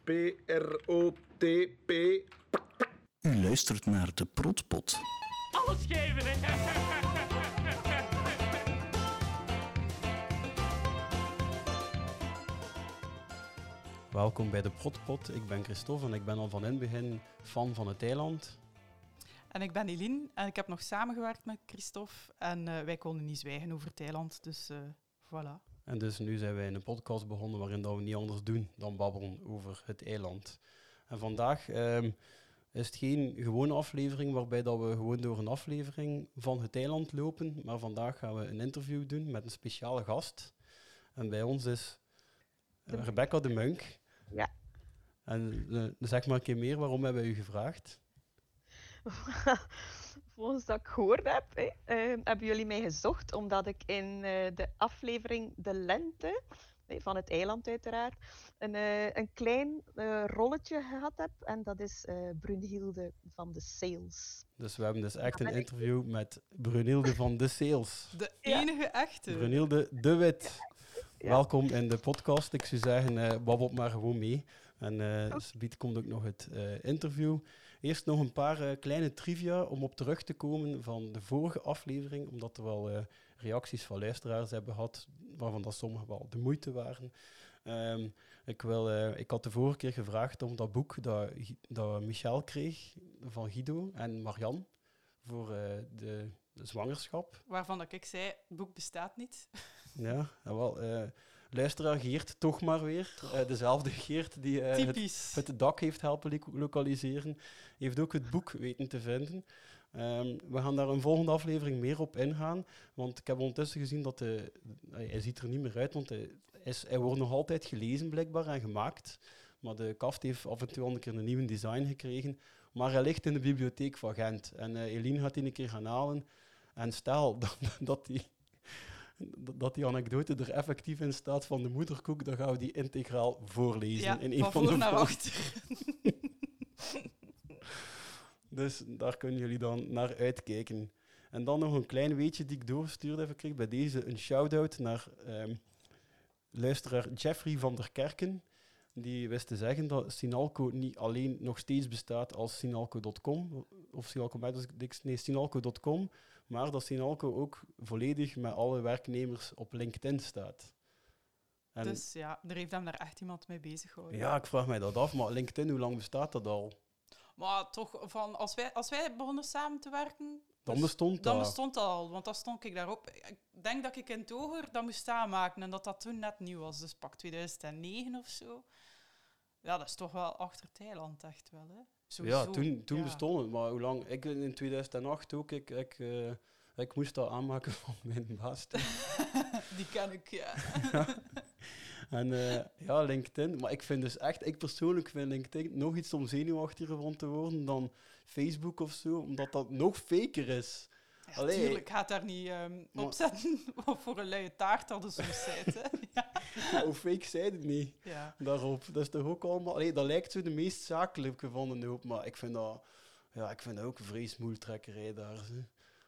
P-R-O-T-P. U luistert naar de Protpot. Alles geven, hè? Welkom bij de Protpot. Ik ben Christophe en ik ben al van in het begin fan van het eiland. En ik ben Eline en ik heb nog samengewerkt met Christophe en wij konden niet zwijgen over het eiland, dus voilà. En dus nu zijn wij een podcast begonnen waarin dat we niet anders doen dan babbelen over het eiland. En vandaag is het geen gewone aflevering waarbij dat we gewoon door een aflevering van het eiland lopen, maar vandaag gaan we een interview doen met een speciale gast. En bij ons is Rebecca de Munk. Ja. En zeg maar een keer meer, waarom hebben we u gevraagd? Volgens dat ik gehoord heb, hebben jullie mij gezocht omdat ik in de aflevering De Lente, van het eiland uiteraard, een klein rolletje gehad heb. En dat is Brunhilde van de Sales. Dus we hebben dus echt een interview met Brunhilde van de Sales. De enige echte. Brunhilde de Wit. Ja. Welkom in de podcast. Ik zou zeggen, babbel maar gewoon mee. En subiet komt ook nog het interview. Eerst nog een paar kleine trivia om op terug te komen van de vorige aflevering, omdat er wel reacties van luisteraars hebben gehad, waarvan dat sommige wel de moeite waren. Ik had de vorige keer gevraagd om dat boek dat Michel kreeg van Guido en Marianne voor de zwangerschap. Waarvan dat ik zei, het boek bestaat niet. Ja, wel. Luisteraar Geert toch maar weer. Dezelfde Geert die het dak heeft helpen lokaliseren. Heeft ook het boek weten te vinden. We gaan daar een volgende aflevering meer op ingaan. Want ik heb ondertussen gezien dat hij ziet er niet meer uit, want hij wordt nog altijd gelezen blijkbaar en gemaakt. Maar de kaft heeft af en toe al een keer een nieuw design gekregen. Maar hij ligt in de bibliotheek van Gent. En Eline gaat die een keer gaan halen. En stel dat die anekdote er effectief in staat van de moederkoek, dan gaan we die integraal voorlezen. Ja, in een van voor de naar volgende. achter. Dus daar kunnen jullie dan naar uitkijken. En dan nog een klein weetje die ik doorgestuurd heb gekregen. Bij deze een shout-out naar luisteraar Jeffrey van der Kerken. Die wist te zeggen dat Sinalco niet alleen nog steeds bestaat als Sinalco.com, of Sinalco.com, maar dat Sinalco ook volledig met alle werknemers op LinkedIn staat. En Dus ja, er heeft hem daar echt iemand mee bezig gehouden. ja, ik vraag mij dat af, maar LinkedIn, hoe lang bestaat dat al? Maar toch, als wij begonnen samen te werken, Dan bestond dan dat. bestond dat al, want dan stond ik daarop. Ik denk dat ik in het Oger dat moest aanmaken en dat toen net nieuw was, dus pak 2009 of zo. Ja, dat is toch wel achter het eiland, echt wel, hè? Sowieso. Ja, toen bestond het, maar hoe lang? Ik in 2008 ook, ik moest dat aanmaken van mijn baas. Die ken ik, ja. En LinkedIn. Maar ik persoonlijk vind LinkedIn nog iets om zenuwachtiger van te worden dan Facebook of zo, omdat dat nog faker is. Ja, tuurlijk, gaat daar niet opzetten voor een luie taart hadden ze soms zei, hè. Ja. Maar hoe fake zijn het niet Ja. daarop? Dat is toch ook allemaal... dat lijkt zo de meest zakelijke van de hoop, maar ik vind dat ook een vreesmoeltrekkerij daar. Zo.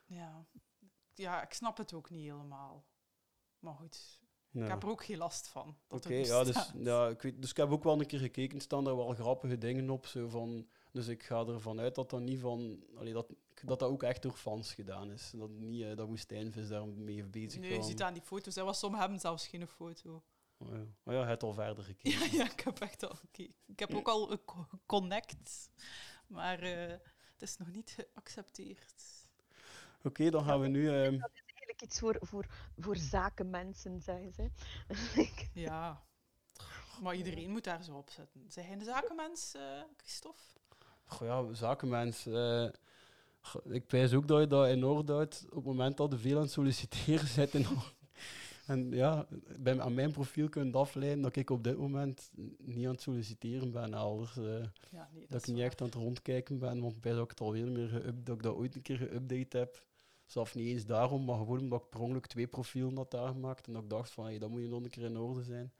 Ja, ik snap het ook niet helemaal. Maar goed, Ja. ik heb er ook geen last van. Oké, ik heb ook wel een keer gekeken, er staan daar wel grappige dingen op, zo van... Dus ik ga ervan uit dat dat niet van... dat ook echt door fans gedaan is. Dat niet dat Woestijnvis daarmee bezig Nee, je ziet aan die foto's, hè, want sommigen hebben zelfs geen foto. Oh ja, hij heeft al verder gekeken. Ja, ik heb echt al gekeken. Ik heb ook al een connect, maar het is nog niet geaccepteerd. Oké, dan gaan we nu... Dat is eigenlijk iets voor zakenmensen, zeggen ze. Ja, maar iedereen moet daar zo op zetten. Zijn jij een zakenmens, Christophe? Goh, ja, zakenmens. Ik wijs ook dat je dat in orde houdt op het moment dat je veel aan het solliciteren bent. En ja, aan mijn profiel kun je afleiden dat ik op dit moment niet aan het solliciteren ben. Elders, dat ik niet echt aan het rondkijken ben, want bij dat ik het alweer meer dat ik dat ooit een keer geüpdate heb. Zelfs niet eens daarom, maar gewoon omdat ik per ongeluk 2 profielen had aangemaakt en dat ik dacht van, hey, dat moet je nog een keer in orde zijn.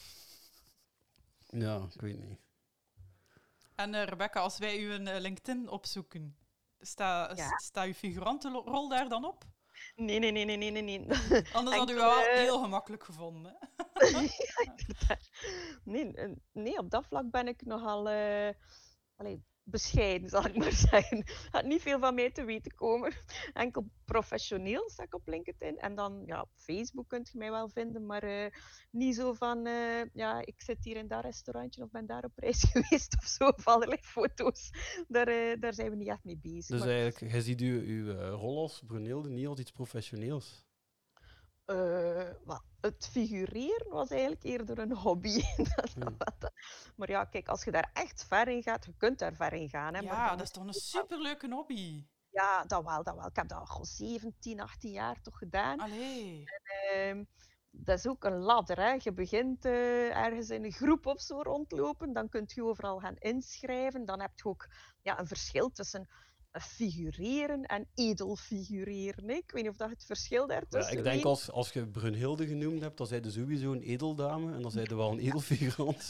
Ja, ik weet niet. En Rebecca, als wij uw LinkedIn opzoeken, staat uw figurantenrol daar dan op? Nee. Anders hadden we wel heel gemakkelijk gevonden. Hè? Nee, op dat vlak ben ik nogal bescheiden, zal ik maar zeggen. Er gaat niet veel van mij te weten komen. Enkel professioneel sta ik op LinkedIn. En dan, op Facebook kunt je mij wel vinden, maar niet zo van, ik zit hier in dat restaurantje of ben daar op reis geweest of zo, of allerlei foto's. Daar zijn we niet echt mee bezig. Dus eigenlijk, je ziet uw rol als Brunhilde niet als iets professioneels? Het figureren was eigenlijk eerder een hobby. Maar ja, kijk, als je daar echt ver in gaat, je kunt daar ver in gaan. Hè, maar dat is toch een superleuke hobby? Ja, dat wel. Ik heb dat al 17, 18 jaar toch gedaan. Allee. En, dat is ook een ladder. Hè. Je begint ergens in een groep of zo rondlopen, dan kun je overal gaan inschrijven. Dan heb je ook een verschil tussen figureren en edelfigureren. Ik weet niet of dat het verschil daartussen ik denk als je Brunhilde genoemd hebt, dan zijn je sowieso een edeldame en dan zijn je wel een edelfigurant.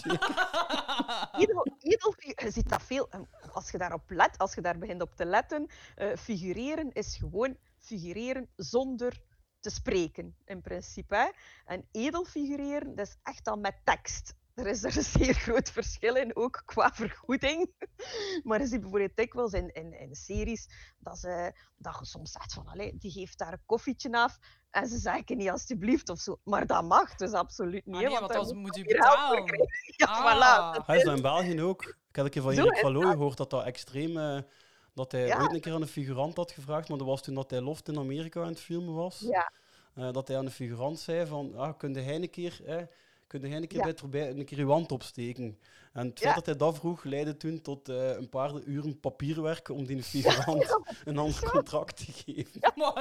Je ziet dat veel. Als je daarop let, als je daar begint op te letten, figureren is gewoon figureren zonder te spreken, in principe. Hè? En edelfigureren, dat is echt al met tekst. Er is een zeer groot verschil in, ook qua vergoeding. Maar je ziet bijvoorbeeld dikwijls in series dat je soms zegt van, die geeft daar een koffietje af en ze zeggen niet alsjeblieft of zo. Maar dat mag dus absoluut niet. Want dan moet je betalen. Voilà. Hij is dat in België ook. Ik heb een keer van Erik van Looy gehoord dat extreem... dat hij ooit een keer aan een figurant had gevraagd, maar dat was toen dat hij Loft in Amerika aan het filmen was. Ja. Dat hij aan de figurant zei van, kun jij een keer... Kun jij een keer bij een keer je wand opsteken? En het feit dat hij dat vroeg, leidde toen tot een paar uren papierwerk om die figurant een ander contract te geven. Maar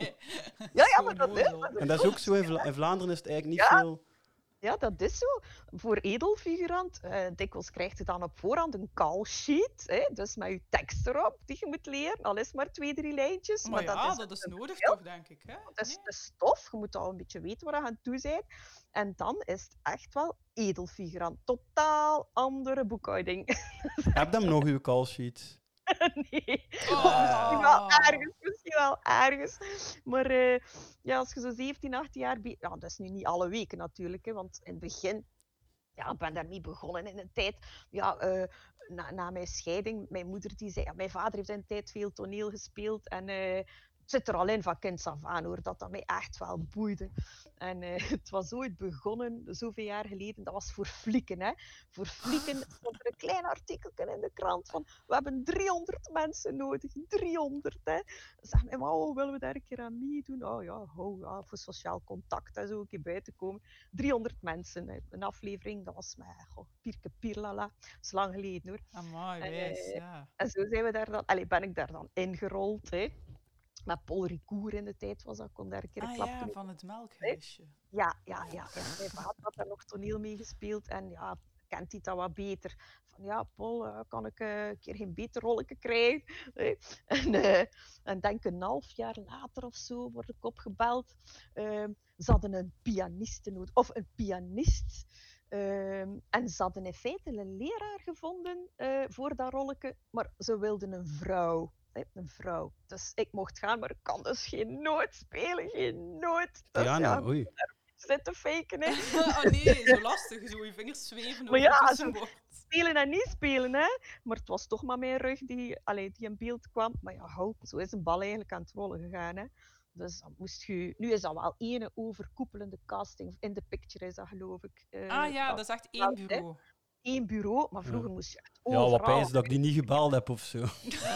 dat is. En dat is ook zo, in Vlaanderen is het eigenlijk niet veel... Ja, dat is zo. Voor edelfigurant, dikwijls krijg je dan op voorhand een call sheet. Dus met je tekst erop, die je moet leren. Al is maar 2, 3 lijntjes. Maar dat is nodig toch, denk ik. Hè? Dat is de stof. Je moet al een beetje weten waar je aan toe bent. En dan is het echt wel edelfigurant. Totaal andere boekhouding. Heb je hem nog, uw call sheet? Nee, misschien wel ergens. Maar als je zo 17, 18 jaar bent... Ja, dat is nu niet alle weken natuurlijk, hè, want in het begin... Ja, ik ben daarmee begonnen in een tijd... Na mijn scheiding, mijn moeder die zei... mijn vader heeft in een tijd veel toneel gespeeld en... het zit er al in van kinds af aan, hoor, dat mij echt wel boeide. En het was ooit begonnen, zoveel jaar geleden, dat was voor Flieken. Hè. Voor Flieken stond er een klein artikel in de krant van we hebben 300 mensen nodig, 300. Hè. Dan zeg ik, willen we daar een keer aan meedoen? Voor sociaal contact en zo, een keer bij te komen. 300 mensen, hè. Een aflevering, dat was met Pierke Pierlala, dat is lang geleden, hoor. Amai, ja. En zo zijn we daar dan, ben ik daar dan ingerold, hè. Met Paul Ricoeur in de tijd was dat, kon daar een keer een klap van het melkhuisje. Ja. Mijn vader had daar nog toneel mee gespeeld en kent hij dat wat beter. Van Paul, kan ik een keer geen beter rolletje krijgen? En denk een half jaar later of zo word ik opgebeld. Ze hadden een pianiste nodig, of een pianist. En ze hadden in feite een leraar gevonden voor dat rolletje, maar ze wilden een vrouw. Een vrouw. Dus ik mocht gaan, maar ik kan dus geen noot spelen. Geen noot. Dus oei. Zitten faken, hè. Nee, zo lastig. Zo je vingers zweven over het tussenwoord. Spelen en niet spelen, hè. Maar het was toch maar mijn rug die in beeld kwam. Maar zo is een bal eigenlijk aan het rollen gegaan, hè. Dus dan moest je... Nu is dat wel één overkoepelende casting. In de picture is dat, geloof ik. Dat is echt één bureau. 1 bureau, maar vroeger moest je echt overal... Ja, wat pijs dat ik die niet gebeld heb of zo.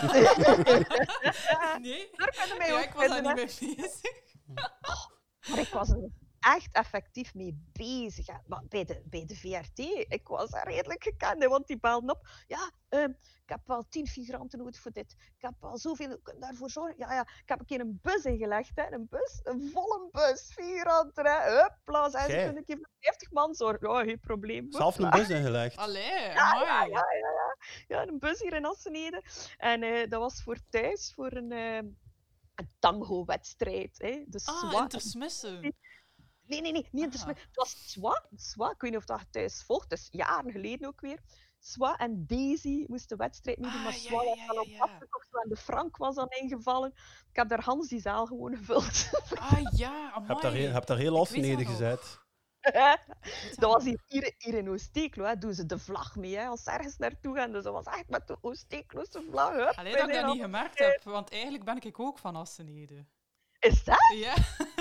Nee? Daar kunnen mij ook ik was daar vinden, niet mee bezig. Maar ik was er echt effectief mee bezig. Ja. Maar bij de VRT, ik was daar redelijk gekend, hè, want die belden op. Ja, ik heb wel 10 figuranten nodig voor dit. Ik heb wel zoveel daarvoor zorgen. Ja, ik heb een keer een bus ingelegd, hè. Een volle bus, figuranten, hè. Huppla, ze kunnen een keer voor 50 man zorgen. Ja, geen probleem. Zelf een bus ingelegd? Allee, ja, een bus hier in Assenede. En dat was voor thuis, voor een tango-wedstrijd. Dus intersmissen. Nee, niet intersmissen. Het was Swa. Ik weet niet of dat thuis volgt. Dat is jaren geleden ook weer. Swa en Daisy moesten de wedstrijd meedoen, maar Swa was dan op afgekocht en de Frank was dan ingevallen. Ik heb daar Hans die zaal gewoon gevuld. Amai. Heb daar heel Assenede gezet. Dat was hier in Oost-Eeklo, hè. Doen ze de vlag mee, hè, als ze ergens naartoe gaan. Dus dat was echt met de Oost-Eeklose vlag. Hup, Allee, wij dat ik zijn dat niet al- gemerkt heb, want eigenlijk ben ik ook van Assenede. Is dat? Ja.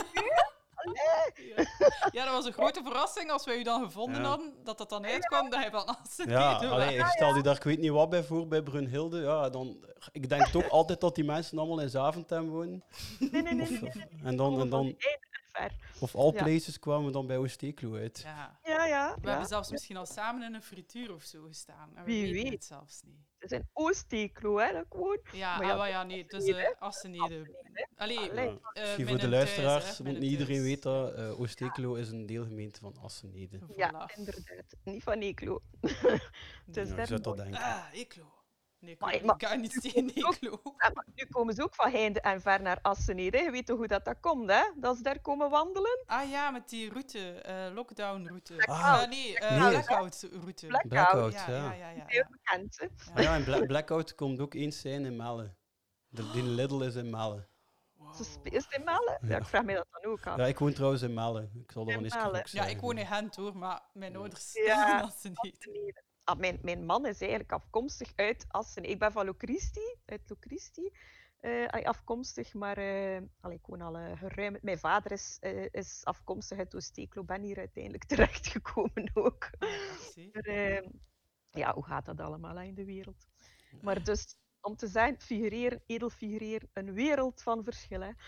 Allee. Ja, dat was een grote verrassing als wij u dan gevonden Ja. hadden, dat dat dan uitkwam dat hij van Assenede Ja, was. allee, stel je daar ik weet niet wat bij voor, bij Brunhilde. Ja, dan, ik denk toch altijd dat die mensen allemaal in Zaventem wonen. Nee. En dan, Ver. of all Ja. places kwamen we dan bij Oost-Eeklo uit. Ja. Ja. We hebben zelfs misschien al samen in een frituur of zo gestaan. En we Wie weten weet. het zelfs niet. Het is in Oost-Eeklo, hè. Dat gewoon. Ja, Maar ja, nee, het is Assenede. Assenede. Allee, Allee. Misschien mijn voor de thuis, hè, luisteraars, mijn want niet iedereen thuis. weet dat Oost-Eeklo is een deelgemeente van Assenede. Ja, Voilà. inderdaad. Niet van Eeklo. Het is Ja, je daar zou dat mooi. denken. Ah, Eeklo. Nee, Maar- ik maar- ga niet tegen Eeklo. Ja, maar nu komen ze ook van heinde en ver naar Assenede. Je weet toch hoe dat komt, hè? Dat ze daar komen wandelen? Ah ja, met die route, lockdown-route. Blackout. Nee, Nee. blackout-route. Blackout. Blackout, ja. Heel bekend, hè? Ah ja, en Blackout komt ook eens zijn in Melle. Die Lidl is in Melle. Ze speelt in Melle? Ja, ik vraag me dat dan ook af. Ja, ik woon trouwens in Melle. Ik zal er In wel eens Melle. ook Ja, zeggen. ik woon in Gent hoor, maar mijn ouders Ja. dat ze niet. Assenede. Ah, mijn man is eigenlijk afkomstig uit Assenede. Ik ben van Locristi, uit Locristi. Afkomstig, maar ik woon al geruim. Mijn vader is afkomstig uit Oost-Eeklo. Ben hier uiteindelijk terechtgekomen ook. Zie. Maar, ja, hoe gaat dat allemaal hè, in de wereld? Maar dus, om te zijn, figureren, edel figureren, een wereld van verschil. Hè.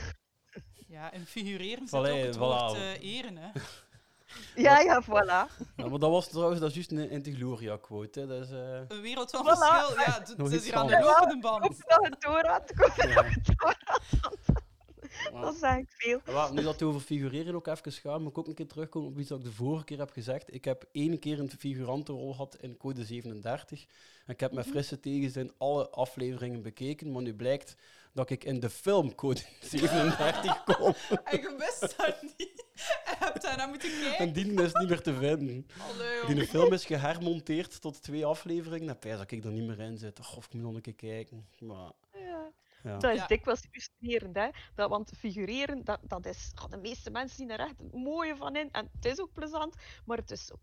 Ja, en figureren zit Allee, ook het voilà. woord eren, hè. Ja, voilà. Ja, maar dat was trouwens, dat is juist een Antigloria-quote. Hè. Dat is, Een wereld van Voilà. verschil. Ja, het Nog is iets hier aan de anders. lopende Ik band. hoop dat het door had. Ik hoop dat het door had. Dat zeg ik veel. Wel, nu dat het over figureren ook even gaat, moet ik ook een keer terugkomen op iets dat ik de vorige keer heb gezegd. Ik heb 1 keer een figurantenrol gehad in Code 37. En ik heb met frisse tegenzin alle afleveringen bekeken, maar nu blijkt dat ik in de film Code 37 kom. En je wist dat niet. Je hebt daar naar moeten kijken. En die is niet meer te vinden. Allee, Die film is gehermonteerd tot 2 afleveringen. En pijs dat ik er niet meer in zit. Of ik moet nog een keer kijken. Maar, Ja. ja. Dat is Ja. dikwijls frustrerend, hè? Want figureren, dat is... de meeste mensen zien er echt het mooie van in. En het is ook plezant, maar het is zo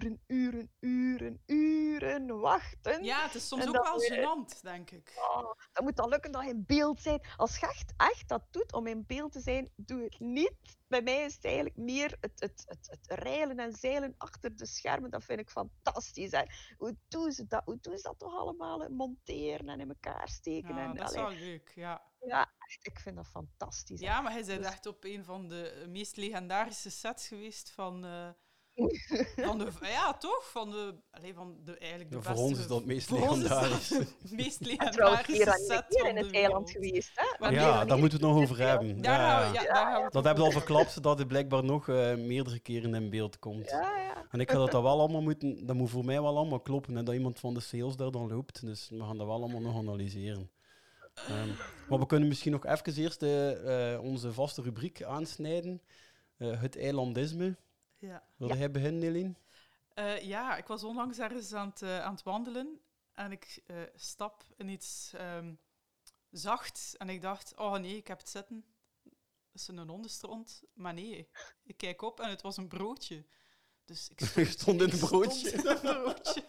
uren wachten. Ja, het is soms En ook dat wel weer- gênant, denk ik. Oh, dat moet dan lukken dat je in beeld bent. Als je echt dat doet om in beeld te zijn, doe het niet. Bij mij is het eigenlijk meer het reilen en zeilen achter de schermen. Dat vind ik fantastisch. Hè. Hoe doen ze dat? Hoe doen ze dat toch allemaal? Hè? Monteren en in elkaar steken. Ja, En, dat is allee, wel leuk, ja. ja, echt, ik vind dat fantastisch. hè. Ja, maar hij bent Dus- echt op een van de meest legendarische sets geweest van de... Ja, toch? Eigenlijk de Ja, beste... voor ons is dat het meest voor ons is dat legendarische. de meest En trouwens, hier legendarische aan set hier van in de het eiland wereld. geweest. Hè? Maar Ja, daar moeten we het nog over hebben. Daar Ja, gaan we, ja. ja, daar gaan we het Dat over hebben we al verklapt, dat het blijkbaar nog meerdere keren in beeld komt. Ja. En ik ga dat wel allemaal moeten... Dat moet voor mij wel allemaal kloppen. En dat iemand van de sales daar dan loopt. Dus we gaan dat wel allemaal nog analyseren. Maar we kunnen misschien nog even eerst onze vaste rubriek aansnijden. Het eilandisme. Ja. Wil jij beginnen, Nelien? Ja, ik was onlangs ergens aan het wandelen en ik stap in iets zacht en ik dacht, oh nee, ik heb het zitten. Dat is een hondenstront. Maar nee, ik kijk op en het was een broodje. Dus ik Je stond in een broodje. stond in een broodje.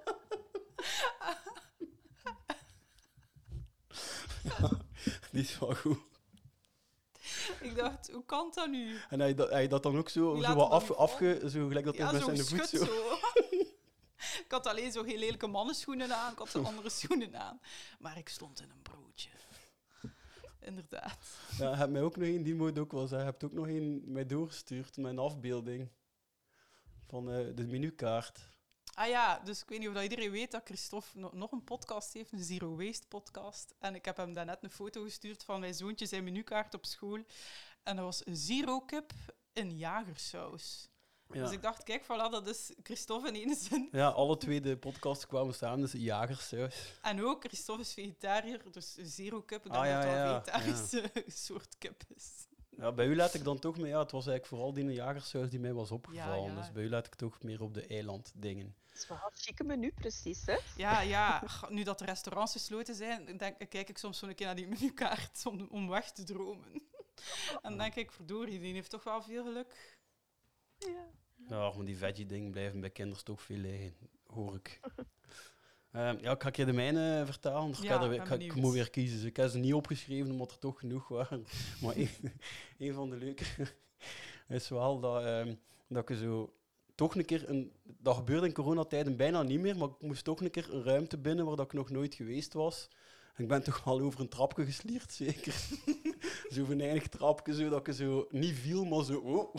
Die is wel goed. Ik dacht, hoe kan dat nu? En hij dat dan ook zo, Die zo laat wat hem dan vallen. zo gelijk dat hij Ja, met zo zijn voet geschud zo... zo. Ik had alleen zo heel lelijke mannenschoenen aan, ik had zo andere schoenen aan. Maar ik stond in een broodje. Inderdaad. Ja, hij heeft mij ook nog een, die moet ook wel zeggen. Hij hebt ook nog een mij doorgestuurd, mijn afbeelding van de menukaart. Ah ja, dus ik weet niet of dat iedereen weet dat Christophe nog een podcast heeft, een Zero Waste podcast. En ik heb hem daarnet een foto gestuurd van mijn zoontje zijn menukaart op school. En dat was zero kip in jagersaus. Ja. Dus ik dacht, kijk, voilà, dat is Christophe in één zin. Ja, alle twee de podcasts kwamen samen, dus jagersaus. En ook, Christophe is vegetariër, dus zero kip, dat Ah, ja, dat wel ja, een vegetarische soort kip is. Ja, bij u let ik dan toch mee, ja, het was eigenlijk vooral die jagersaus die mij was opgevallen. Ja. Dus bij u let ik toch meer op de eilanddingen. Dat is wel een chique menu, precies. Hè? Ja, nu dat de restaurants gesloten zijn, kijk ik soms zo'n keer naar die menukaart om weg te dromen. En dan denk ik, verdorie, die heeft toch wel veel geluk. Ja. Ja, maar die veggie-dingen blijven bij kinderen toch veel liggen, hoor ik. Ik ga de mijne vertalen. Ik moet weer kiezen. Dus ik heb ze niet opgeschreven, omdat er toch genoeg waren. Maar een van de leuke is wel dat ik zo... Toch een keer... Dat gebeurde in coronatijden bijna niet meer, maar ik moest toch een keer een ruimte binnen waar dat ik nog nooit geweest was. En ik ben toch al over een trapje geslierd, zeker. Zo'n venijnig trapje, zo, dat ik zo niet viel, maar zo... Oh.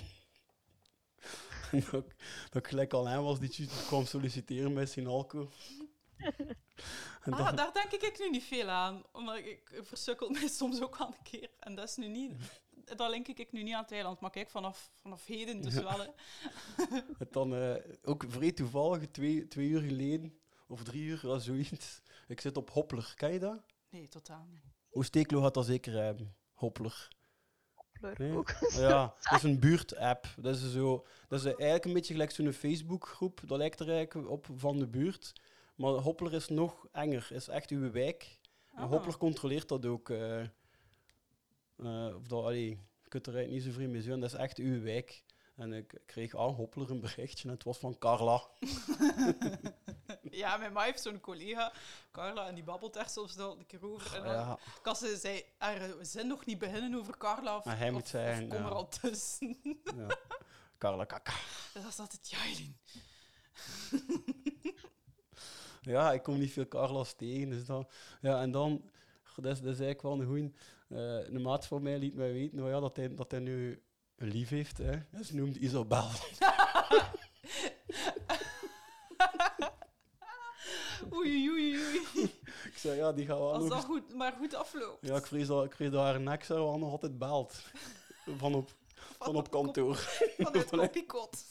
dat ik gelijk al aan was die kwam solliciteren bij Sinalco. Daar denk ik nu niet veel aan. Omdat ik versukkel mij soms ook wel een keer. En dat is nu niet... Dat link ik nu niet aan het eiland. Maar kijk, vanaf heden dus wel. Hè. Het dan ook vrij toevallig, 2 uur geleden, of 3 uur, zoiets. Ik zit op Hoppler. Ken je dat? Nee, totaal niet. Oosteklo gaat dat zeker hebben. Hoppler. Nee? Ook. Ja, dat is een buurt-app. Dat is eigenlijk een beetje gelijk zo'n Facebook-groep. Dat lijkt er eigenlijk op van de buurt. Maar Hoppler is nog enger. Is echt uw wijk. En Hoppler controleert dat ook. Je kunt er eigenlijk niet zo vrij mee zijn. Dat is echt uw wijk. En ik kreeg aan Hoppler een berichtje en het was van Carla. Ja, mijn ma heeft zo'n collega, Carla, en die babbelt echt soms wel een keer over. En dan kan ze zei, we zijn nog niet beginnen over Carla, of hij moet zeggen, kom er al tussen. Ja. Carla kaka. Dat is altijd Jailin. Ja, ik kom niet veel Carla's tegen. Dus dan, ja, en dan, dat is eigenlijk wel een goeie. Een maat van mij liet mij weten dat hij nu een lief heeft. Hè. Ze noemt Isabel. Oei. Ik zei, ja, die gaat wel als nog... dat goed afloopt. Ja, ik vrees dat haar nek wel nog altijd belt. Van op kantoor. Van het koppiekot.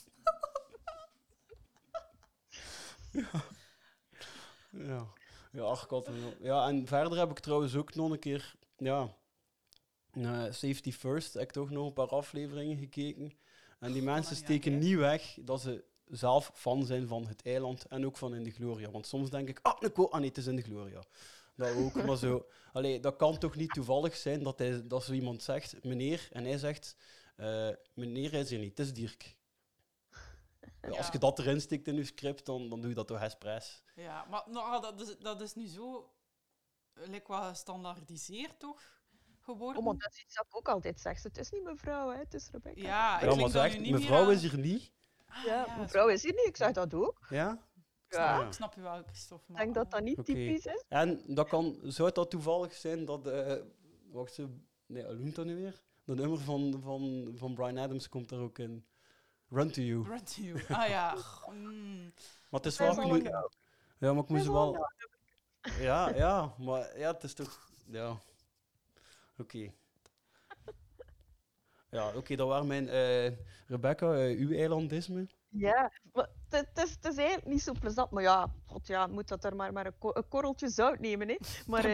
Ja, ach god. Ja, en verder heb ik trouwens ook nog een keer... Ja, Safety First heb ik toch nog een paar afleveringen gekeken. En die mensen steken niet weg dat ze zelf fan zijn van het eiland en ook van In de Gloria. Want soms denk ik, nee, het is In de Gloria. Dat ook, maar zo... Allee, dat kan toch niet toevallig zijn dat zo iemand zegt, meneer, en hij zegt, meneer is er niet, het is Dirk. Ja. Als je dat erin stikt in je script, dan doe je dat toch expres. Ja, maar nou, dat is nu zo wel gestandaardiseerd, toch? Geworden. Oh, maar dat is iets dat ik ook altijd zeg. Het is niet mevrouw, hè. Het is Rebecca. Ja, maar zeg, mevrouw is hier niet. Ja, mevrouw is hier niet. Ik zeg dat ook. Ja? Ja. Ik snap je wel, Christophe. Ik denk dat dat niet typisch is. En zou het toevallig zijn dat... wacht zo... Nee, hoe noemt dat nu weer? Dat nummer van Bryan Adams komt er ook in. Run to You. Run to You. Ah ja. Maar het is wel... Ja, maar ik moest wel... Ja, maar ja, het is toch... Ja. Oké. Ja, oké, dat waren mijn... Rebecca, uw eilandisme. Ja, maar het is eigenlijk niet zo plezant. Maar ja, god ja, moet dat er maar een korreltje zout nemen, hè. Maar,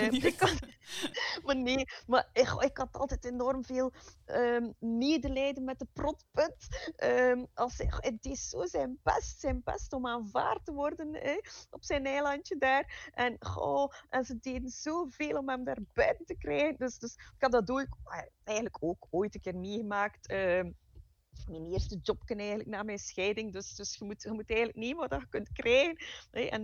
ik had altijd enorm veel medelijden met de protput. Hij deed zo zijn best om aanvaard te worden, hè, op zijn eilandje daar. En ze deden zoveel om hem daar buiten te krijgen. Dus ik heb dat eigenlijk ook ooit een keer meegemaakt. Mijn eerste jobje eigenlijk na mijn scheiding. Dus je moet eigenlijk nemen wat je kunt krijgen. En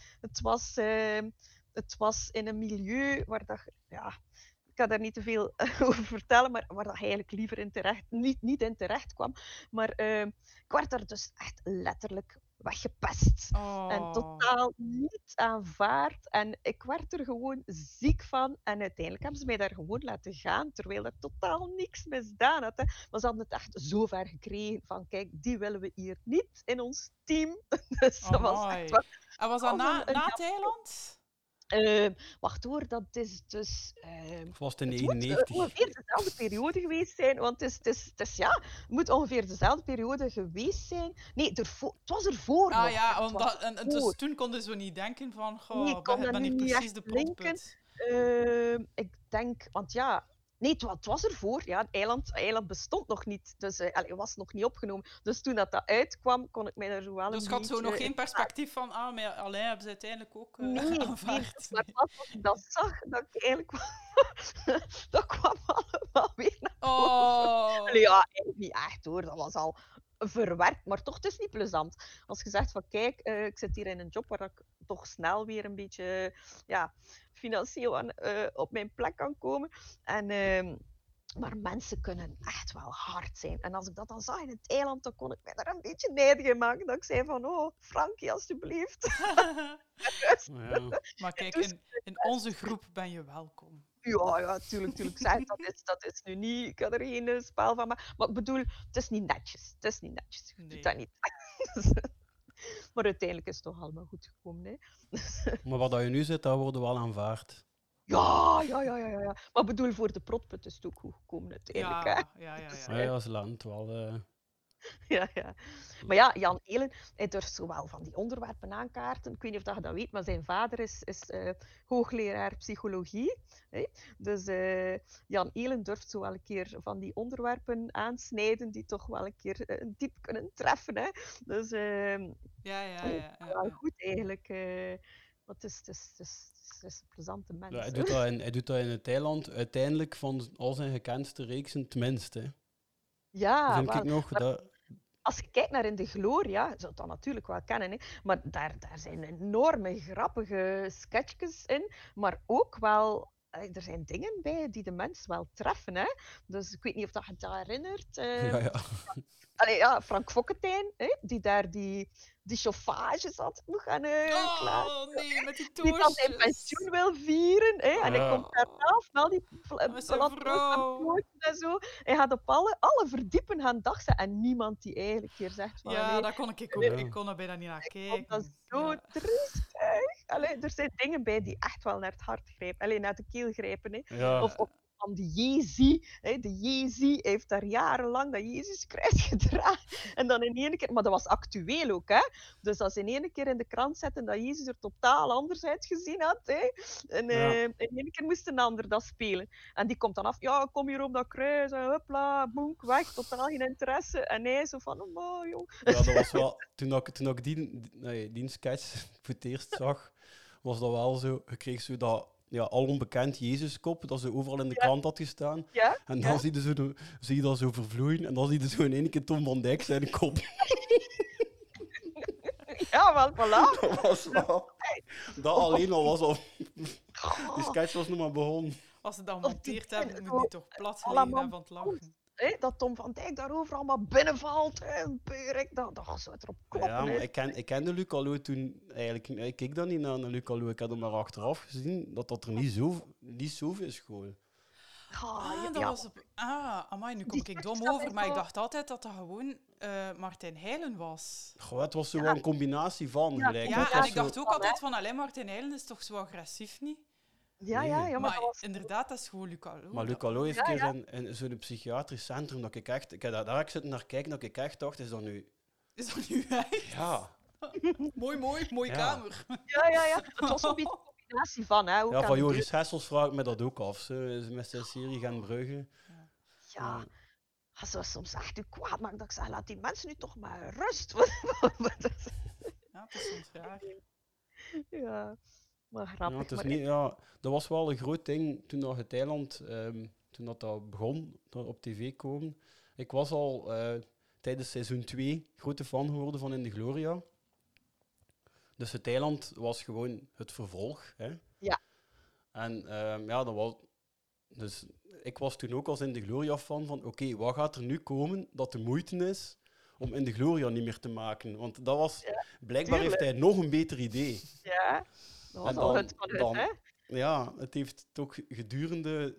het was in een milieu waar dat... Ja, ik ga daar niet te veel over vertellen, maar waar dat eigenlijk liever in terecht... Niet in terecht kwam. Maar ik werd daar dus echt letterlijk weggepest. En totaal niet aanvaard. En ik werd er gewoon ziek van. En uiteindelijk hebben ze mij daar gewoon laten gaan, terwijl er totaal niks misdaan had. Hè. Maar ze hadden het echt zo ver gekregen van, kijk, die willen we hier niet in ons team. Dus dat was echt wel... En was dat na het eiland? Wacht hoor, dat is dus... was het in 1999? Het moet ongeveer dezelfde periode geweest zijn, want het moet ongeveer dezelfde periode geweest zijn. Nee, het was ervoor nog. Ja, dus toen konden ze niet denken van, ik ben hier precies de protput. Ik denk, want ja... Nee, het was ervoor. Ja, het eiland bestond nog niet. Dus het was nog niet opgenomen. Dus toen dat uitkwam, kon ik mij daar zo wel Dus ik had zo nog geen perspectief van, maar Alain hebben ze uiteindelijk ook aanvaard. Maar pas als ik dat zag, dat ik eigenlijk... dat kwam allemaal weer naar boven. Ja, eigenlijk niet echt hoor. Dat was al verwerkt, maar toch, het is niet plezant. Als je zegt van, kijk, ik zit hier in een job waar ik toch snel weer een beetje financieel op mijn plek kan komen. Maar mensen kunnen echt wel hard zijn. En als ik dat dan zag in het eiland, dan kon ik mij daar een beetje nijdig in maken. Dat ik zei van, oh, Frankie, alsjeblieft. Maar kijk, in onze groep ben je welkom. Ja, tuurlijk. Zeg, dat is nu niet... Ik kan er geen spel van maken. Maar ik bedoel, het is niet netjes. Je doet dat niet. Maar uiteindelijk is het toch allemaal goed gekomen, hè. Maar wat je nu zit, dat wordt wel aanvaard. Ja. Maar ik bedoel, voor de protput is het ook goed gekomen uiteindelijk, hè. Ja. Als land wel... Ja. Maar ja, Jan Helen, hij durft zo wel van die onderwerpen aankaarten. Ik weet niet of je dat weet, maar zijn vader is hoogleraar psychologie. Hè? Dus Jan Helen durft zo wel een keer van die onderwerpen aansnijden die toch wel een keer diep kunnen treffen. Hè? Dus wel goed eigenlijk. Want het is een plezante mens. Ja, hij doet dat in het eiland uiteindelijk van al zijn gekendste reeksen het minste. Ja, vind ik nog dat... Als je kijkt naar In de Gloria, je zult dat natuurlijk wel kennen, hè, maar daar zijn enorme grappige sketchjes in, maar ook wel, er zijn dingen bij die de mens wel treffen. Hè? Dus ik weet niet of dat je het herinnert. Frank Fokkentijn, die daar die chauffages altijd moet gaan klaar. Oh nee, met die Die dan zijn toastjes. pensioen wil vieren. En hij komt daaraf met al die Met zijn vrouw. en zo. Hij gaat op alle verdiepen gaan dagsen en niemand die eigenlijk hier zegt van... Ja, nee, dat kon ik ook. Ja. Ik kon er bijna niet naar ik kijken. vond dat zo triestig. Er zijn dingen bij die echt wel naar het hart grijpen. Naar de keel grijpen. Hè. Ja. Of van de Jezi. De Jezi heeft daar jarenlang dat Jezuskruis gedragen. En dan in één keer... Maar dat was actueel ook, hè. Dus als ze in één keer in de krant zetten dat Jezus er totaal anders uitgezien had, hè. En in één keer moest een ander dat spelen. En die komt dan af, ja, kom hier op dat kruis, en hopla, boenk, weg, totaal geen interesse. En hij zo van, oh, joh. Ja, dat was wel... Toen ik die sketch voor het eerst zag, was dat wel zo... Je kreeg zo dat... Ja, al onbekend Jezuskop, dat ze overal in de krant had gestaan. Ja? En dan zie je dat zo vervloeien. En dan zie je zo in één keer Tom van Dijk zijn kop. Ja, wel, voilà. Dat was wel... Dat alleen al was al... Die sketch was nog maar begonnen. Als ze dat monteerd hebben, moet die toch plat allemaal liggen van het lachen. Dat Tom van Dijk daarover allemaal binnenvalt. Dat was zo erop kloppen. Ja, maar ik kende Luc Allo toen eigenlijk... Ik keek dan niet naar Luc Allo. Ik had hem maar achteraf gezien dat er niet zoveel is gewoon. Amai, nu kom ik dom over, maar ik dacht altijd dat dat gewoon Martijn Heilen was. Goh, het was zo wel een combinatie van. Gelijk. Ja, Het en was ik zo- dacht ook altijd van, alleen Martijn Heilen is toch zo agressief, niet? Maar Maar dat was... inderdaad, dat is gewoon Luc Allo. Maar Luc Allo heeft een keer in zo'n psychiatrisch centrum dat ik echt... Ik heb daar ik zitten naar kijken dat ik echt dacht, is dat nu... Is dat nu echt? Ja. Mooie Ja. kamer. Ja. Het was een beetje een combinatie van. Hè. Ook Ja, aan van de Joris Hessels vraag ik me dat ook af. Zo, met zijn serie Gaan Brugge. Ja. Als ze soms echt u kwaad maakt, dat ik zeg, laat die mensen nu toch maar rust. Ja, het is soms raar. Ja, maar Ja, grappig. het is maar niet, ja, dat was wel een groot ding toen dat het eiland, toen dat begon, dat op tv komen. Ik was al tijdens seizoen 2 grote fan geworden van In de Gloria. Dus het eiland was gewoon het vervolg. Hè? Ja. En dat was... Dus ik was toen ook als In de Gloria fan van, oké, wat gaat er nu komen dat de moeite is om In de Gloria niet meer te maken? Want dat was... Blijkbaar heeft hij nog een beter idee. Ja, dat was En al dan- het van hun, hè. Ja, het heeft toch gedurende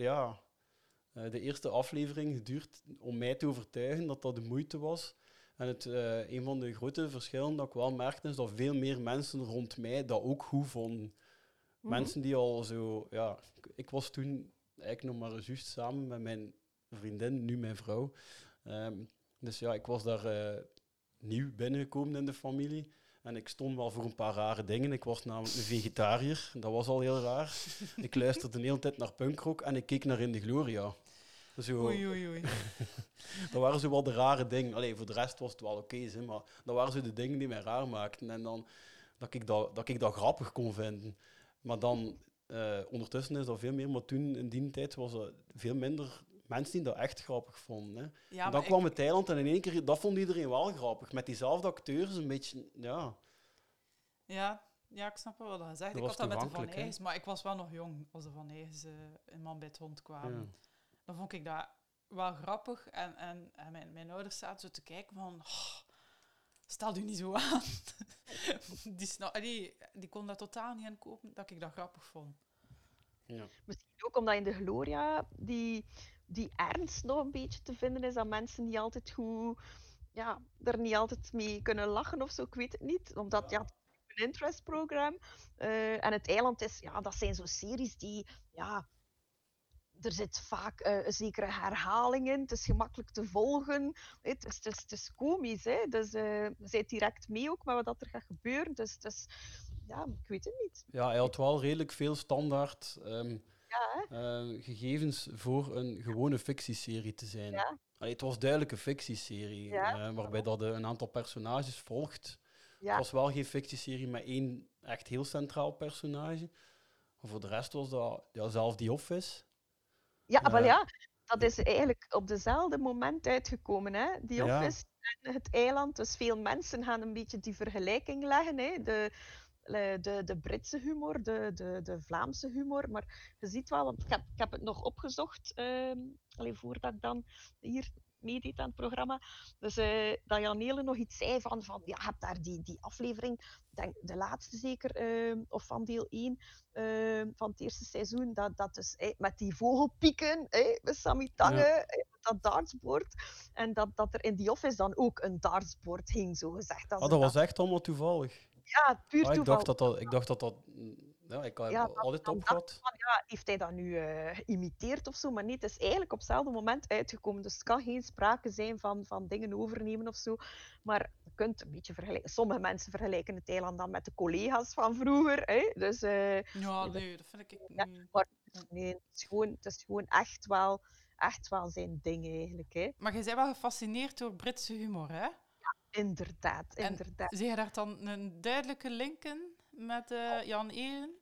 de eerste aflevering geduurd om mij te overtuigen dat dat de moeite was. En een van de grote verschillen dat ik wel merkte, is dat veel meer mensen rond mij dat ook goed vonden. Mensen die al zo... Ja, ik was toen eigenlijk nog maar juist samen met mijn vriendin, nu mijn vrouw. Dus ja, ik was daar nieuw binnengekomen in de familie. En ik stond wel voor een paar rare dingen. Ik was namelijk een vegetariër. Dat was al heel raar. Ik luisterde de hele tijd naar punkrock en ik keek naar In de Gloria. Zo, Oei. dat waren zo wel de rare dingen. Allee, voor de rest was het wel oké, maar dat waren zo de dingen die mij raar maakten. En dan dat ik dat grappig kon vinden. Maar dan, ondertussen is dat veel meer. Maar toen, in die tijd, was er veel minder mensen die dat echt grappig vonden. Hè. Ja, En dan kwam het eiland en in één keer, dat vond iedereen wel grappig. Met diezelfde acteurs, een beetje, ja. Ja, ik snap wel wat je zegt. Dat Ik was had dat met de Van toegankelijk, hè? Eygens, maar ik was wel nog jong als de Van Eygens in Man bij het Hond kwamen. Ja. Dan vond ik dat wel grappig. En mijn ouders zaten zo te kijken van... Oh, stel u niet zo aan. Die kon dat totaal niet inkopen, dat ik dat grappig vond. Ja. Misschien ook omdat in de Gloria die ernst nog een beetje te vinden is aan mensen die altijd goed... Ja, er niet altijd mee kunnen lachen of zo, ik weet het niet. Omdat, ja, het is een interest-programma. En het eiland is... Ja, dat zijn zo series die... Ja, er zit vaak een zekere herhaling in. Het is gemakkelijk te volgen. Het is komisch, hè. Dus je zit direct mee ook met wat er gaat gebeuren. Dus ja, ik weet het niet. Ja, hij had wel redelijk veel standaard Ja, hè? gegevens voor een gewone fictieserie te zijn. Ja. Allee, het was duidelijk een fictieserie, Ja. waarbij dat een aantal personages volgt. Ja. Het was wel geen fictieserie met één echt heel centraal personage. Maar voor de rest was dat ja, zelf die Office. Ja, wel ja, dat is eigenlijk op dezelfde moment uitgekomen, hè? Die Ja. Office en het eiland. Dus veel mensen gaan een beetje die vergelijking leggen, hè? De Britse humor, de Vlaamse humor. Maar je ziet wel, want ik heb het nog opgezocht, voordat ik dan hier meedeed aan het programma. Dus dat Jan Nelen nog iets zei van ja, je hebt daar die aflevering, denk de laatste zeker, of van deel 1 van het eerste seizoen, dat dus met die vogelpieken, met Sammy Tange, dat dartsbord. En dat er in die Office dan ook een dartsbord hing, zo gezegd. Dat was echt allemaal toevallig. Ja, puur Ik toeval. dacht dat dat... Ja, ik heb altijd opgehad. Ja, heeft hij dat nu geïmiteerd of zo? Maar niet, het is eigenlijk op hetzelfde moment uitgekomen. Dus het kan geen sprake zijn van dingen overnemen of zo. Maar je kunt een beetje vergelijken. Sommige mensen vergelijken het eiland dan met de collega's van vroeger. Hè? Dus, Ja, nee, dat vind ik ja, niet. maar nee, het is gewoon echt wel zijn ding eigenlijk. Hè? Maar je bent wel gefascineerd door Britse humor, hè? Inderdaad. Zie je daar dan een duidelijke link in met Jan Elen?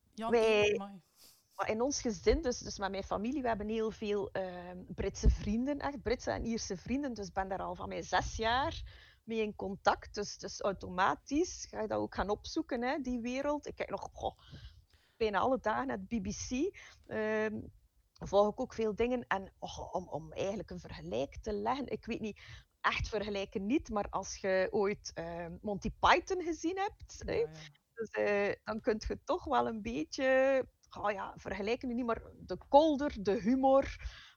Maar in ons gezin, dus met mijn familie, we hebben heel veel Britse vrienden, echt Britse en Ierse vrienden. Dus ik ben daar al van mijn 6 jaar mee in contact. Dus automatisch ga je dat ook gaan opzoeken, hè, die wereld. Ik kijk nog bijna alle dagen naar de BBC. Volg ik ook veel dingen. En om eigenlijk een vergelijk te leggen, ik weet niet, echt vergelijken niet, maar als je ooit Monty Python gezien hebt, Ja. dus, dan kun je toch wel een beetje vergelijken nu niet, maar de kolder, de humor.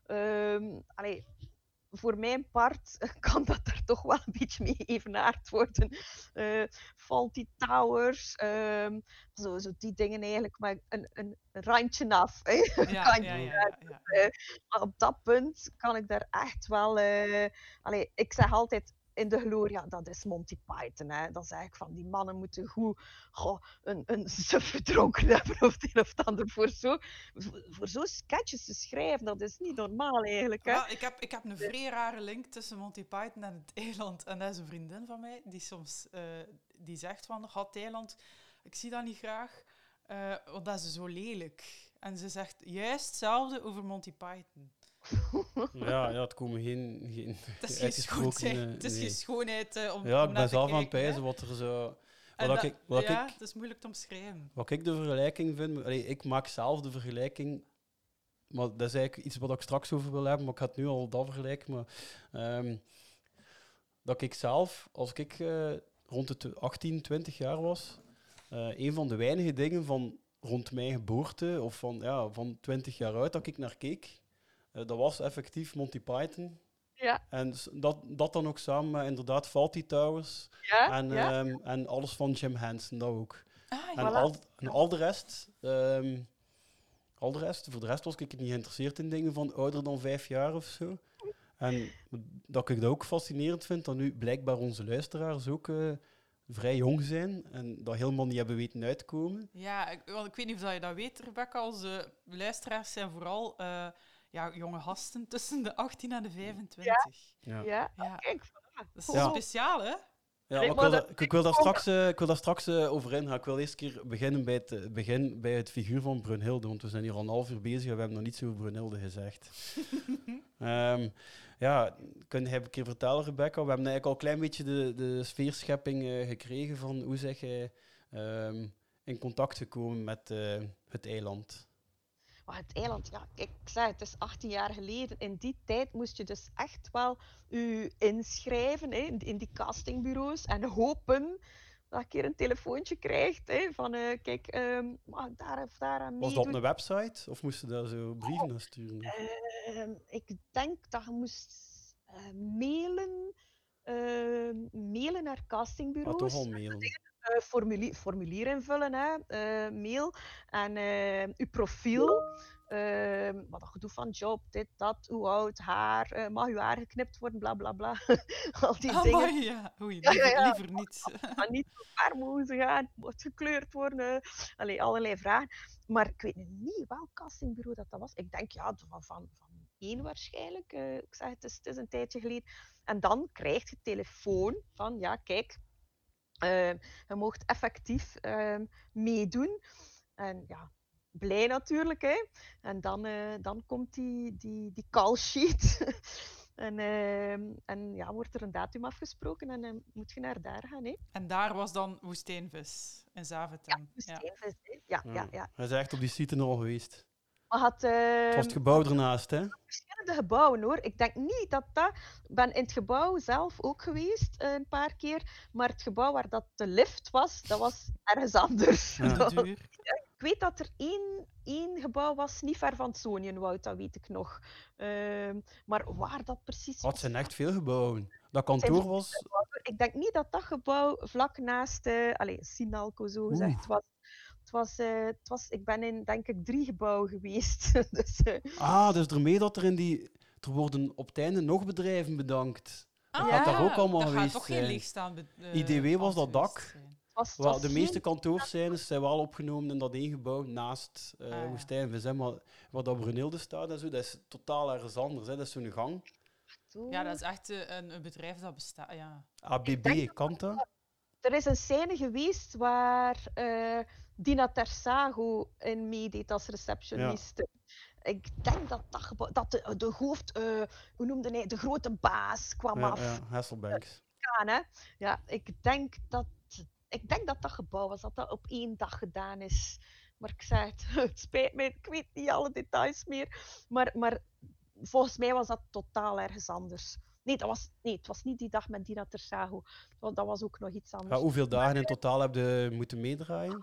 Voor mijn part kan dat er toch wel een beetje mee evenaard worden. Fawlty Towers, zo die dingen eigenlijk, maar een randje af. Ja. Maar op dat punt kan ik daar echt wel... ik zeg altijd, in de Gloria, dat is Monty Python. Hè. Dan zeg ik van, die mannen moeten goed een suf gedronken hebben of het een of het ander voor zo'n sketches te schrijven. Dat is niet normaal eigenlijk. Hè. Ja, ik heb een vrij rare link tussen Monty Python en het eiland. En dat is een vriendin van mij die soms die zegt van, het eiland, ik zie dat niet graag, want dat is zo lelijk. En ze zegt juist hetzelfde over Monty Python. Ja, het komen geen Het is uitgesproken... het is geen schoonheid om Ja, ik naar ben te zelf aan het kijken, hè. pijzen wat er zo... Het is moeilijk te omschrijven. Wat ik de vergelijking vind... ik maak zelf de vergelijking... Maar dat is eigenlijk iets wat ik straks over wil hebben, maar ik ga het nu al dat vergelijken. Maar, dat ik zelf, als ik rond de 18, 20 jaar was, een van de weinige dingen van rond mijn geboorte, of van 20 jaar uit, dat ik naar keek, dat was effectief Monty Python. Ja. En dat dan ook samen met inderdaad Fawlty Towers en alles van Jim Henson, dat ook. En al de rest... voor de rest was ik niet geïnteresseerd in dingen van ouder dan 5 jaar of zo. En dat ik dat ook fascinerend vind, dat nu blijkbaar onze luisteraars ook vrij jong zijn en dat helemaal niet hebben weten uitkomen. Ja, want ik weet niet of je dat weet, Rebecca. Onze luisteraars zijn vooral jonge gasten tussen de 18 en de 25. Ja. Kijk, Dat is speciaal, hè? Ja, Nee, maar maar ik wil daar straks over ingaan. Ik wil eerst een keer beginnen bij het figuur van Brunhilde, want we zijn hier al een half uur bezig en we hebben nog niets over Brunhilde gezegd. Ja, kun je een keer vertellen, Rebecca? We hebben eigenlijk al een klein beetje de sfeerschepping gekregen van hoe zeg je in contact gekomen met het eiland. Maar het eiland, ja, kijk, ik zei het is 18 jaar geleden. In die tijd moest je dus echt wel je inschrijven hè, in die castingbureaus en hopen dat je een keer een telefoontje krijgt hè, van kijk, mag ik daar of daar aan Was dat op meedoen? een website of moesten daar zo brieven naar sturen? Ik denk dat je moest mailen, mailen naar Ah, castingbureaus. toch al mailen. Formulier invullen, hè, mail en uw profiel. Wat dat gedoe van job, dit, dat, hoe oud, haar, mag uw haar geknipt worden, bla bla bla. Al die dingen. Amai, ja. Oei, Ja, liever, ja, ja. liever niet. Maar niet zo ver mogen ze gaan, moet gekleurd worden. Allee, allerlei vragen. Maar ik weet niet welk castingbureau dat was. Ik denk ja, van één waarschijnlijk. Ik zeg het is een tijdje geleden. En dan krijg je telefoon van ja, kijk. Je mocht effectief meedoen. En ja, blij natuurlijk. Hè. En dan komt die call sheet. en ja, wordt er een datum afgesproken en moet je naar daar gaan. Hè. En daar was dan Woestijnvis in Zaventem. Ja. Steenvis, hè. Ja. Hij is echt op die site al geweest. Maar had, Het was het gebouw ernaast, hè? verschillende gebouwen hoor. Ik denk niet dat dat. Ik ben in het gebouw zelf ook geweest een paar keer. Maar het gebouw waar dat de lift was, dat was ergens anders. Ja. De duur. Ik weet dat er één gebouw was, niet ver van het Sonienwoud, dat weet ik nog. Maar waar dat precies Het was. zijn echt veel gebouwen. Dat kantoor was... Ik denk niet dat dat gebouw vlak naast Sinalco zo gezegd was. Ik ben in, denk ik, 3 gebouwen geweest. Dus, Dus ermee dat er er worden op het einde nog bedrijven bedankt. Ah, gaat daar ook allemaal dat geweest gaat toch geen zijn. leegstaand IDW was dat pand dak. geweest zijn. het Wel, was de geen- meeste kantoorscènes zijn wel opgenomen in dat één gebouw naast ja. Woestijnvis. Hè. Maar waar dat Brunhilde staat en zo, dat is totaal ergens anders. Hè. Dat is zo'n gang. Ja, dat is echt een bedrijf dat bestaat. Ja. ABB, kan dat? Er is een scène geweest waar Dina Tersago in meedeed als receptioniste. Ik denk dat de hoofd, hoe noemde hij, de grote baas kwam af. Ja, Hasselbanks. Gaan, hè? Ja, ik denk dat gebouw was, dat op 1 dag gedaan is. Maar ik zei het, het spijt me, ik weet niet alle details meer. Maar volgens mij was dat totaal ergens anders. Nee, het was niet die dag met Dina Tersago. Want dat was ook nog iets anders. Hoeveel dagen in totaal heb je moeten meedraaien?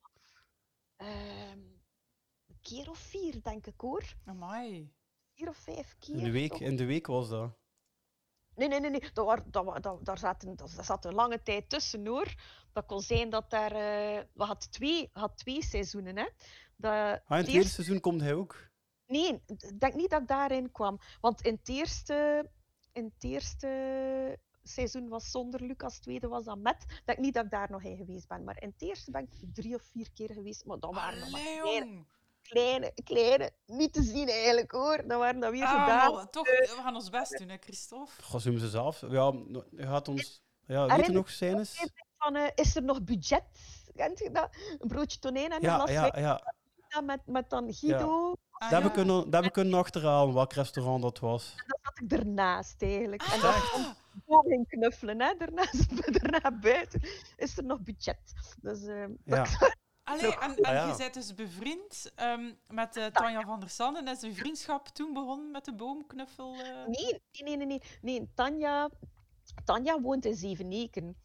Een keer of 4, denk ik hoor. Amai. 4 of 5 keer. In de week was dat. Nee. Daar zat een lange tijd tussen hoor. Dat kon zijn dat daar. We had 2 seizoenen. Hè. In het tweede seizoen komt hij ook. Nee, ik denk niet dat ik daarin kwam. Want in het eerste seizoen was zonder Lucas, het tweede was dan met. Ik denk niet dat ik daar nog in geweest ben. Maar in het eerste ben ik 3 of 4 keer geweest. Maar dat waren nog maar kleine, niet te zien eigenlijk hoor. Dat waren dan weer gedaan. Maar toch, we gaan ons best doen, hè, Christophe? Goh, ze ze zelf. Ja, je gaat ons... Ja, weet je nog scènes? Is er nog budget? Kent je dat? Een broodje tonijn en een glas wijn. Ja. Met dan Guido. Ah, Dat heb ik kunnen achterhalen, welk restaurant dat was. En dat zat ik ernaast eigenlijk. En Ah, dat kon gewoon in knuffelen. Hè. Daarna buiten is er nog budget. Dus, Allee, en ja. je bent dus bevriend met Tanja van der Sanden. En is een vriendschap toen begonnen met de boomknuffel? Nee. Tanja woont in Zeveneken.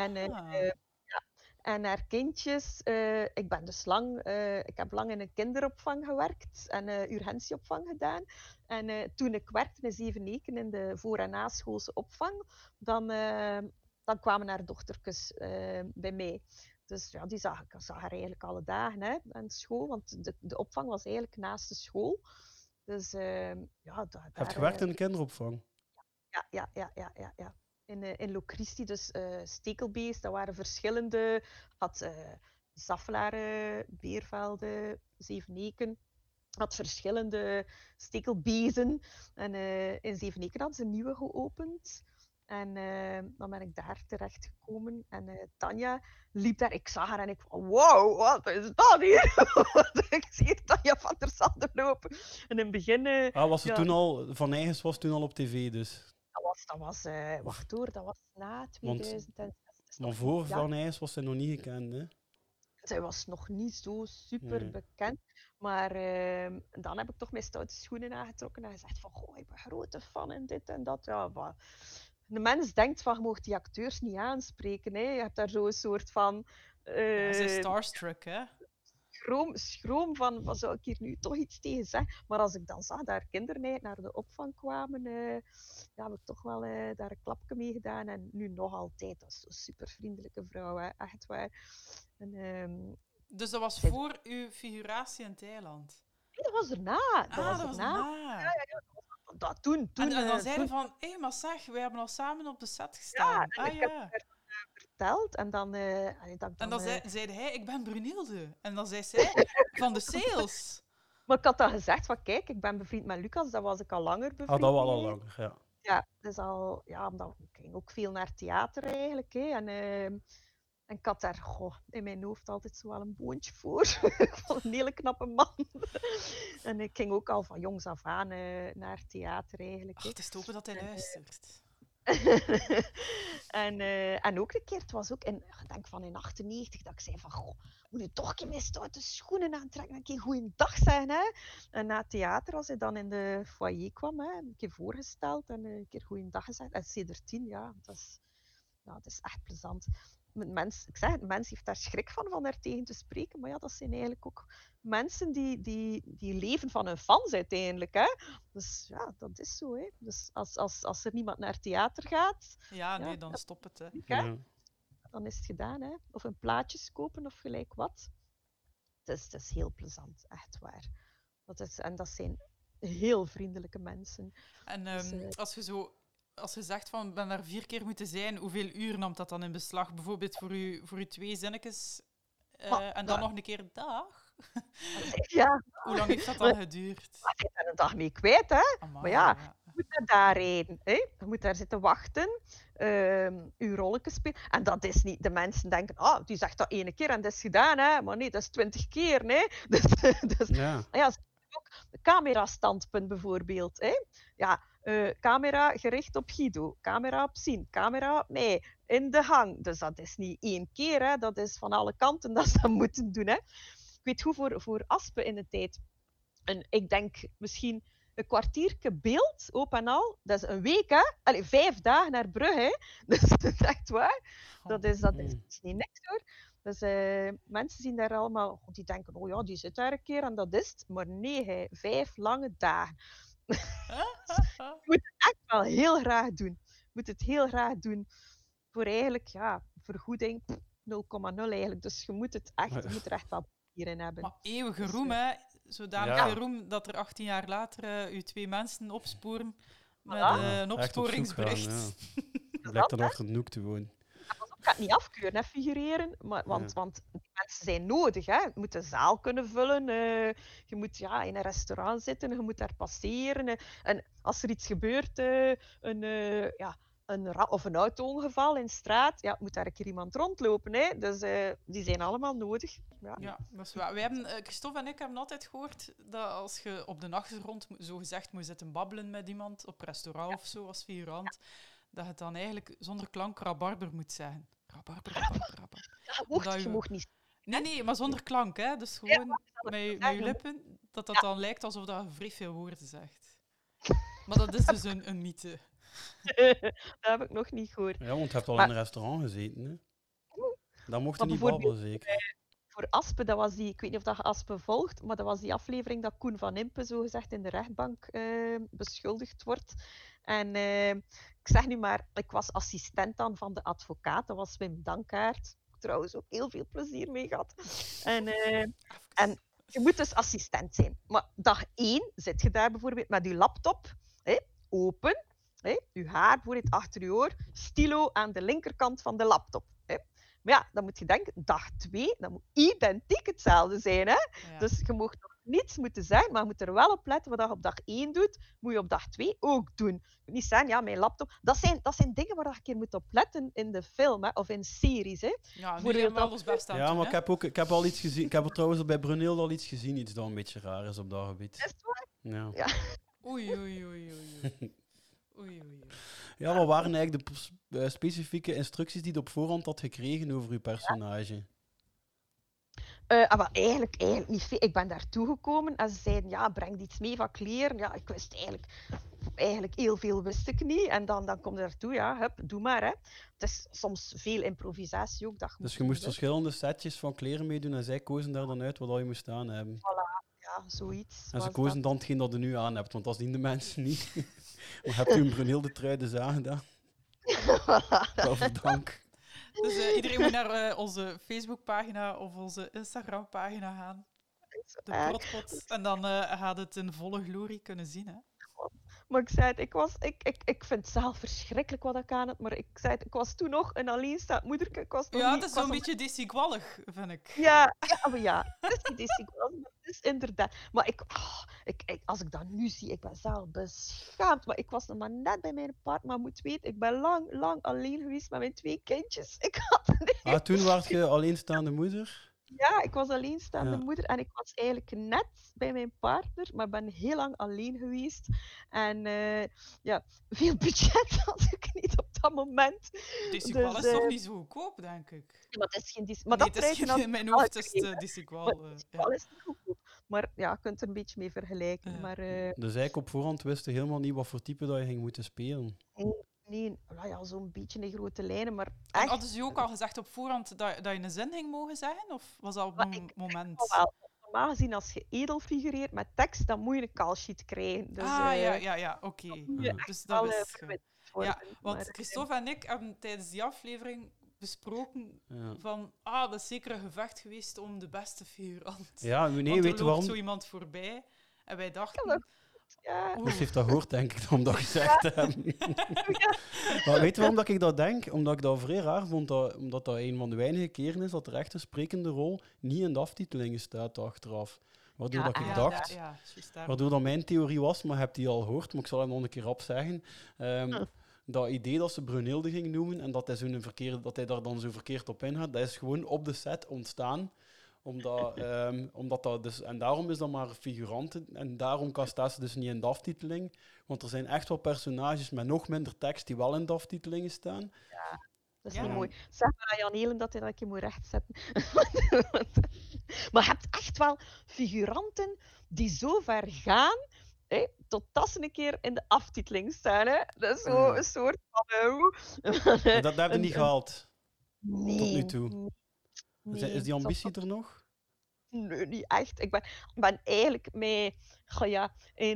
En haar kindjes, ik ben dus ik heb lang in een kinderopvang gewerkt en urgentieopvang gedaan. En toen ik werkte in Zeveneken in de voor- en naschoolse opvang, dan kwamen haar dochtertjes bij mij. Dus ja, die zag haar eigenlijk alle dagen hè, aan school, want de opvang was eigenlijk naast de school. Dus ja, Heb je gewerkt in de kinderopvang? Ja. In Locristi, dus stekelbeest, dat waren verschillende. Had Zaffelaren, Beervelde, Zeveneken. Had verschillende stekelbezen. En in Zeveneken hadden ze een nieuwe geopend. En dan ben ik daar terechtgekomen. En Tanja liep daar. Ik zag haar en ik van, wow, wat is dat hier? Ik zie hier Tanja van der Sande lopen. En in het begin... was ze toen al... Van Nijgens was toen al op tv, dus... wacht hoor, dat was na 2006. Maar voor Van Nijgens was ze nog niet gekend, hè? Zij was nog niet zo super bekend. Maar dan heb ik toch mijn stoute schoenen aangetrokken en gezegd van, goh, ik ben grote fan en dit en dat. Ja, maar de mens denkt van, je mag die acteurs niet aanspreken. Hè. Je hebt daar zo'n soort van... ze is starstruck, hè? Schroom van, wat zou ik hier nu toch iets tegen zeggen? Maar als ik dan zag dat kinderen naar de opvang kwamen, heb ik toch wel daar een klapje mee gedaan. En nu nog altijd, dat is zo'n super vriendelijke vrouw, hè. Echt waar. En, dus dat was voor uw figuratie in Thailand? Nee, dat was erna. Dat was erna. Ja. Dat toen. En dan zeiden van, hé, maar zeg, wij hebben al samen op de set gestaan. Ja, en ik heb het verteld. En dan... zeide hij, ik ben Brunilde. En dan zei zij, van de sales. Maar ik had dan gezegd van, kijk, ik ben bevriend met Lucas. Dat was ik al langer bevriend. Dat was al langer, ja. Ja, dus al... Ja, omdat ik ging ook veel naar theater eigenlijk, hè. En ik had daar in mijn hoofd altijd zo wel een boontje voor. Ik vond een hele knappe man. En ik ging ook al van jongs af aan naar theater eigenlijk. Het is te hopen dat hij luistert. En ook een keer, het was ook ik denk van in 98, dat ik zei van, goh, moet je toch een keer mijn stoute schoenen aantrekken en een keer goeiedag zijn, hè. En na het theater, als hij dan in de foyer kwam, hè, een keer voorgesteld en een keer goeiedag gezegd. En C13, ja, dat is echt plezant. Ik zeg het, de mens heeft daar schrik van daar tegen te spreken. Maar ja, dat zijn eigenlijk ook mensen die leven van hun fans uiteindelijk. Hè? Dus ja, dat is zo. Hè? Dus als er niemand naar theater gaat... Ja, nee, dan stop het. Hè. Ja. Dan is het gedaan. Hè? Of een plaatjes kopen of gelijk wat. Het is heel plezant, echt waar. Dat zijn heel vriendelijke mensen. En als je zegt van, ik ben daar 4 keer moeten zijn, hoeveel uur nam dat dan in beslag? Bijvoorbeeld voor u 2 zinnetjes en dan nog een keer een dag? Ja. Hoe lang heeft dat dan geduurd? Je bent er een dag mee kwijt, hè? Amai, maar ja, je moet naar daarheen. Hè? Je moet daar zitten wachten, je rolletjes spelen. En dat is niet... De mensen denken, die zegt dat 1 keer en dat is gedaan, hè? Maar nee, dat is 20 keer, hè? Dus ja, ook camerastandpunt bijvoorbeeld, hè? Ja, camera gericht op Guido, camera op Sien, camera op mij, in de hang. Dus dat is niet 1 keer, hè. Dat is van alle kanten dat ze dat moeten doen. Hè. Ik weet hoe voor Aspen in de tijd. En ik denk misschien een kwartiertje beeld, op en al. Dat is een week, hè. Allee, 5 dagen naar Brugge, hè. Dus dat is echt waar. Dat is niet niks, hoor. Dus mensen zien daar allemaal... Die denken, oh ja, die zit daar een keer en dat is het. Maar nee, hè. 5 lange dagen. Je moet het echt wel heel graag doen. Je moet het heel graag doen. Voor eigenlijk, ja, vergoeding 0,0 eigenlijk. Dus je moet er echt wel plezier in hebben. Maar eeuwige roem, hè. Zodanig roem dat er 18 jaar later u 2 mensen opsporen met een opsporingsbericht. Ja. Blijkt dan achter de hoek te wonen. Ik ga het niet afkeuren, hè, figureren, want die mensen zijn nodig. Hè. Je moet de zaal kunnen vullen, je moet in een restaurant zitten, je moet daar passeren. En als er iets gebeurt, of een auto-ongeval in straat, moet daar een keer iemand rondlopen. Hè. Dus die zijn allemaal nodig. Ja, dat is waar. Christophe en ik hebben altijd gehoord dat als je op de nachtrond zogezegd moet zitten babbelen met iemand, op restaurant of zo, als figurant, dat je dan eigenlijk zonder klank rabarber moet zeggen. Rabarber. Ja, je mocht niet... Nee, maar zonder klank, hè. Dus gewoon met je lippen, dat dan lijkt alsof je vrij veel woorden zegt. Maar dat is dus een mythe. Dat heb ik nog niet gehoord. Ja, want je hebt al in een restaurant gezeten, hè. Dan mocht je niet babbelen, zeker. Voor Aspen, dat was die... Ik weet niet of dat je Aspen volgt, maar dat was die aflevering dat Koen van Impe zogezegd in de rechtbank beschuldigd wordt. En ik zeg nu maar, ik was assistent dan van de advocaat. Dat was Wim Dankaert. Trouwens ook heel veel plezier mee gehad. En je moet dus assistent zijn. Maar dag 1 zit je daar bijvoorbeeld met je laptop open. Je haar bijvoorbeeld achter je oor. Stilo aan de linkerkant van de laptop. Maar ja, dan moet je denken, dag 2, dat moet identiek hetzelfde zijn. Hè? Ja. Dus je mag nog niets moeten zeggen, maar je moet er wel op letten wat je op dag 1 doet, moet je op dag 2 ook doen. Je moet niet zeggen, ja, mijn laptop... Dat zijn dingen waar je een keer moet op letten in de film, hè, of in series. Hè. Ja, nu Voor hebben we dat- alles best aan Ja, doen, maar hè. ik heb al iets gezien. Ik heb er trouwens bij Brunhilde al iets gezien, iets dat een beetje raar is op dat gebied. Is het waar? Ja. Ja. Oei, oei, oei, oei. Oei, oei, oei. Ja, wat waren eigenlijk de specifieke instructies die je op voorhand had gekregen over je personage? Maar eigenlijk niet veel. Ik ben daartoe gekomen en ze zeiden, ja, breng iets mee van kleren. Ja, ik wist eigenlijk heel veel wist ik niet. En dan kom je daartoe, ja, hup, doe maar. Hè. Het is soms veel improvisatie ook. Dat Dus je moest verschillende setjes van kleren meedoen en zij kozen daar dan uit wat je moest aan hebben. Ja, zoiets. En ze was kozen dat. dan hetgeen dat je nu aan hebt, want dat zien de mensen niet. Maar hebt u een Brunhilde trui dus aangedaan? Waarvoor dank. Dus iedereen moet naar onze Facebookpagina of onze Instagrampagina gaan. De Protpot. En dan gaat het in volle glorie kunnen zien, hè. Maar ik zei het, ik vind het zelf verschrikkelijk wat ik aan heb, maar ik zei het, ik was toen nog een alleenstaand moederke. Ik was nog Ja, niet, het is ik was zo'n nog- beetje desigualig, vind ik. Ja, maar ja, het is inderdaad. Maar als ik dat nu zie, ik ben zelf beschaamd. Maar ik was nog maar net bij mijn partner, maar moet weten, ik ben lang alleen geweest met mijn 2 kindjes. Toen was je alleenstaande moeder? Ja, ik was alleenstaande Ja. moeder en ik was eigenlijk net bij mijn partner, maar ben heel lang alleen geweest. En ja, veel budget had ik niet op dat moment. Desigual Dus, is toch niet zo goedkoop, denk ik. Ja, maar het is geen maar Nee, dat het is truitje geen, had in mijn ik hoofd al is gekregen. het desigual. Maar desigual is niet goedkoop. Maar ja, je kunt er een beetje mee vergelijken. Ja. Maar Dus eigenlijk op voorhand wist je helemaal niet wat voor type dat je ging moeten spelen. nee, nou ja, zo'n beetje in grote lijnen. Maar En echt, hadden ze u ook al gezegd op voorhand dat je een zin ging mogen zeggen? Of was dat op Maar een moment? wel, normaal gezien, als je edel figureert met tekst, dan moet je een call sheet krijgen. Dus, ja, oké. moet je Dus echt dat wel wist je. verwittigd worden. Ja, want Maar, Christophe en ik hebben tijdens die aflevering besproken Ja, van, dat is zeker een gevecht geweest om de beste figurant. ja nee, Want weet er je loopt waarom? zo iemand voorbij en wij Ja, dachten... dat- ja, oeh, Dus heeft dat gehoord, denk ik, om dat gezegd te hebben. Maar weet je waarom dat ik dat denk? Omdat ik dat vrij raar vond, omdat dat een van de weinige keren is dat er echt een sprekende rol niet in de aftitelingen staat achteraf. Waardoor Ja, dat ik ja, dacht, ja, juist daarom. waardoor dat mijn theorie was, maar je hebt die al gehoord, maar ik zal hem nog een keer opzeggen. Dat idee dat ze Brunhilde ging noemen en dat hij daar dan zo verkeerd op ingaat, dat is gewoon op de set ontstaan. Omdat dat dus, en daarom is dat maar figuranten en daarom staat ze dus niet in de aftiteling. Want er zijn echt wel personages met nog minder tekst die wel in de aftitelingen staan. dat is Ja. niet mooi. Zeg maar aan Jan Helen dat hij dat een keer moet rechtzetten. Maar je hebt echt wel figuranten die zo ver gaan, hè, totdat ze een keer in de aftiteling staan. Hè. Dat is zo Ja. een soort van... En dat hebben we niet gehaald. Nee, tot nu toe. nee, Is die ambitie er nog? Nee, niet echt. Ik ben eigenlijk mee... Goh, ja,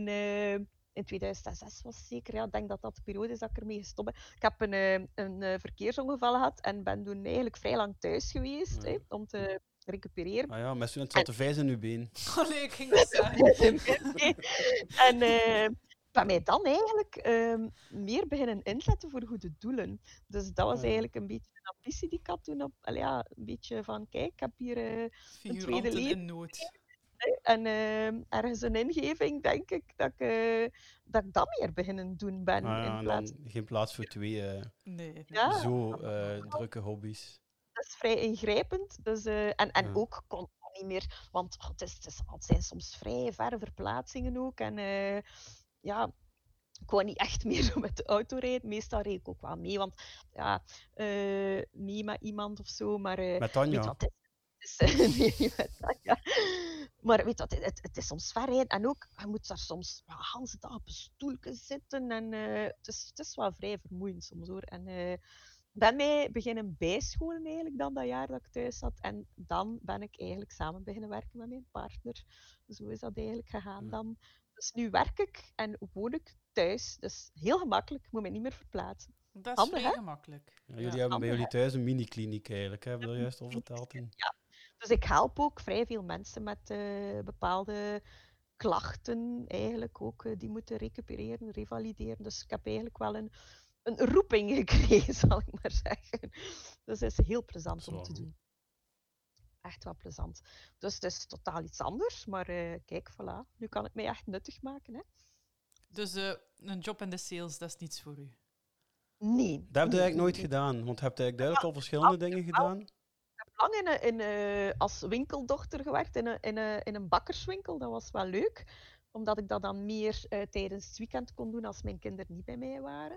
in 2006 was het zeker. Ja, ik denk dat dat de periode is dat ik ermee gestopt ben. Ik heb een verkeersongeval gehad en ben toen eigenlijk vrij lang thuis geweest Ja. hè, om te recupereren. Ah ja, met zo'n zat de vijs in uw been. Oh nee, ik ging dat zeggen. En ben mij dan eigenlijk meer beginnen inzetten voor goede doelen. Dus dat was Ja. eigenlijk een beetje een ambitie die ik had toen. Een beetje van, kijk, ik heb hier Figuranten leven. in nood. en ergens een ingeving, denk ik, dat ik dat meer beginnen doen ben. Ah ja, in en plaats. dan geen plaats voor twee Nee. Ja, zo drukke hobby's. dat is vrij ingrijpend. Dus, en Ja. ook kon niet meer, want het zijn soms vrij verre verplaatsingen ook. En ja, ik kon niet echt meer zo met de auto rijden. Meestal reed ik ook wel mee, want ja, niet met iemand of zo. Maar Met weet Tanja. wat het is? Nee, niet met Tanja. Maar weet wat, het is soms ver rijden. En ook, je moet daar soms de hele dag op een stoeltje zitten. En het is wel vrij vermoeiend soms hoor. En ben mij beginnen bijscholen eigenlijk dan dat jaar dat ik thuis zat. En dan ben ik eigenlijk samen beginnen werken met mijn partner. Zo is dat eigenlijk gegaan Ja. dan. Dus nu werk ik en woon ik thuis. Dus heel gemakkelijk, ik moet me niet meer verplaatsen. Dat is Handig, vrij hè? gemakkelijk. Ja, jullie hebben bij Handig, jullie thuis een mini-kliniek eigenlijk, hè? Heb je dat juist al verteld? Dus ik help ook vrij veel mensen met bepaalde klachten, eigenlijk ook, die moeten recupereren, revalideren. Dus ik heb eigenlijk wel een roeping gekregen, zal ik maar zeggen. Dus het is heel plezant Dat is om te wel doen. echt wel plezant. Dus het is totaal iets anders, maar kijk, voilà. Nu kan ik mij echt nuttig maken. Hè. Dus een job in de sales, dat is niets voor u? Nee. Dat heb je eigenlijk nooit gedaan, want je hebt eigenlijk duidelijk al verschillende dingen gedaan. Ik heb lang als winkeldochter gewerkt in een bakkerswinkel. Dat was wel leuk, omdat ik dat dan meer tijdens het weekend kon doen als mijn kinderen niet bij mij waren.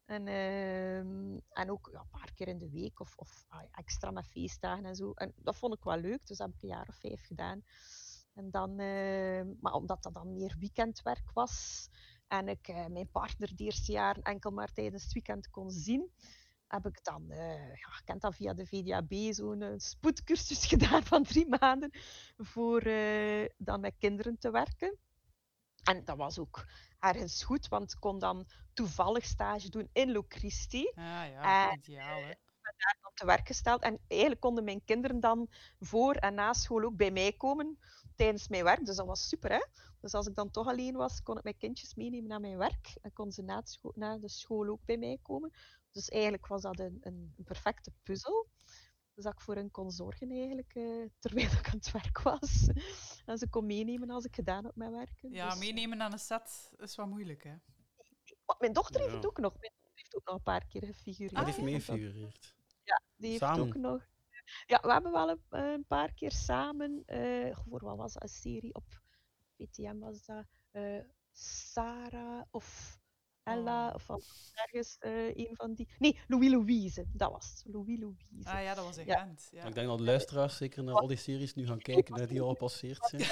En ook een paar keer in de week of extra met feestdagen en zo. En dat vond ik wel leuk, dus dat heb ik een jaar of 5 gedaan. En dan, maar omdat dat dan meer weekendwerk was en ik mijn partner de eerste jaren enkel maar tijdens het weekend kon zien, heb ik dan, je kent dat via de VDAB, zo'n spoedcursus gedaan van 3 maanden voor dan met kinderen te werken. En dat was ook ergens goed, want ik kon dan toevallig stage doen in Locristi. Ja, ideaal, hè. Daar dan te werk gesteld. En eigenlijk konden mijn kinderen dan voor en na school ook bij mij komen tijdens mijn werk. Dus dat was super, hè. Dus als ik dan toch alleen was, kon ik mijn kindjes meenemen naar mijn werk. En kon ze na de school ook bij mij komen. Dus eigenlijk was dat een perfecte puzzel. Dus dat ik voor hen kon zorgen eigenlijk, terwijl ik aan het werk was. En ze kon meenemen als ik gedaan had met werken. Ja, dus, meenemen aan een set is wat moeilijk, hè. Mijn dochter heeft het ook nog. Mijn dochter heeft ook nog een paar keer gefigureerd. Dat heeft hè, want meefigureerd. Ja, die heeft Samen? ook nog. Ja, we hebben wel een paar keer samen. Voor wat was dat? Een serie op VTM was dat. Sarah of Ella of ergens een van die. Nee, Louis Louise. Dat was het. Louis Louise. Ah ja, dat was een Ja. Gent. Ja. Ik denk dat de luisteraars zeker naar al die series nu gaan kijken hè, die al gepasseerd zijn.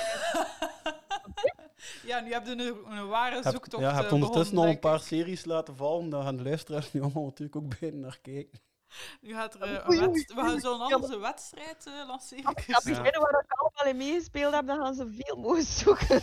Ja, nu heb je een ware zoektocht. Je hebt ondertussen al begonnen, een paar denk ik. series laten vallen, daar gaan de luisteraars nu allemaal natuurlijk ook bijna naar kijken. Nu gaat er Oei. we zullen anders een wedstrijd lanceren. Als ik ga beginnen waar ik allemaal in meegespeeld heb, dan gaan ze veel mogen zoeken.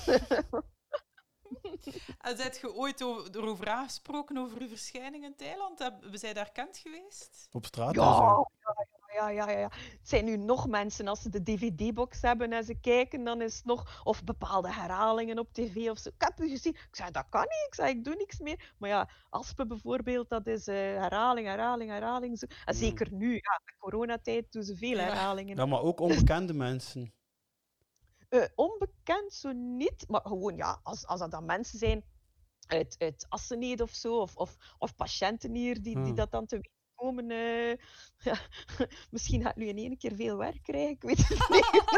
En zijt je ooit erover aangesproken over uw verschijning in Thailand? We zijn daar kent geweest? Op straat en zo. Ja. Het zijn nu nog mensen, als ze de dvd-box hebben en ze kijken, dan is het nog... Of bepaalde herhalingen op tv of zo. Ik heb u gezien. Ik zei, dat kan niet. Ik zei, ik doe niks meer. Maar ja, Aspen bijvoorbeeld, dat is herhaling. Zo. En zeker nu, ja, met coronatijd doen ze veel herhalingen. Ja, maar ook onbekende mensen. Onbekend zo niet, maar gewoon ja, als dat dan mensen zijn uit Assenede of zo, of patiënten hier die dat dan te weten komen. Ja, misschien gaat nu in één keer veel werk krijgen, ik weet het niet.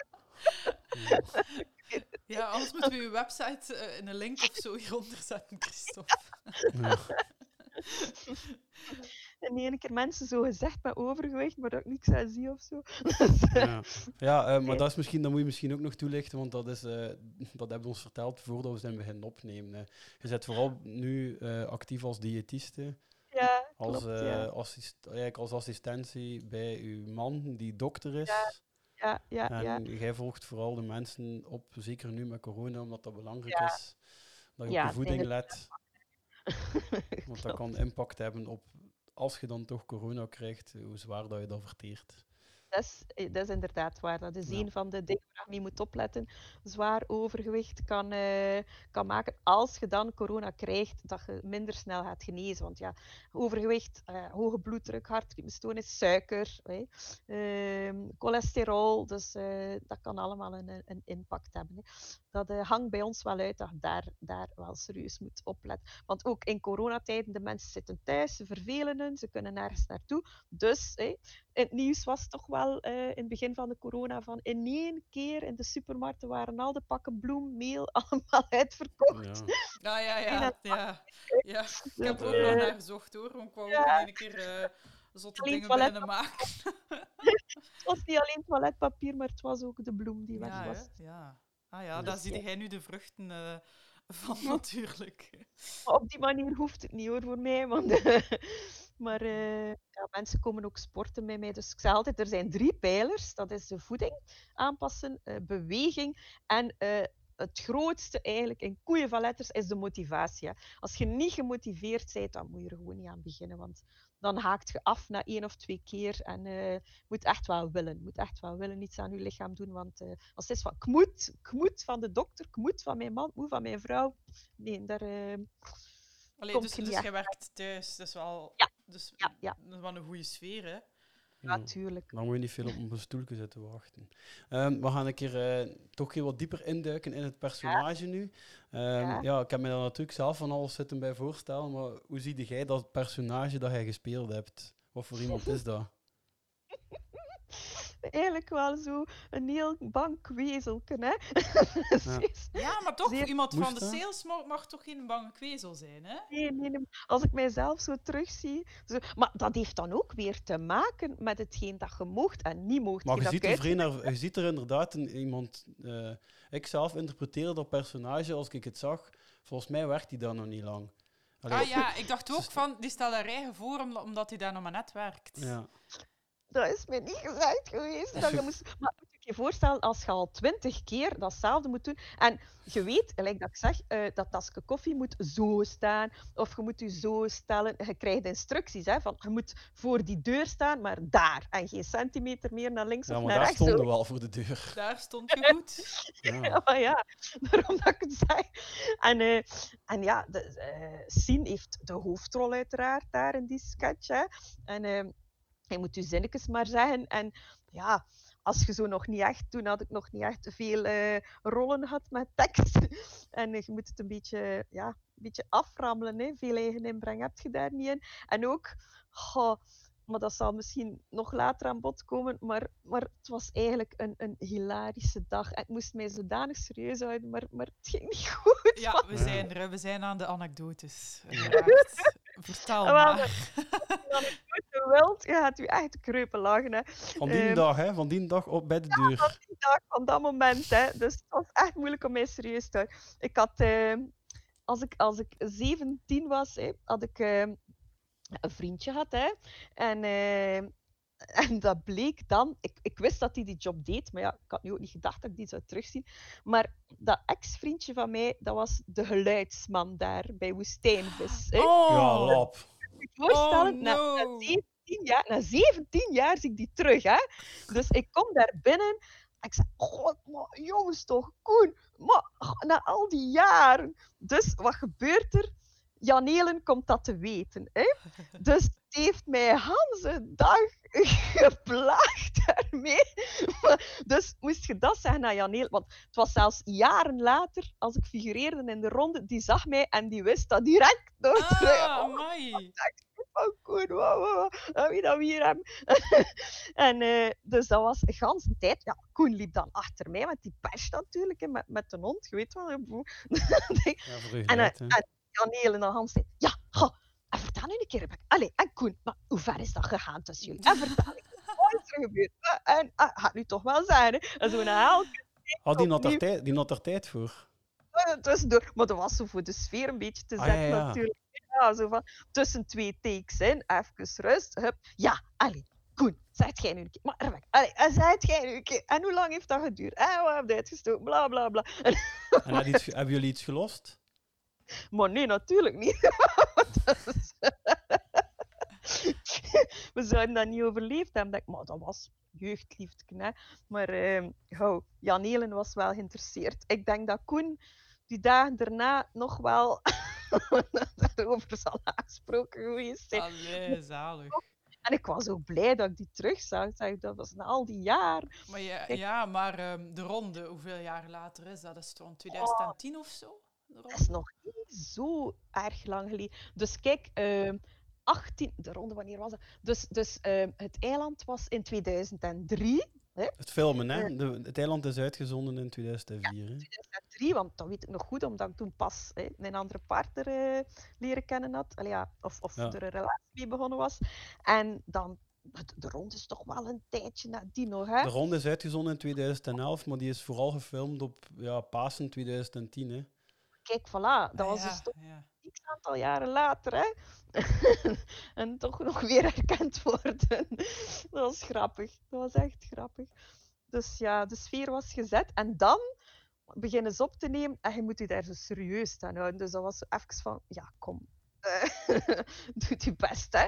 Ja, anders moeten we uw website in een link of zo hieronder zetten, Christophe. Ja. In één keer mensen zo gezegd met overgewicht, maar dat ik niks aan zie of zo. Maar dat moet je misschien ook nog toelichten, want dat hebben we ons verteld voordat we zijn beginnen opnemen. Hè. Je bent vooral nu actief als diëtiste. Ja, Als, klopt, ja. eigenlijk als assistentie bij uw man, die dokter is. Ja. En jij volgt vooral de mensen op, zeker nu met corona, omdat dat belangrijk Ja. is. Dat je Ja, op je voeding het let. Want dat kan impact hebben op, als je dan toch corona krijgt, hoe zwaar dat je dat verteert. Dat is inderdaad waar. Dat is Ja. een van de dingen waar je mee moet opletten. Zwaar overgewicht kan maken, als je dan corona krijgt, dat je minder snel gaat genezen. Want ja, overgewicht, hoge bloeddruk, hartritmestoornis, suiker, cholesterol, dus dat kan allemaal een impact hebben. Hè. Dat hangt bij ons wel uit dat je daar wel serieus moet opletten. Want ook in coronatijden, de mensen zitten thuis, ze vervelen hun, ze kunnen nergens naartoe. Dus in het nieuws was toch wel in het begin van de corona van in één keer in de supermarkten waren al de pakken bloem, meel allemaal uitverkocht. Ja. Ja. Ik heb er ook nog naar gezocht, hoor. Want ik wou ook in een keer zotte Alleen dingen toilet- beginnen maken. Het was niet alleen toiletpapier, maar het was ook de bloem die weg Ja, was. hè? Ja. Ah ja, daar Dus zie ja. jij nu de vruchten van, natuurlijk. Maar op die manier hoeft het niet hoor voor mij. Want, maar ja, mensen komen ook sporten bij mij. Dus ik zeg altijd, er zijn 3 pijlers. Dat is de voeding aanpassen, beweging en het grootste eigenlijk in koeien van letters is de motivatie. Als je niet gemotiveerd bent, dan moet je er gewoon niet aan beginnen. Want dan haakt je af na 1 of 2 keer. En je moet echt wel willen. Je moet echt wel willen iets aan je lichaam doen. Want als het is van, ik moet van de dokter, ik moet van mijn man, ik moet van mijn vrouw. Nee, daar... Allee, Komt dus je niet jij echt werkt thuis. Dat is wel, Ja. dus, Ja. dat is wel een goede sfeer, hè? natuurlijk. Dan moet je niet veel op een stoeltje zitten wachten. We gaan een keer toch heel wat dieper induiken in het personage nu. Ja, ik heb me daar natuurlijk zelf van alles zitten bij voorstellen, maar hoe zie jij dat personage dat jij gespeeld hebt? Wat voor iemand is dat? Eigenlijk wel zo een heel bang kwezelken, hè? Ja, maar toch, iemand van de Moest dat? sales mag toch geen bange kwezel zijn, hè? Nee. Als ik mijzelf zo terugzie. Zo. Maar dat heeft dan ook weer te maken met hetgeen dat je mocht en niet mocht. Maar je Dat ziet, je ziet er inderdaad iemand... ik zelf interpreteerde dat personage als ik het zag. Volgens mij werkt hij daar nog niet lang. Allee, Ah ja, ik dacht ook van, die stelt haar eigen voor omdat hij daar nog maar net werkt. ja. Dat is mij niet gezegd geweest. Dat je moest... Maar moet je je voorstellen, als je al 20 keer datzelfde moet doen. En je weet, gelijk dat ik zeg, dat tasje koffie moet zo staan. Of je moet je zo stellen. Je krijgt instructies, hè, van je moet voor die deur staan, maar daar. En geen centimeter meer naar links Ja, of maar naar daar rechts. stonden Zo. we al voor de deur. Daar stond je goed. Ja. Ja, maar ja, daarom dat ik het zeg. En ja, Sien heeft de hoofdrol uiteraard daar in die sketch. Hè. En je moet je zinnetjes maar zeggen. En ja, als je zo nog niet echt... Toen had ik nog niet echt veel rollen gehad met tekst. En je moet het een beetje aframmelen. Hè. Veel eigen inbreng heb je daar niet in. En ook... maar dat zal misschien nog later aan bod komen, maar het was eigenlijk een hilarische dag. Ik moest mij zodanig serieus houden, maar het ging niet goed. Ja, we zijn er. We zijn aan de anekdotes. Vertel Wel, maar. Als je wilt, je gaat je echt kreupen lachen. Hè. Van die dag, hè? Van die dag op bij de deur. Van die dag, van dat moment. Hè. Dus het was echt moeilijk om mij serieus te houden. Ik had, als ik 17 was, hè, had ik een vriendje gehad. Hè. En dat bleek dan... Ik wist dat hij die job deed, maar ja, ik had nu ook niet gedacht dat ik die zou terugzien. Maar dat ex-vriendje van mij, dat was de geluidsman daar bij Woestijnvis. Hè. Ja, lap. Je voorstellen, Oh, na no. 17 jaar zie ik die terug. Hè? Dus ik kom daar binnen en ik zeg, god, maar jongens toch, Koen, maar na al die jaren. Dus wat gebeurt er? Jan Helen komt dat te weten. Hè? Dus die heeft mij Hanse dag geplaagd daarmee. Dus moest je dat zeggen aan Jan Helen? Want het was zelfs jaren later, als ik figureerde in de ronde, die zag mij en die wist dat direct. Amai. Van Koen, wow, wie dat we hier hebben. En dus dat was de ganse tijd. Ja, Koen liep dan achter mij met die pers natuurlijk, hè, met de hond, je weet wel. Ja, voor u En gelijk, hè. Jan Helen en Hans zei, ja, en vertel nu een keer, Rebecca. Allee, en Koen, maar hoe ver is dat gegaan tussen jullie? En vertel, wat is er gebeurd? En gaat nu toch wel zijn, hè? En zo na elke Die had er tijd voor. tussendoor. Maar dat was zo voor de sfeer een beetje te Ah, zetten, ja. natuurlijk. Ja, zo van, tussen 2 takes in, even rust, hup. Ja, allee, Koen, zeg jij nu een keer. Maar Rebecca, allee, zeg jij nu een keer. En hoe lang heeft dat geduurd? En wat heb je uitgestoken? Bla, bla, bla. En hebben jullie iets gelost? Maar nee, natuurlijk niet. We zouden dat niet overleefd hebben. Maar dat was jeugdliefde. Hè. Maar Jan Helen was wel geïnteresseerd. Ik denk dat Koen die dagen daarna nog wel daarover zal aangesproken geweest zijn. Allee, zalig. En ik was ook blij dat ik die terugzag. Dat was na al die jaren. Maar maar de ronde, hoeveel jaar later is dat? Is het rond 2010 of zo? Dat is nog niet zo erg lang geleden. Dus kijk, 18... De ronde, wanneer was dat? Dus het eiland was in 2003. Hè? Het filmen, hè? Het eiland is uitgezonden in 2004. Ja, Hè? 2003, want dat weet ik nog goed, omdat ik toen pas een andere partner leren kennen had. Allee, ja, of er een relatie mee begonnen was. En dan... De ronde is toch wel een tijdje nadien nog, hè? De ronde is uitgezonden in 2011, maar die is vooral gefilmd op Pasen 2010. Hè? Kijk, voilà, dat was dus toch een aantal jaren later, hè? En toch nog weer herkend worden. Dat was grappig. Dat was echt grappig. Dus ja, de sfeer was gezet. En dan beginnen ze op te nemen en je moet je daar zo serieus aan houden. Dus dat was zo even van, ja, kom. Doe je best, hè?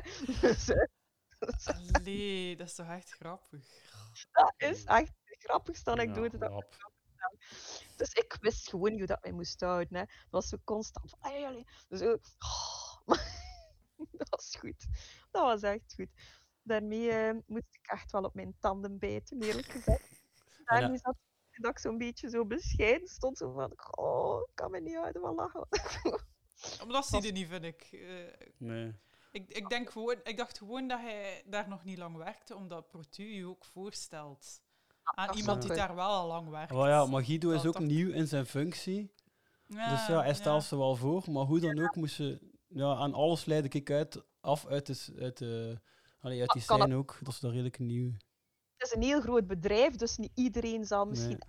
Allee, dat is toch echt grappig. Dat is echt de grappigste anekdote. Ja, dat ik heb gedaan. Dus ik wist gewoon niet hoe dat mij moest houden. Hè. Dat was zo constant van, zo. Dat was goed. Dat was echt goed. Daarmee moest ik echt wel op mijn tanden bijten, eerlijk gezegd. Daarmee zat dat ik zo'n beetje zo bescheiden stond. Zo van, ik kan me niet houden van lachen. Maar dat zie je niet, vind ik. Nee. Ik dacht gewoon dat hij daar nog niet lang werkte, omdat Protu je ook voorstelt aan iemand die daar wel al lang werkt. Maar ja, maar Guido is ook nieuw in zijn functie. Ja, Dus ja, hij stelt ze wel voor. Maar hoe dan ook moest ze... Ja, aan alles leid ik uit die scène ook. Dat is daar redelijk nieuw. Het is een heel groot bedrijf, dus niet iedereen zal misschien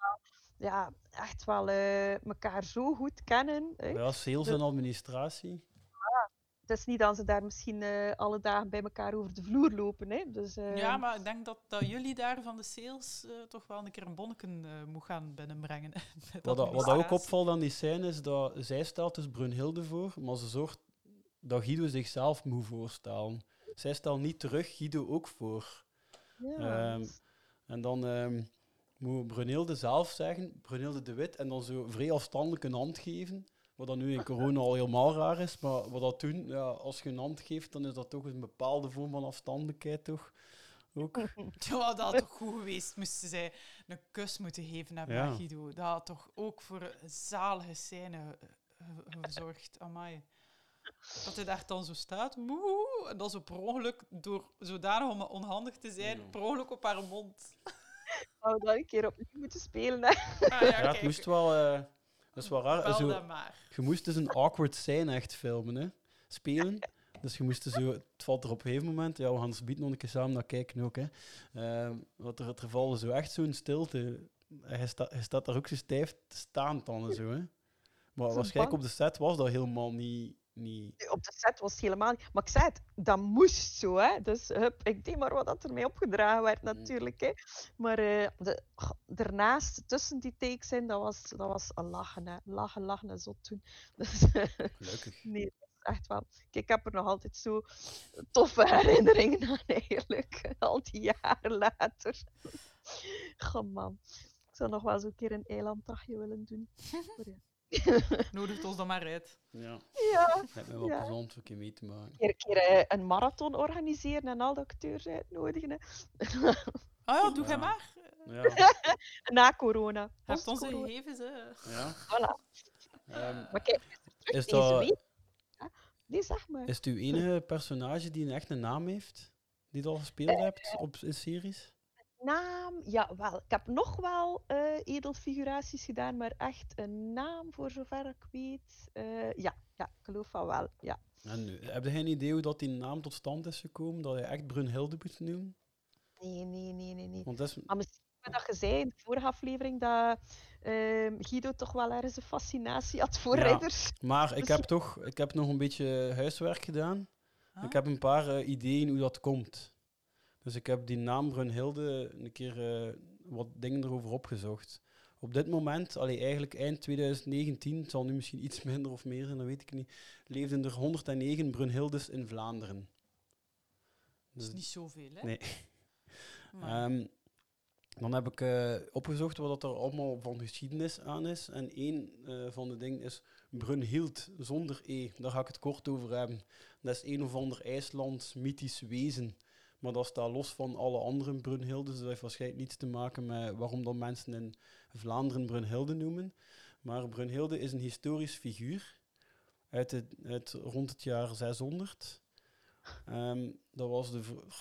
echt wel elkaar zo goed kennen. Hè. Ja, sales en administratie. Het is niet dat ze daar misschien alle dagen bij elkaar over de vloer lopen. Hè. Dus, ja, maar ik denk dat jullie daar van de sales toch wel een keer een bonneken moet gaan binnenbrengen. Wat ook opvalt aan die scène is dat zij stelt dus Brunhilde voor, maar ze zorgt dat Guido zichzelf moet voorstellen. Zij stelt niet terug Guido ook voor. Ja, En dan moet Brunhilde zelf zeggen, Brunhilde de Wit, en dan zo vrij afstandelijk een hand geven. Wat dan nu in corona al helemaal raar is, maar wat dat doen, ja, als je een hand geeft, dan is dat toch een bepaalde vorm van afstandelijkheid, toch? Ook. Ja, dat had toch goed geweest, moesten zij een kus moeten geven naar Guido. Dat had toch ook voor een zalige scène gezorgd. Amai. Dat hij daar dan zo staat, en dan zo per ongeluk, door zodanig om onhandig te zijn, per ongeluk op haar mond. zou dat een keer opnieuw moeten spelen. Hè. Ja, het moest wel... dat is wel raar. Zo, je moest dus een awkward scène echt filmen, hè. Spelen. Dus je moest zo... Het valt er op een gegeven moment... Ja, we gaan er nog een keer samen naar kijken ook, hè. Er valde zo echt zo'n stilte. Hij staat daar ook zo stijf te staan dan en zo, hè. Maar waarschijnlijk op de set was dat helemaal niet... Op de set was het helemaal niet. Maar ik zei het, dat moest zo, hè. Dus ik deed maar wat er mee opgedragen werd, natuurlijk. Hè. Maar daarnaast, tussen die takes in, dat was een lachen, hè. Lachen en zo toen. Dus, Gelukkig. Nee, dat is echt wel... Kijk, ik heb er nog altijd zo toffe herinneringen aan, eigenlijk. Al die jaren later. Goh, man. Ik zou nog wel eens een keer een eilanddagje willen doen. Maar ja. Nodigt ons dan maar uit. Ja. Ja. Het me wel plezant om mee te maken. Een keer een marathon organiseren en al de acteurs uitnodigen. Doe jij maar. Ja. Na corona. Je hebt onze gegevens, hè. Ja. Voilà. Maar kijk, is deze week... Nee, zeg maar. Is het uw enige personage die een echte naam heeft? Die je al gespeeld hebt in series? Naam? Ja, wel. Ik heb nog wel edelfiguraties gedaan, maar echt een naam, voor zover ik weet. Ja, ik geloof van wel, ja. En heb jij een idee hoe dat die naam tot stand is gekomen? Dat je echt Brunhilde moet noemen? Nee. Want dat is... Maar misschien dat je zei in de vorige aflevering dat Guido toch wel ergens een fascinatie had voor ridders. Maar ik heb nog een beetje huiswerk gedaan. Huh? Ik heb een paar ideeën hoe dat komt. Dus ik heb die naam Brunhilde een keer wat dingen erover opgezocht. Op dit moment, eigenlijk eind 2019, het zal nu misschien iets minder of meer zijn, dat weet ik niet, leefden er 109 Brunhildes in Vlaanderen. Dat is niet zoveel, hè? Nee. Dan heb ik opgezocht wat er allemaal van geschiedenis aan is. En één van de dingen is Brunhild, zonder E. Daar ga ik het kort over hebben. Dat is een of ander IJslands mythisch wezen. Maar dat staat los van alle andere Brunhilden. Dus dat heeft waarschijnlijk niets te maken met waarom dan mensen in Vlaanderen Brunhilde noemen. Maar Brunhilde is een historisch figuur uit rond het jaar 600. Dat was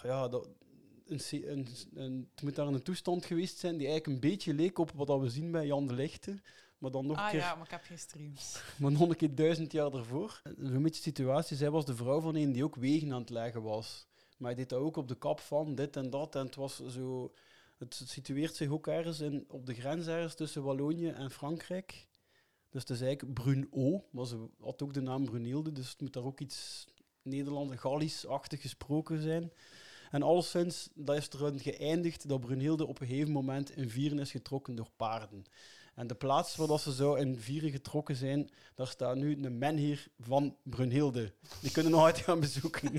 het moet daar een toestand geweest zijn die eigenlijk een beetje leek op wat we zien bij Jan de Lichte. Maar dan nog een keer... ja, maar ik heb geen streams. Maar nog een keer 1000 jaar daarvoor. Zo'n beetje situatie. Zij was de vrouw van een die ook wegen aan het leggen was. Maar hij deed dat ook op de kap van dit en dat. En het was zo... Het situeert zich ook ergens op de grens ergens tussen Wallonië en Frankrijk. Dus het is eigenlijk Bruno, maar ze had ook de naam Brunhilde, dus het moet daar ook iets Nederlands-Gallisch-achtig gesproken zijn. En alleszins, dat is erin geëindigd dat Brunhilde op een gegeven moment in vieren is getrokken door paarden. En de plaats waar dat ze zou in vieren getrokken zijn, daar staat nu een menhir van Brunhilde. Die kunnen nog uit gaan bezoeken.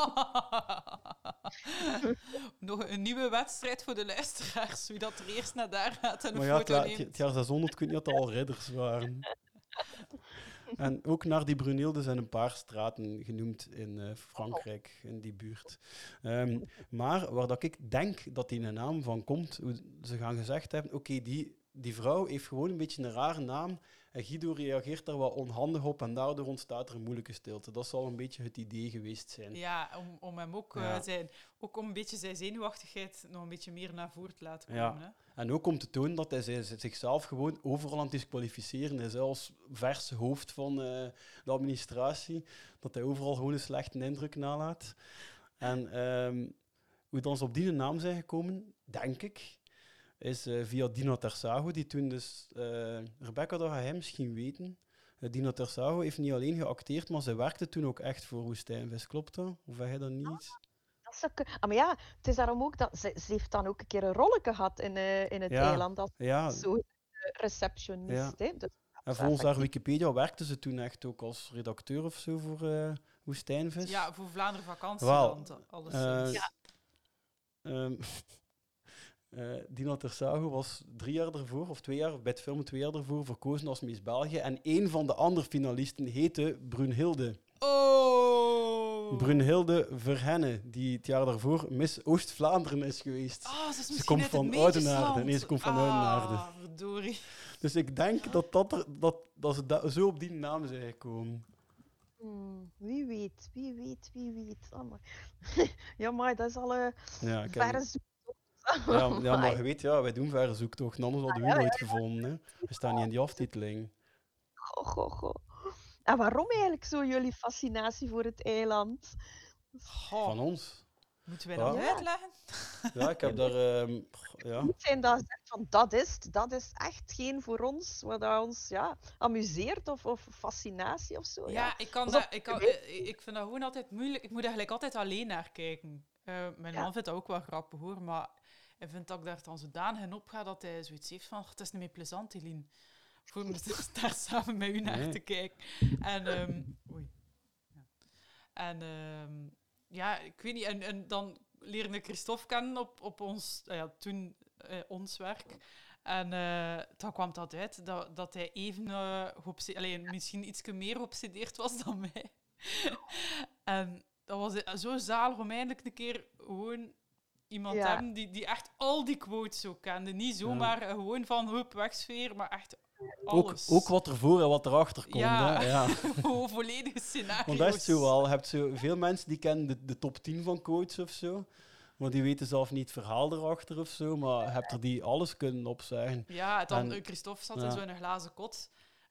Nog een nieuwe wedstrijd voor de luisteraars. Wie dat er eerst naar daar gaat en een maar foto neemt. Het jaar 600 kun je niet dat er al ridders waren. En ook naar die Brunhilde zijn een paar straten genoemd in Frankrijk, in die buurt. Maar waar dat ik denk dat die een naam van komt, hoe ze gaan gezegd hebben, oké, die vrouw heeft gewoon een beetje een rare naam en Guido reageert daar wat onhandig op en daardoor ontstaat er een moeilijke stilte. Dat zal een beetje het idee geweest zijn. Ja, om hem ook, ook om een beetje zijn zenuwachtigheid nog een beetje meer naar voren te laten komen. Ja. Hè? En ook om te tonen dat hij zichzelf gewoon overal aan het disqualificeren is. Als vers hoofd van de administratie. Dat hij overal gewoon een slechte indruk nalaat. En hoe dan ze op die naam zijn gekomen, denk ik, is via Dina Tersago, die toen dus... Rebecca, dat ga jij misschien weten. Dina Tersago heeft niet alleen geacteerd, maar ze werkte toen ook echt voor Woestijnvis. Klopt dat? Of heb jij dat niet? Maar ja, het is daarom ook dat ze heeft dan ook een keer een rolletje gehad in het eiland als zo'n receptionist. Ja. Hè? Dus, en volgens haar Wikipedia werkte ze toen echt ook als redacteur of zo voor Woestijnvis. Ja, voor Vlaanderen Vakantieland. Alles. Dina Tersago was 3 jaar ervoor, of 2 jaar, bij het film 2 jaar ervoor, verkozen als Miss België. En een van de andere finalisten heette Brunhilde. Oh! Brunhilde Verhenne, die het jaar daarvoor Miss Oost-Vlaanderen is geweest. Ze komt van Oudenaarde. Nee, ze komt van Oudenaarde. Verdorie. Dus ik denk dat ze zo op die naam zijn gekomen. Wie weet. Oh, ja, maar dat is al verre zoektocht. Ja, maar je weet, wij doen verre zoektocht. Anders hadden we nooit gevonden. Hè. We staan niet in die aftiteling. Goh. En waarom eigenlijk zo jullie fascinatie voor het eiland? Van ons. Moeten wij dat uitleggen? Ja, ik heb daar... Niet zijn dat zegt van dat is echt geen voor ons, wat ons amuseert of fascinatie of zo. Ja, ik vind dat gewoon altijd moeilijk. Ik moet eigenlijk altijd alleen naar kijken. Mijn man vindt dat ook wel grappig hoor, maar hij vindt dat ik daar dan zodanig in opga dat hij zoiets heeft van, het is niet meer plezant, Eline. Voor me daar samen met u naar te kijken. En, ik weet niet. En dan leerde ik Christophe kennen op ons, ons werk. En dan kwam dat uit dat hij even misschien iets meer geobsedeerd was dan mij. En dat was zo zalig om eindelijk een keer gewoon iemand te hebben die echt al die quotes zo kende. Niet zomaar gewoon van hup, wegsfeer, maar echt alles. Ook wat ervoor en wat erachter komt. Ja, hè? Ja. volledige scenario's. Want dat is zo wel. Je hebt zo veel mensen die kennen de top 10 van quotes of zo. Maar die weten zelf niet het verhaal erachter of zo. Maar je hebt er die alles kunnen opzeggen. Ja, Christophe zat in zo'n glazen kot.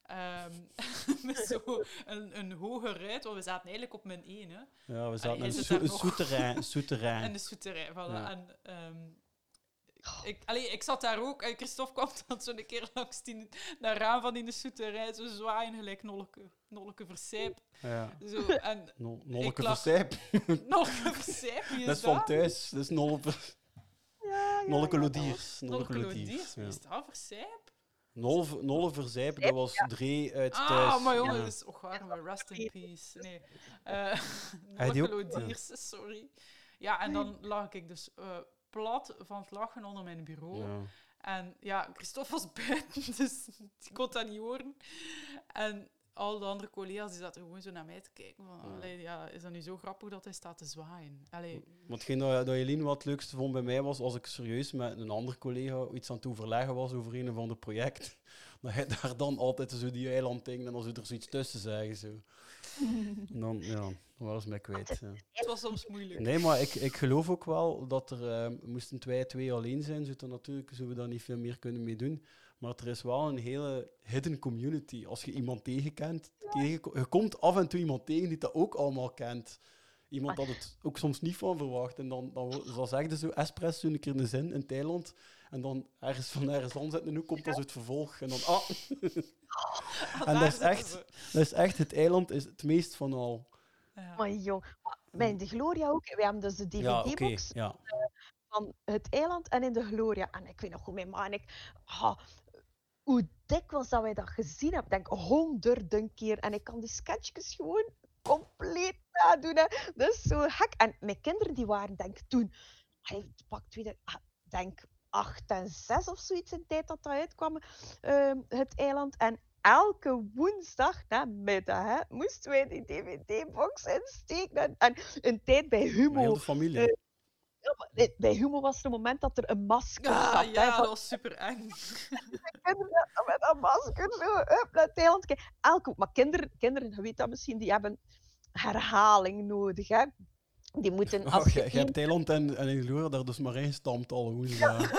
Met zo een hoge ruit, want we zaten eigenlijk op min 1. Hè. Ja, we zaten in een souterrain. En de souterrain, voilà. Ja. En, ik zat daar ook en Christophe kwam dan zo'n keer langs naar raam van die souterrain, zo zwaaien gelijk Nolleke Versijp. Ja. Zo, en Nolleke Versijp? Nolleke Versijp, wie is dat? Is van thuis, dat is Nolleke Lodiers. Nolleke Lodiers, wie is dat, Versijp? Nolle Verzijp, dat was Dree uit thuis. Ah, maar jongen, dat is maar rest in peace. Nee. Nolleke Lodiers, sorry. Ja, en dan lag ik dus plat van het lachen onder mijn bureau. Ja. En Christophe was buiten, dus die kon dat niet horen. En al de andere collega's die zaten gewoon zo naar mij te kijken. Van, is dat nu zo grappig dat hij staat te zwaaien? Maar hetgeen dat Eline wat het leukste vond bij mij was, als ik serieus met een andere collega iets aan het overleggen was over een of ander project, dat hij daar dan altijd zo die eiland ting en dan zou er zoiets tussen zeggen. Zo. En dan was mij kwijt. Ja. Het was soms moeilijk. Nee, maar ik geloof ook wel dat er moesten twee alleen zijn, zullen we daar niet veel meer kunnen mee doen. Maar er is wel een hele hidden community. Als je iemand tegenkent, je komt af en toe iemand tegen die dat ook allemaal kent. Iemand dat het ook soms niet van verwacht. En dan zeg je zo, espresso een keer in de zin in Thailand. En dan ergens aan zetten en hoe komt dat zo het vervolg. En dan, en dat is echt, het eiland is het meest van al. Ja. Maar jong, bij de Gloria ook. We hebben dus de DVD-box van het eiland en in de Gloria. En ik weet nog goed, mijn ma en ik... hoe dikwijls dat wij dat gezien hebben. Ik denk 100 keer. En ik kan die sketchjes gewoon compleet nadoen. Hè. Dat is zo gek. En mijn kinderen die waren denk ik toen... denk 8 en 6 of zoiets in de tijd dat uitkwam. Het eiland. En elke woensdag namiddag moesten wij die DVD-box insteken. En een tijd bij Humo. Heel de familie. Bij Humo was er een moment dat er een masker zat. Ja, dat was super eng. Kinderen met dat masker zo naar het eiland kijken. Maar kinderen, je weet dat misschien, die hebben herhaling nodig. Hè. Die moeten... Als je hebt Thailand en Iloer daar dus maar één stampt al woensdag.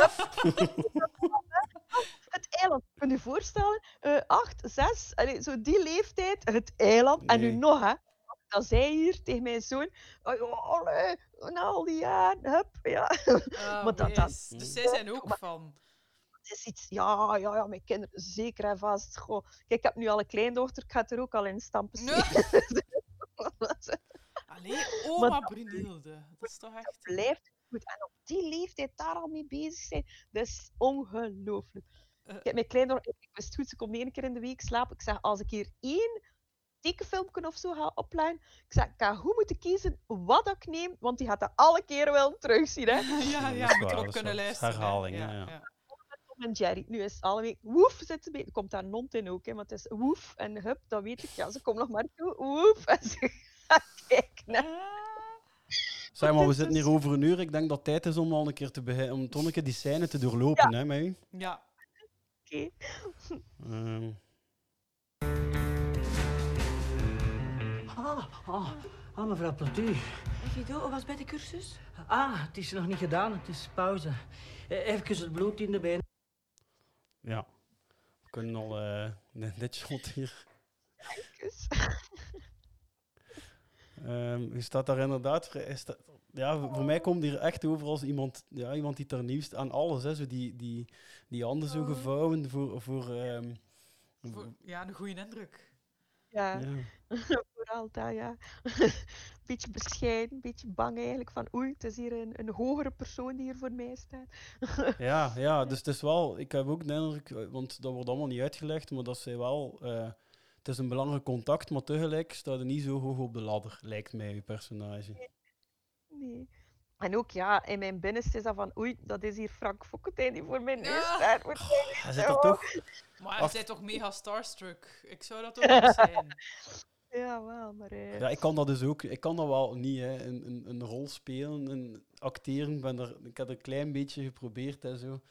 Het eiland, kun je je voorstellen? 8, 6, zo die leeftijd, het eiland. En nu nog, hè. Dan zei hier tegen mijn zoon, na al die jaren, hup, ja. Maar dus zij zijn ook van... Het is iets, ja, mijn kinderen, zeker en vast. Goh. Kijk, ik heb nu al een kleindochter, ik ga het er ook al in stampen steken. Allee, oma Brunilde. Dat is toch echt... Dat blijft goed. En op die leeftijd daar al mee bezig zijn, dat is ongelooflijk. Kijk, mijn kleindochter, ik wist goed, ze komt 1 keer in de week slapen. Ik zeg, als ik hier 1 tekenfilmpje of zo ga opleiden, ik zeg, ik ga goed moeten kiezen wat ik neem, want die gaat dat alle keren wel terugzien. Hè. Ja, moet erop kunnen luisteren. Herhaling, ja. Tom en Jerry. Nu is het alle week woef zitten bij. Er komt daar nont in ook, hè, want het is woef en hup, dat weet ik. Ja, ze komt nog maar toe, woef, en ze gaat kijken. Zeg maar, we zitten hier over een uur. Ik denk dat het tijd is om al een keer te beginnen, om toch een keer die scène te doorlopen, hè, met u. Ja. Oké. Mevrouw Platu. Guido, hoe was bij de cursus? Het is nog niet gedaan, het is pauze. Even het bloed in de benen. Ja, we kunnen al dit shot hier. Je staat daar inderdaad... voor mij komt hier echt over als iemand die daar nieuwst aan alles. Hè, zo die handen zo gevouwen voor een goede indruk. Ja. Vooral dat, ja. Beetje bescheiden, een beetje bang eigenlijk. Van oei, het is hier een hogere persoon die hier voor mij staat. ja, dus het is wel... Ik heb ook de indruk, want dat wordt allemaal niet uitgelegd, maar dat zij wel... het is een belangrijk contact, maar tegelijk staat er niet zo hoog op de ladder, lijkt mij, je personage. Nee. En ook, ja, in mijn binnenste is dat van oei, dat is hier Frank Fokkentijn die voor mij neus staat. Hij zit er toch... Maar hij is toch mega starstruck. Ik zou dat ook niet zijn. Ja, wel, maar... Ja, ik kan dat dus ook. Ik kan dat wel niet, hè. Een rol spelen, een acteren. Ik heb er een klein beetje geprobeerd en zo.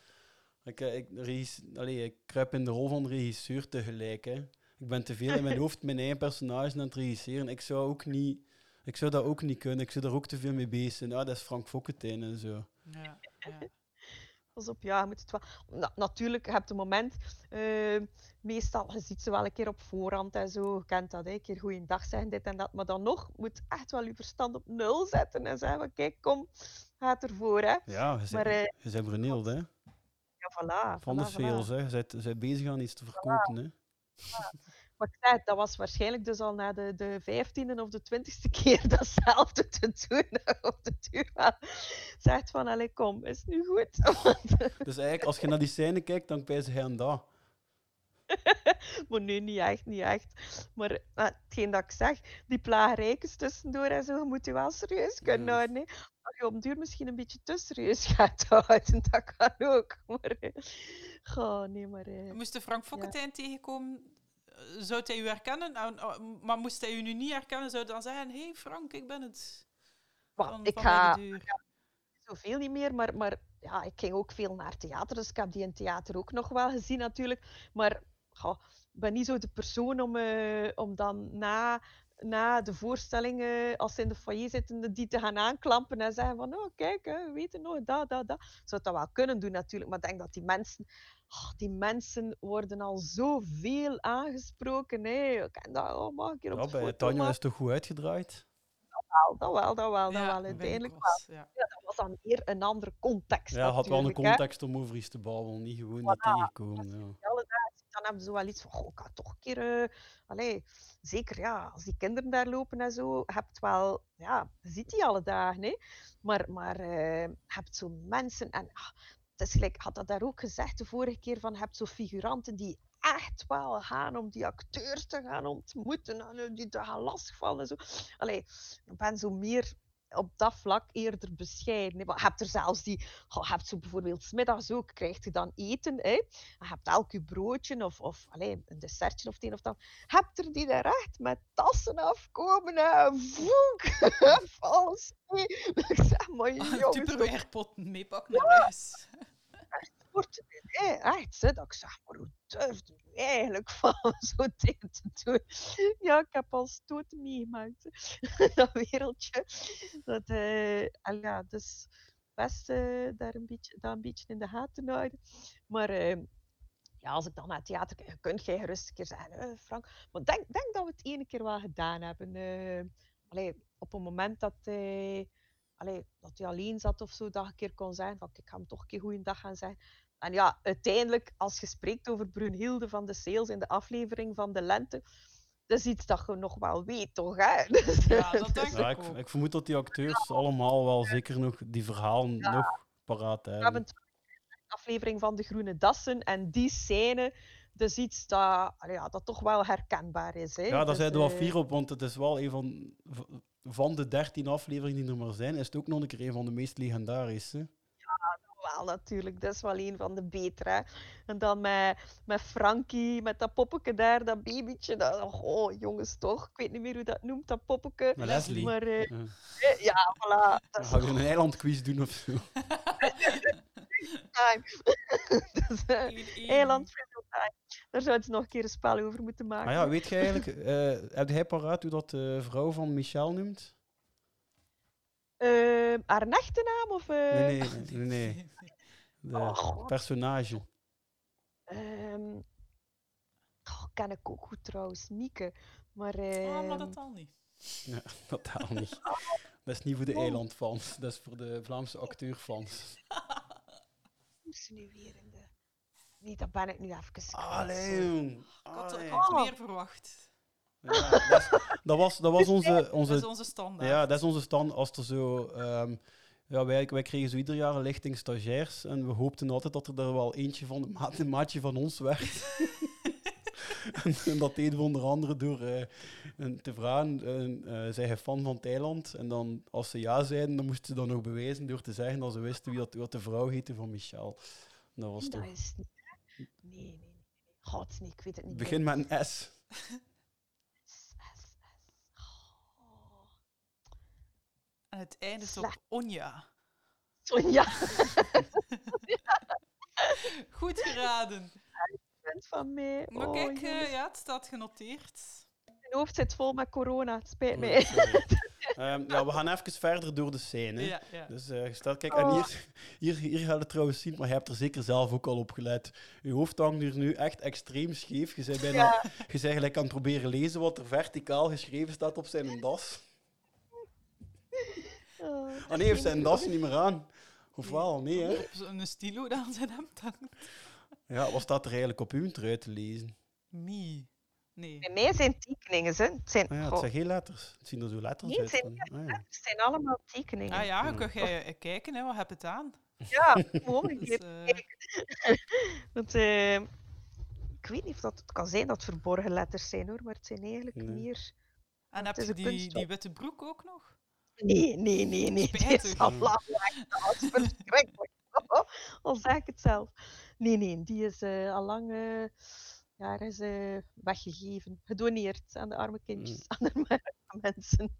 Ik kruip in de rol van regisseur tegelijk, hè. Ik ben te veel in mijn hoofd mijn eigen personage aan het regisseren. Ik zou dat ook niet kunnen. Ik zou daar ook te veel mee bezig zijn. Dat is Frank Fokkentijn en zo. Ja. Pas op, ja, je moet het wel... natuurlijk, je hebt een moment... meestal, je ziet ze wel een keer op voorhand en zo. Je kent dat, hè. Een keer goeiedag zeggen, dit en dat. Maar dan nog, moet echt wel je verstand op 0 zetten en zeggen van, kijk, kom, gaat ervoor, hè. Ja, je bent Brunilde, hè. Ja, voilà. Van de sales, hè. Je bent bezig aan iets te verkopen, hè. Ja. Maar ik zei, dat was waarschijnlijk dus al na de 15e of de 20e keer datzelfde te doen. Op de duur wel zegt van, allee, kom, is het nu goed? Dus eigenlijk, als je naar die scène kijkt, dan pijs je aan dat. Maar nee, niet echt. Maar hetgeen dat ik zeg, die plagerijkes tussendoor en zo, je moet je wel serieus kunnen houden. Hè. Als je op den duur misschien een beetje te serieus gaat houden, dat kan ook. Maar, Moest de Frank Fokkentijn tegenkomen, zou hij u herkennen? Maar moest hij u nu niet herkennen, zou hij dan zeggen, hey Frank, ik ben het. Ik ga zoveel niet meer, maar ja, ik ging ook veel naar theater, dus ik heb die in theater ook nog wel gezien natuurlijk. Maar ik ben niet zo de persoon om dan na de voorstelling, als ze in de foyer zitten, die te gaan aanklampen en zeggen van, oh kijk, we weten nog, dat. Zou dat wel kunnen doen natuurlijk, maar ik denk dat die mensen worden al zoveel aangesproken. Hè. Ik ken dat, mag ik hier op de foto bij Tanja is het toch goed uitgedraaid? Dat wel, uiteindelijk wel. Ja, dat was dan weer een andere context. Ja, had wel een context om over iets te babbelen, niet gewoon niet tegenkomen. Dan hebben ze wel iets van, ik ga toch een keer... zeker, ja, als die kinderen daar lopen en zo, hebt wel... Ja, je ziet die alle dagen, hè. Maar je hebt zo mensen... En het is gelijk, ik had dat daar ook gezegd de vorige keer, van je hebt zo figuranten die echt wel gaan om die acteurs te gaan ontmoeten en die te gaan lastigvallen en zo. Ik ben zo meer op dat vlak eerder bescheiden. Hè. Maar je hebt er zelfs je hebt zo bijvoorbeeld 's middags ook, krijg je dan eten. Hè. Je hebt elk je broodje of een dessertje of het een of dat. Hebt er die daar echt met tassen afkomen en voek, vals. Ik zeg maar, jongens, Tupperware-potten meepakken naar huis. wordt echt, hè, dat ik zeg, maar hoe durft u eigenlijk van zo'n ding te doen? Ja, ik heb al stoten meegemaakt, hè, dat wereldje. Dus best daar een beetje in de gaten houden. Maar ja, als ik dan naar het theater kijk, kunt jij gerust een keer zeggen, Frank. Maar denk dat we het ene keer wel gedaan hebben. Op een moment dat hij alleen zat of zo, dat ik een keer kon zeggen van, ik ga hem toch een keer goeiedag gaan zeggen. En ja, uiteindelijk, als je spreekt over Brunhilde van de Sales in de aflevering van de lente, dat is iets dat je nog wel weet, toch? Hè? Ja, dat denk Ja, ik ook. ik vermoed dat die acteurs allemaal wel zeker nog die verhalen nog paraat We hebben. hebben een aflevering van de Groene Dassen en die scène, dus iets dat toch wel herkenbaar is. Hè? Ja, daar Dus, zijn we wel fier op, want het is wel een van de 13 afleveringen die er maar zijn, is het ook nog een keer een van de meest legendarische. wel natuurlijk, dat is wel een van de betere. Hè. En dan met Frankie, met dat poppetje daar, dat babytje. Oh, jongens, toch? Ik weet niet meer hoe dat noemt, dat poppetje. Met Leslie. Maar Ja. ja, voilà. Dat Dan is ga je een eilandquiz doen of zo. time. Dus, Eiland Frizzle Time. Daar zouden ze nog een keer een spel over moeten maken. Ah ja, weet je eigenlijk, heb jij paraat hoe dat de vrouw van Michel noemt? Haar echte naam? Of, Nee. De God. personage. Ken ik ook goed trouwens, Mieke. Maar, Maar dat al niet. Ja, totaal niet. Dat is niet voor de eilandfans, dat is voor de Vlaamse acteurfans. hoe is ze nu weer in de... Nee, dat ben ik nu even kwijt. Allee, jong. Ik had meer verwacht. Ja, dat was onze... Dat is onze standaard. Ja, dat is onze stand. Als er zo... wij kregen zo ieder jaar een lichting stagiairs en we hoopten altijd dat er daar wel eentje van een maatje van ons werd. en dat deden we onder andere door te vragen, zijn je fan van Thailand? En dan, als ze ja zeiden, dan moesten ze dat nog bewijzen door te zeggen dat ze wisten wat de vrouw heette van Michel. Dat was toch... is niet... Nee. God, nee, ik weet het niet. Begin met een S. Oh. En het eindigt op Slecht. Onja. Sonja. Goed geraden. Van mij. Maar Oh, kijk, jongens. het staat genoteerd. Mijn hoofd zit vol met corona. Het spijt Oh, mij. sorry. We gaan even verder door de scène. Ja. Dus stel, kijk, en hier ga je het trouwens zien, maar je hebt er zeker zelf ook al op gelet. Je hoofd hangt hier nu echt extreem scheef. Je bent bijna, je bent gelijk aan het proberen lezen wat er verticaal geschreven staat op zijn das. Ah nee, heeft zijn das niet meer aan. Of wel? Nee, hè? Op zo'n stilo dat aan zijn hemd hangt. Ja, wat staat er eigenlijk op uw trui te lezen? Nee. Bij mij zijn tekeningen. Hè. Het zijn geen letters. Het zien er zo letters Nee, uit. het zijn allemaal tekeningen. Ah ja, dan kun je kijken, hè, wat heb je het aan? Ja, gewoon. Dus, Want, ik weet niet of dat het kan zijn dat het verborgen letters zijn, hoor, maar het zijn eigenlijk meer... en heb het is je een kunststof. die witte broek ook nog? Nee. Die is Spijtig. al lang weg. Dat is verschrikkelijk. Al zeg ik het zelf. Nee, die is al lang weggegeven. Gedoneerd aan de arme kindjes, aan de arme mensen.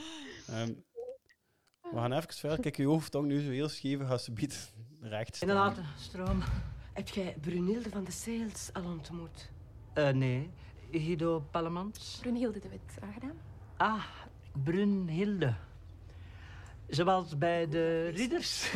We gaan even verder. Kijk, je hoofd hangt nu zo heel scheef. Ga ze bieden recht staan. Inderdaad, Stroom. Heb jij Brunhilde van de Sales al ontmoet? Nee. Guido Pallemans. Brunhilde de Wit, aangedaan? Ah, Brunhilde. Zoals bij de ridders.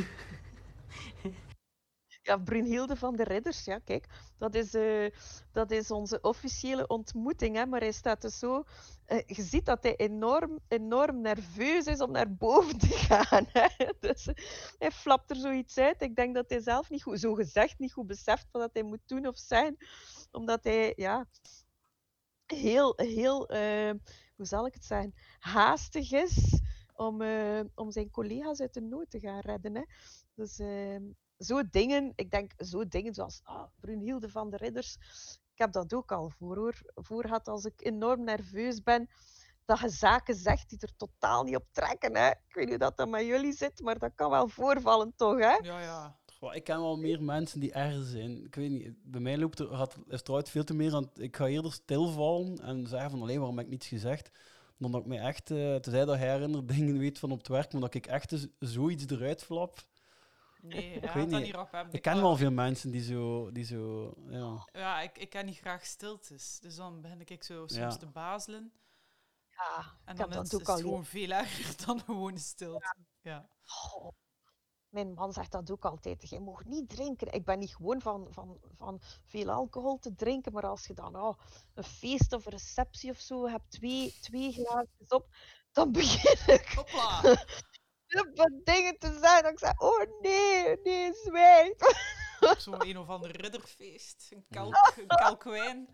Ja, Brunhilde van de Ridders, ja, kijk. Dat is onze officiële ontmoeting, hè, maar hij staat dus zo... je ziet dat hij enorm nerveus is om naar boven te gaan. Hè. Dus hij flapt er zoiets uit. Ik denk dat hij zelf niet goed, zo gezegd, niet goed beseft wat hij moet doen of zijn. Omdat hij, heel, hoe zal ik het zeggen, haastig is om zijn collega's uit de nood te gaan redden. Hè. Dus... zo dingen zoals Brunhilde van de Ridders, ik heb dat ook al voor gehad als ik enorm nerveus ben, dat je zaken zegt die er totaal niet op trekken. Hè? Ik weet niet hoe dat met jullie zit, maar dat kan wel voorvallen toch, hè? Ja. Ik ken wel meer mensen die erger zijn. Ik weet niet, bij mij is het eruit veel te meer aan... Ik ga eerder stilvallen en zeggen van, waarom heb ik niets gezegd? Dan dat ik mij echt, tenzij dat hij herinnert dingen weet van op het werk, maar dat ik echt zoiets eruit flap. Nee, Ik hij weet had dat niet. niet rap hebben. Ik ken wel veel mensen die zo ja. Ja, ik ken niet graag stiltes. Dus dan begin ik zo soms te bazelen. Ja, En ik dan heb is dat ook het al gewoon veel erger dan gewoon stilte. Ja. Oh, mijn man zegt dat ook altijd. Je mag niet drinken. Ik ben niet gewoon van veel alcohol te drinken, maar als je dan een feest of een receptie of zo hebt, twee glaasjes op, dan begin ik Hopla! wat dingen te zeggen. Dan ik zeg, oh nee, zwijg. Zo'n een of ander ridderfeest. Een kelk wijn.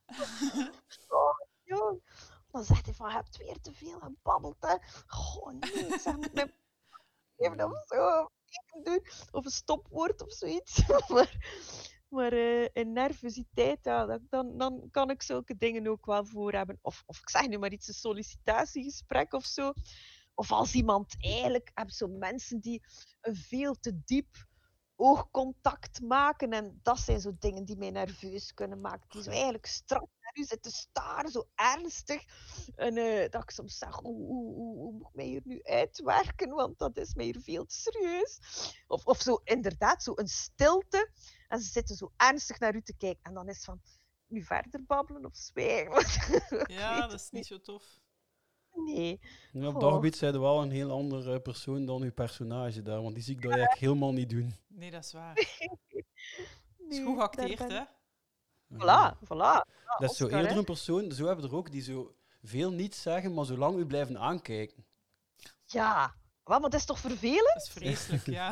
Jong. Dan zegt hij van, je hebt weer te veel gebabbeld, hè. Goh, nee, ik zeg, moet mij even of zo doen. Of een stopwoord of zoiets. maar in nervositeit, ja, dan kan ik zulke dingen ook wel voor hebben. Of ik zeg nu maar iets, een sollicitatiegesprek of zo. Of als iemand eigenlijk, heb zo mensen die een veel te diep oogcontact maken. En dat zijn zo dingen die mij nerveus kunnen maken. Die zo eigenlijk strak naar u zitten staren, zo ernstig. En dat ik soms zeg, hoe moet ik mij hier nu uitwerken? Want dat is mij hier veel te serieus. Of zo, inderdaad, zo een stilte. En ze zitten zo ernstig naar u te kijken. En dan is het van, nu verder babbelen of zwijgen? Ja, dat is niet zo tof. Nee. Ja, op dat gebied zijn er wel een heel andere persoon dan uw personage daar, want die zie ik dat eigenlijk helemaal niet doen. Nee, dat is waar. Het is goed geacteerd, hè? Voilà. Dat is zo Oscar, eerder hè. een persoon, zo hebben we er ook, die zo veel niet zeggen, maar zolang u blijven aankijken. Ja, maar dat is toch vervelend? Dat is vreselijk, ja.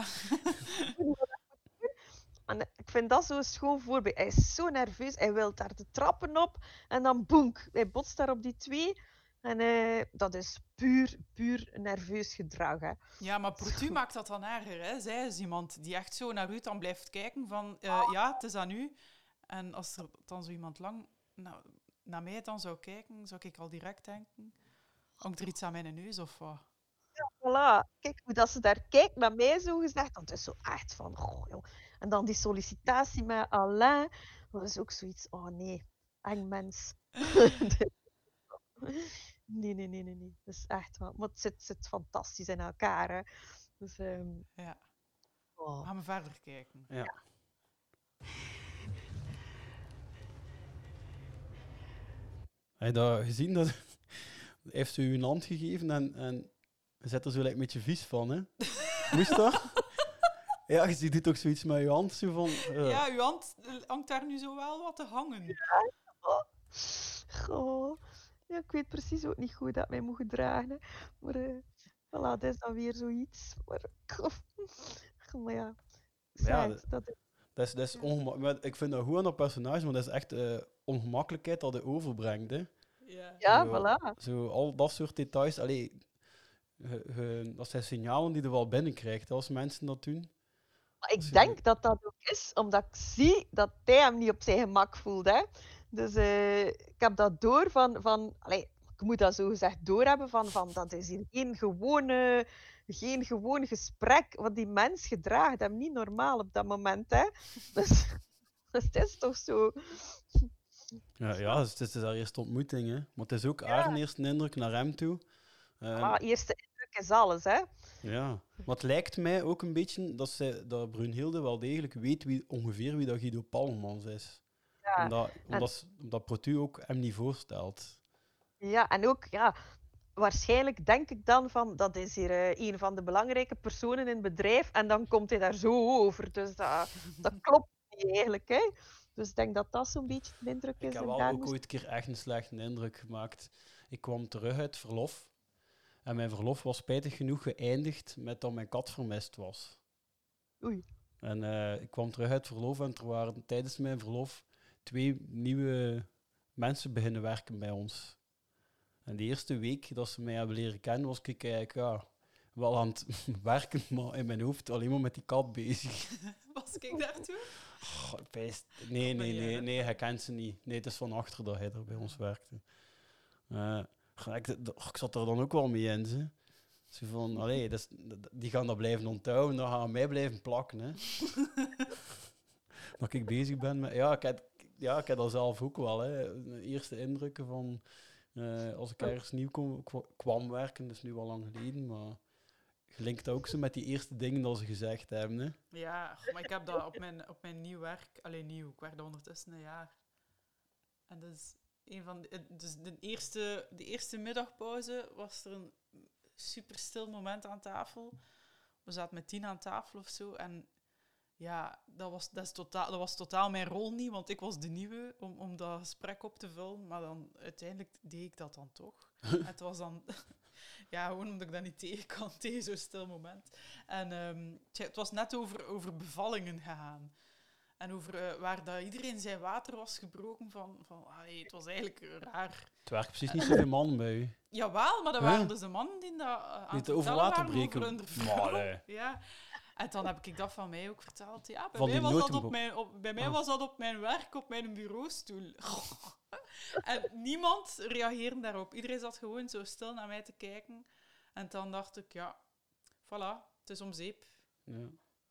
En ik vind dat zo'n schoon voorbeeld. Hij is zo nerveus, hij wil daar de trappen op en dan boenk, hij botst daar op die twee. En dat is puur nerveus gedrag. Hè. Ja, maar Protu maakt dat dan erger, hè? Zij is iemand die echt zo naar u dan blijft kijken van, ja, het is aan u. En als er dan zo iemand lang naar mij dan zou kijken, zou ik al direct denken, hangt er iets aan mijn neus of wat? Voilà. Kijk hoe dat ze daar kijkt naar mij, zo gezegd. Dat is zo echt van, goh, joh. En dan die sollicitatie met Alain. Dat is ook zoiets, oh nee, eng mens. Nee. Dat is echt wel. Maar het zit fantastisch in elkaar. Hè. Dus, Ja. oh. Gaan we verder kijken. Ja. Heb je dat gezien? Dat heeft ze u een hand gegeven en je zet er zo een beetje vies van, hè? Moest dat? Ja, je ziet dit ook zoiets met je hand. Zo van, Ja, uw hand hangt daar nu zo wel wat te hangen. Goh. Ja, ik weet precies ook niet goed dat mij moet gedragen. Hè. Maar voilà, dat is dan weer zoiets. Maar ja, Ja, zeg, dat is... dat is ik vind dat goed aan dat personage, maar dat is echt ongemakkelijkheid dat hij overbrengt. Hè. Ja, Zo, voilà. Zo, al dat soort details. Allee, dat zijn signalen die je wel binnenkrijgt als mensen dat doen. Maar ik denk dat dat ook is, omdat ik zie dat hij hem niet op zijn gemak voelt. Hè. Dus ik heb dat door van allee, ik moet dat zo gezegd doorhebben van dat is hier geen gewoon gesprek, want die mens gedraagt hem niet normaal op dat moment. Hè. Dus het is toch zo. Ja, het is haar eerste ontmoeting. Hè. Maar het is ook haar eerste indruk naar hem toe. Eerste indruk is alles, hè. Ja, maar het lijkt mij ook een beetje dat Brunhilde wel degelijk weet ongeveer wie dat Guido Palmans is. Ja. Omdat Protu ook hem niet voorstelt. Ja, en ook, ja, waarschijnlijk denk ik dan van, dat is hier een van de belangrijke personen in het bedrijf, en dan komt hij daar zo over. Dus dat klopt niet eigenlijk, hè. Dus ik denk dat dat zo'n beetje de indruk is. Ik heb wel ook ooit een keer echt een slechte indruk gemaakt. Ik kwam terug uit verlof. En mijn verlof was spijtig genoeg geëindigd met dat mijn kat vermist was. Oei. En ik kwam terug uit verlof en er waren tijdens mijn verlof 2 nieuwe mensen beginnen werken bij ons. En de eerste week dat ze mij hebben leren kennen, was ik eigenlijk wel aan het werken, maar in mijn hoofd alleen maar met die kat bezig. Was ik daartoe? Oh, nee, hij kent ze niet. Nee, het is van achter dat hij er bij ons werkte. Ik zat er dan ook wel mee in. Ze. Zo van, allee, die gaan dat blijven onthouden, dan gaan mij blijven plakken. Hè. Dat ik bezig ben met... ik heb dat zelf ook wel. Hè. De eerste indrukken van... als ik ergens nieuw kwam werken, dat is nu al lang geleden, maar... Gelinkt ook zo met die eerste dingen dat ze gezegd hebben. Hè. Ja, maar ik heb dat op mijn nieuw werk... Allee, nieuw. Ik werkte ondertussen een jaar. En dat is een van dus de eerste middagpauze was er een super stil moment aan tafel. We zaten met 10 aan tafel of zo. En ja, dat was totaal mijn rol niet, want ik was de nieuwe om dat gesprek op te vullen. Maar dan uiteindelijk deed ik dat dan toch. En het was dan... Ja, gewoon omdat ik dat niet tegen kan, tegen zo'n stil moment. En het was net over bevallingen gegaan. En over waar dat iedereen zijn water was gebroken van het was eigenlijk raar. Het werkt precies niet zoveel mannen bij u. Jawel, maar dat waren dus de mannen die dat aan het over vertellen water waren breken. over hun vrouw. Ja. En dan heb ik dat van mij ook verteld. Ja, bij mij was dat op mijn werk, op mijn bureaustoel. En niemand reageerde daarop. Iedereen zat gewoon zo stil naar mij te kijken. En dan dacht ik, ja, voilà, het is om zeep. Ja.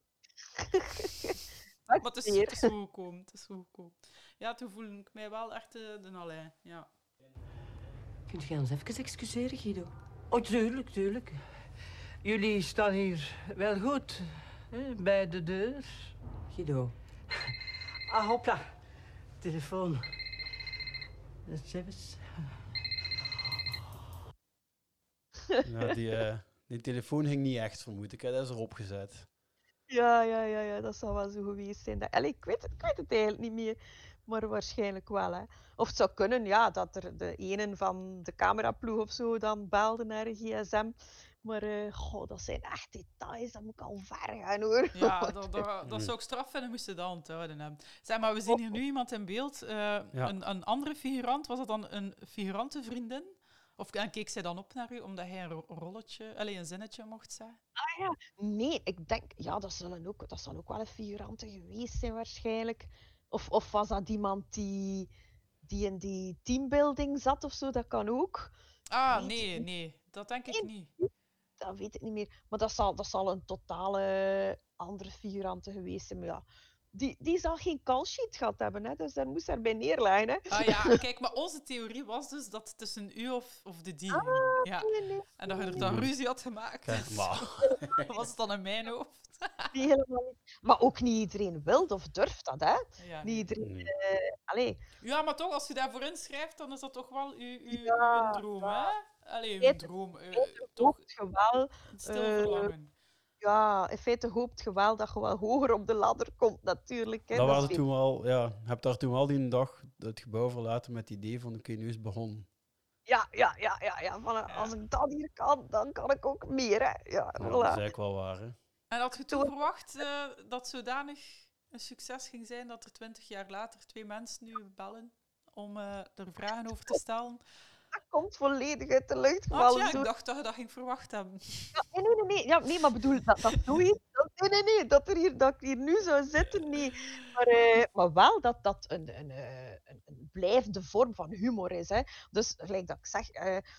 Maar het is goed gekomen. Ja, toen voelde ik mij wel echt de Alain, ja. Kunt je ons even excuseren, Guido? Oh, tuurlijk. Jullie staan hier wel goed, hè, bij de deur. Guido. Ah, hopla. Telefoon. Dat is even... Ja, die telefoon ging niet echt, vermoed ik. Hè. Dat is erop gezet. Ja, dat zou wel zo geweest zijn. Ik weet het eigenlijk niet meer, maar waarschijnlijk wel. Hè. Of het zou kunnen, ja, dat er de ene van de cameraploeg of zo dan belde naar een gsm. Maar dat zijn echt details, dat moet ik al ver gaan, hoor. Ja, dat zou ik straf vinden, moesten dat onthouden hebben. Zeg maar, we zien hier nu iemand in beeld. Een andere figurant, was dat dan een figurantenvriendin? Of keek zij dan op naar u, omdat hij een zinnetje mocht zeggen? Ah ja, nee, ik denk, ja, dat zal ook wel een figurante geweest zijn waarschijnlijk. Of was dat iemand die in die teambuilding zat of zo, dat kan ook. Nee, dat denk ik niet. Dat weet ik niet meer. Maar dat zal een totale andere figurante geweest zijn. Maar ja, die zal geen call sheet gehad hebben, hè, dus daar moest bij neerleggen. Hè. Ah ja, kijk, maar onze theorie was dus dat het tussen u of de die ging. Ja. Nee. En dat je er dan ruzie had gemaakt. Was het dan in mijn hoofd? Nee, helemaal niet. Maar ook niet iedereen wil of durft dat, hè? Ja, niet iedereen... Allee. Ja, maar toch, als je daarvoor inschrijft, dan is dat toch wel uw droom, hè? Allee, uw droom. Toch wel, stil verlangen. Ja, in feite hoopt je wel dat je wel hoger op de ladder komt, natuurlijk. Hè. Dat was toen wel, ja. Je hebt daar toen wel die dag het gebouw verlaten met het idee van, oké, nu is het begonnen. Ja. Als ik dat hier kan, dan kan ik ook meer, hè. Ja, Dat is voilà. eigenlijk wel waar, hè. En had je toen verwacht dat zodanig een succes ging zijn dat er 20 jaar later 2 mensen nu bellen om er vragen over te stellen? Dat komt volledig uit de lucht Ah, gevallen. ja, ik dacht dat je dat ging verwacht hebben. Ja, nee. Ja, nee, maar bedoel, dat zoiets... Nee, dat ik hier nu zou zitten, nee. Maar wel dat dat een blijvende vorm van humor is. Hè. Dus, gelijk dat ik zeg,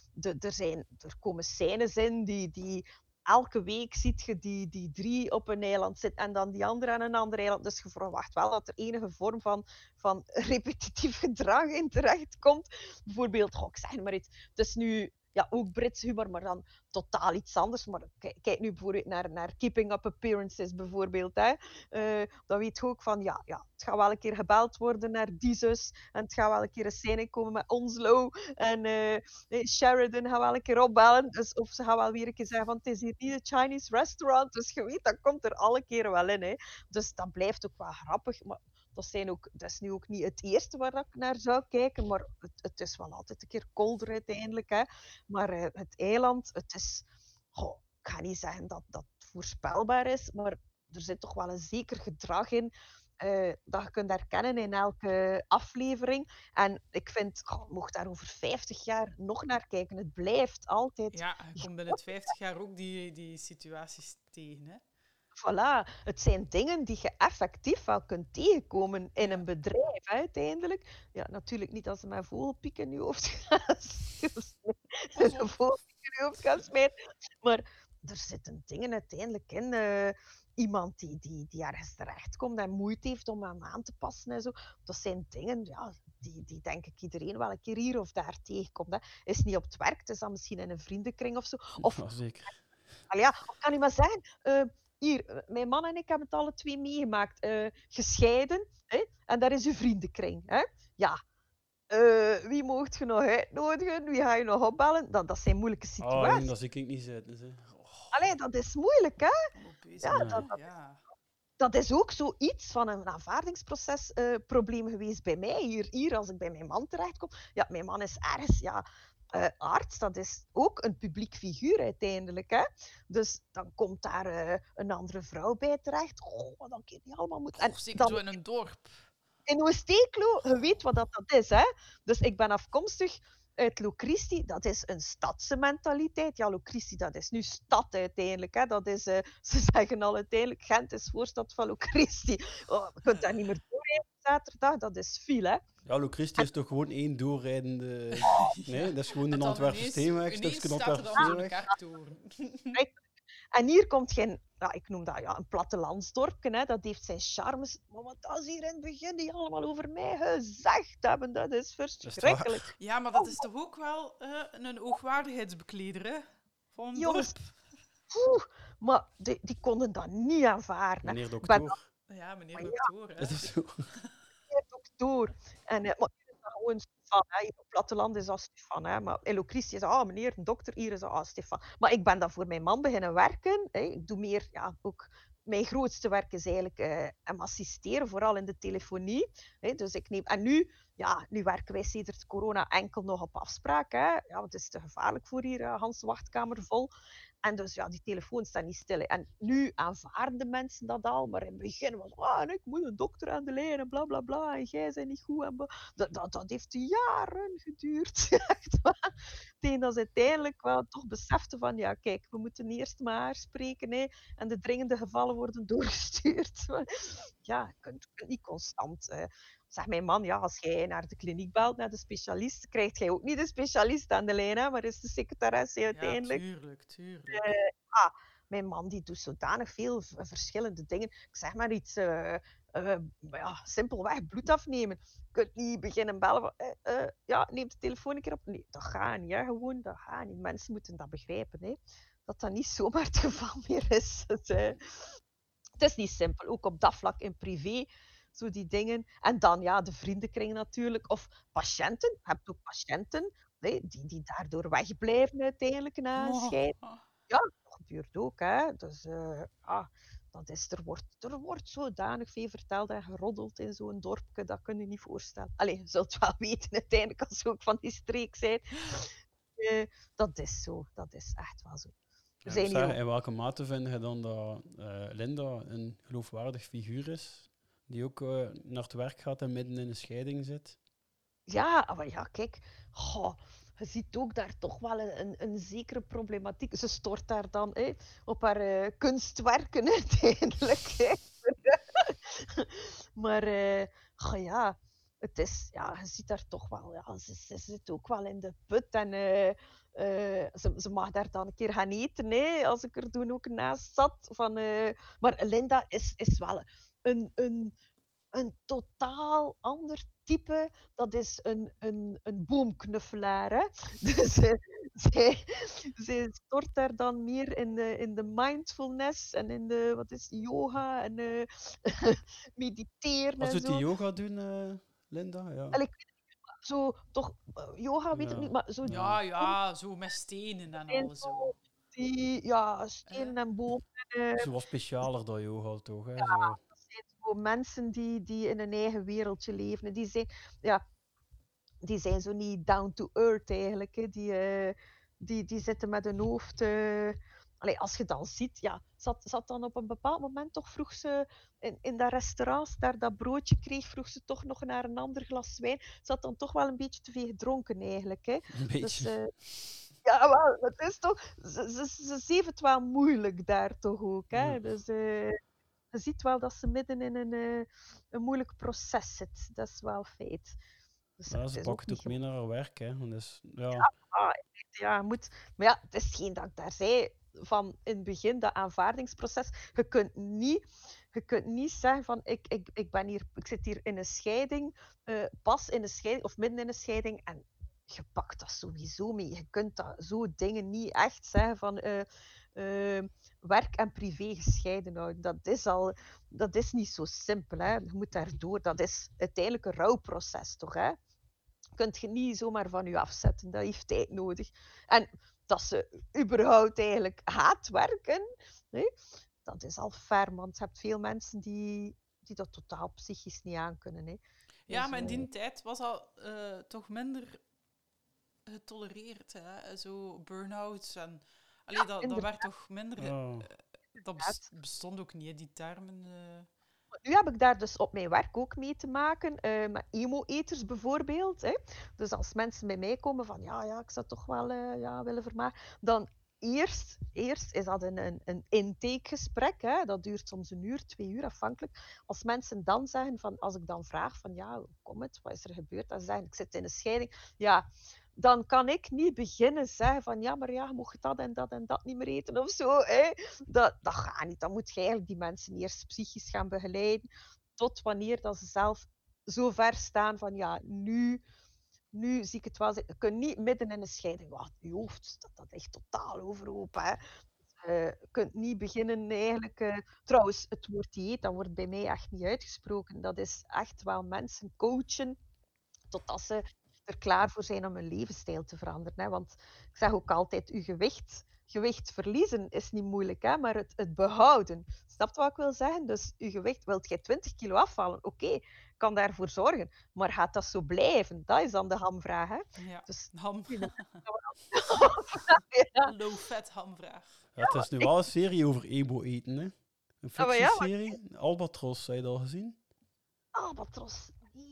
er komen scènes in die elke week ziet je die 3 op een eiland zitten en dan die andere aan een ander eiland. Dus je verwacht wel dat er enige vorm van repetitief gedrag in terechtkomt. Bijvoorbeeld, ik zeg maar iets, het is nu ook Brits humor, maar dan totaal iets anders. Maar kijk nu bijvoorbeeld naar Keeping Up Appearances bijvoorbeeld. Hè. Dan weet je ook van, het gaat wel een keer gebeld worden naar die zus. En het gaat wel een keer een scène komen met Onslow. En Sheridan gaat wel een keer opbellen. Dus, of ze gaan wel weer een keer zeggen van, het is hier niet een Chinese restaurant. Dus je weet, dat komt er alle keren wel in. Hè. Dus dat blijft ook wel grappig. Maar dat is nu ook niet het eerste waar ik naar zou kijken, maar het is wel altijd een keer kolder uiteindelijk. Hè. Maar het eiland, het is... ik ga niet zeggen dat dat voorspelbaar is, maar er zit toch wel een zeker gedrag in dat je kunt herkennen in elke aflevering. En ik vind, je mocht daar over 50 jaar nog naar kijken. Het blijft altijd... Ja, je komt binnen het 50 jaar ook die situaties tegen, hè? Voilà, het zijn dingen die je effectief wel kunt tegenkomen in een bedrijf, hè, uiteindelijk. Ja, natuurlijk niet als ze met vogelpiek in je hoofd gaan. de vogel in je hoofd kan smijten. Maar er zitten dingen uiteindelijk in. Iemand die ergens terechtkomt en moeite heeft om hem aan te passen en zo. Dat zijn dingen, ja, die denk ik iedereen wel een keer hier of daar tegenkomt. Hè. Is niet op het werk, het is dan misschien in een vriendenkring of zo. Of, Ja, zeker. of kan je maar zeggen, hier, mijn man en ik hebben het alle twee meegemaakt. Gescheiden, hè, en daar is uw vriendenkring. Hè. Ja, wie moogt je nog uitnodigen? Wie ga je nog opbellen? Dat zijn moeilijke situaties. Dat zie ik niet zitten. Hè. Allee, dat is moeilijk, hè? Ja, Ja. dat is ook zoiets van een aanvaardingsproces probleem geweest bij mij. Hier, als ik bij mijn man terechtkom. Ja, mijn man is ergens arts, dat is ook een publiek figuur uiteindelijk. Hè? Dus dan komt daar een andere vrouw bij terecht. Oh, wat dan kun je niet allemaal moeten. En Zeker dan, zo in een dorp. in Oost-Eeklo, je weet wat dat is. Hè? Dus ik ben afkomstig uit Locristi. Dat is een stadse mentaliteit. Ja, Locristi, dat is nu stad uiteindelijk. Hè? Dat is, ze zeggen al uiteindelijk, Gent is voorstad van Locristi. Oh, je kunt daar niet meer doorrijden zaterdag, dat is veel, hè. Ja, Locristi is toch gewoon één doorrijdende... Nee, dat is gewoon een Antwerpse steenweg, stukje Antwerpse steenweg. En hier komt geen, ja, ik noem dat een plattelandsdorpje, hè. Dat heeft zijn charmes. Maar wat dat is hier in het begin die allemaal over mij gezegd hebben, dat is verschrikkelijk. Ja, maar dat is toch ook wel een hoogwaardigheidsbekleder, hè? Van een Jongens, dorp. maar die konden dat niet aanvaarden. Meneer dokter. Ja, meneer dokter. Dat is zo. Meneer dokter. En, maar hier is dat gewoon Stefan. Hè. Hier op het platteland is dat Stefan. Hè. Maar in Locristi is dat, meneer een dokter, hier is dat Stefan. Maar ik ben dan voor mijn man beginnen werken. Hè. Ik doe meer, ook... Mijn grootste werk is eigenlijk hem assisteren, vooral in de telefonie. Hè. Dus ik neem... En nu werken wij sedert corona enkel nog op afspraak. Hè. Ja, want het is te gevaarlijk voor hier, Hans de wachtkamer vol. En dus die telefoon staat niet stil. Hè. En nu aanvaarden de mensen dat al, maar in het begin was ik moet een dokter aan de lijn en bla bla bla, en jij bent niet goed. En dat heeft jaren geduurd. Echt waar. Tegen dat ze uiteindelijk wel toch beseften van, ja kijk, we moeten eerst maar spreken, hè, en de dringende gevallen worden doorgestuurd. Ja, je kunt niet constant... Zeg mijn man, ja, als jij naar de kliniek belt, naar de specialist, krijg jij ook niet de specialist aan de lijn, hè, maar is de secretaresse uiteindelijk. Ja, tuurlijk. Mijn man die doet zodanig veel verschillende dingen. Ik zeg maar iets, simpelweg bloed afnemen. Je kunt niet beginnen bellen van, neem de telefoon een keer op. Nee, dat gaat niet, hè, gewoon, dat gaat niet. Mensen moeten dat begrijpen, hè, dat dat niet zomaar het geval meer is. Het is niet simpel, ook op dat vlak in privé. Zo die dingen. En dan de vriendenkring natuurlijk. Of patiënten. Je hebt ook patiënten die daardoor wegblijven uiteindelijk na een scheiding. Ja, dat gebeurt ook. Hè. Dus dat is, er wordt zodanig veel verteld en geroddeld in zo'n dorpje. Dat kun je niet voorstellen. Allee, je zult wel weten uiteindelijk als je ook van die streek bent. Dat is zo. Dat is echt wel zo. In welke mate vind je dan dat Linda een geloofwaardig figuur is? Die ook naar het werk gaat en midden in een scheiding zit? Ja, maar ja, kijk. Je ziet ook daar toch wel een zekere problematiek. Ze stort daar dan op haar kunstwerken uiteindelijk. Maar het is, je ziet daar toch wel... Ja, ze zit ook wel in de put en... ze mag daar dan een keer gaan eten, als ik er toen ook naast zat. Maar Linda is wel een totaal ander type. Dat is een boomknuffelaar. Hè? Dus zij stort daar dan meer in de mindfulness en in de yoga en mediteren. Wat en doet zo. die yoga doen, Linda? Ja. En zo toch, yoga weet ik niet, maar zo... Ja, zo met stenen en al zo. Stenen en bomen. Zo wat specialer dan yoga, toch? Hè? Ja, dat zijn zo mensen die in een eigen wereldje leven. Die zijn zo niet down to earth eigenlijk. Hè. Die zitten met hun hoofd... als je dan ziet, zat dan op een bepaald moment toch, vroeg ze in dat restaurant, daar dat broodje kreeg, vroeg ze toch nog naar een ander glas wijn. Ze had dan toch wel een beetje te veel gedronken eigenlijk. Hè. Een beetje. Dus, het is toch... Ze heeft het wel moeilijk daar toch ook. Hè. Ja. Dus je ziet wel dat ze midden in een moeilijk proces zit. Dat is wel feit. Dus Ze pakt het ook mee naar haar werk. Hè. Dus, het Ja, moet... Maar ja, het is geen dat ik daar zei van in het begin, dat aanvaardingsproces. Je kunt niet zeggen van ik zit hier in een scheiding, pas in een scheiding of midden in een scheiding en je pakt dat sowieso mee. Je kunt dat zo dingen niet echt zeggen van werk en privé gescheiden houden. Dat is niet zo simpel. Hè. Je moet daardoor. Dat is uiteindelijk een rouwproces, toch? Hè? Kunt je niet zomaar van je afzetten. Dat heeft tijd nodig. En dat ze überhaupt eigenlijk gaat werken, hè, dat is al ver, want je hebt veel mensen die dat totaal psychisch niet aankunnen. Hè. Ja, Dus, maar in die tijd was al toch minder getolereerd. Hè? Zo burn-outs en... Allee, dat werd toch minder... dat bestond ook niet, hè, die termen. Nu heb ik daar dus op mijn werk ook mee te maken, met emo-eters bijvoorbeeld. Hè. Dus als mensen bij mij komen van ja, ik zou toch wel willen vermageren, dan eerst is dat een intakegesprek. Hè. Dat duurt soms 1 uur, 2 uur, afhankelijk. Als mensen dan zeggen van, als ik dan vraag van ja, hoe komt het, wat is er gebeurd? Dan zeggen ik zit in een scheiding. Ja, dan kan ik niet beginnen zeggen van ja, maar ja, je mag dat en dat niet meer eten of zo. Hè. Dat gaat niet. Dan moet je eigenlijk die mensen eerst psychisch gaan begeleiden, tot wanneer dat ze zelf zo ver staan van ja, nu zie ik het wel. Je kunt niet midden in een scheiding, wat je hoofd staat dat echt totaal overhoop. Hè. Je kunt niet beginnen eigenlijk... trouwens, het woord dieet, dat wordt bij mij echt niet uitgesproken. Dat is echt wel mensen coachen totdat ze er klaar voor zijn om hun levensstijl te veranderen. Hè. Want ik zeg ook altijd, je gewicht verliezen is niet moeilijk, hè, maar het behouden. Snap je wat ik wil zeggen? Dus je gewicht, wilt jij 20 kilo afvallen? Oké, kan daarvoor zorgen. Maar gaat dat zo blijven? Dat is dan de hamvraag. Hè? Ja, dus, ham. ja. Low-fat hamvraag. Ja, het is nu wel een serie over emo-eten, hè? Een maar ja, fictieserie. Albatros, heb je dat al gezien? Albatros.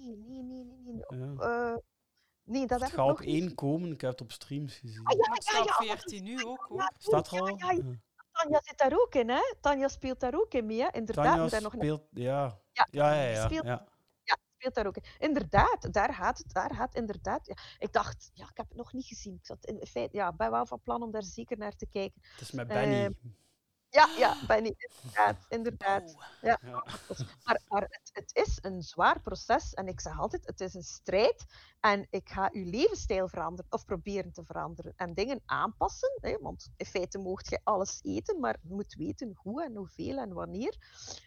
Nee. Ja. Nee, dat Het heb ik gaat op nog niet. 1 komen, ik heb het op streams gezien. Ah, Maar het staat op 14 nu ook, hoor. Staat er al? Ja. Tanja zit daar ook in, hè? Tanja speelt daar ook in mee, hè? Inderdaad. Tanja moet daar nog speelt... Ja. Ja. Ja. Speelt daar ook in. Inderdaad, daar gaat inderdaad... Ja. Ik dacht, ja, ik heb het nog niet gezien. Ik zat in feite, ja, ben wel van plan om daar zeker naar te kijken. Het is met Benny. Ja, Benny, inderdaad. Oh. Ja. Maar het is een zwaar proces en ik zeg altijd, het is een strijd en ik ga uw levensstijl veranderen of proberen te veranderen en dingen aanpassen, hè, want in feite moogt je alles eten, maar je moet weten hoe en hoeveel en wanneer.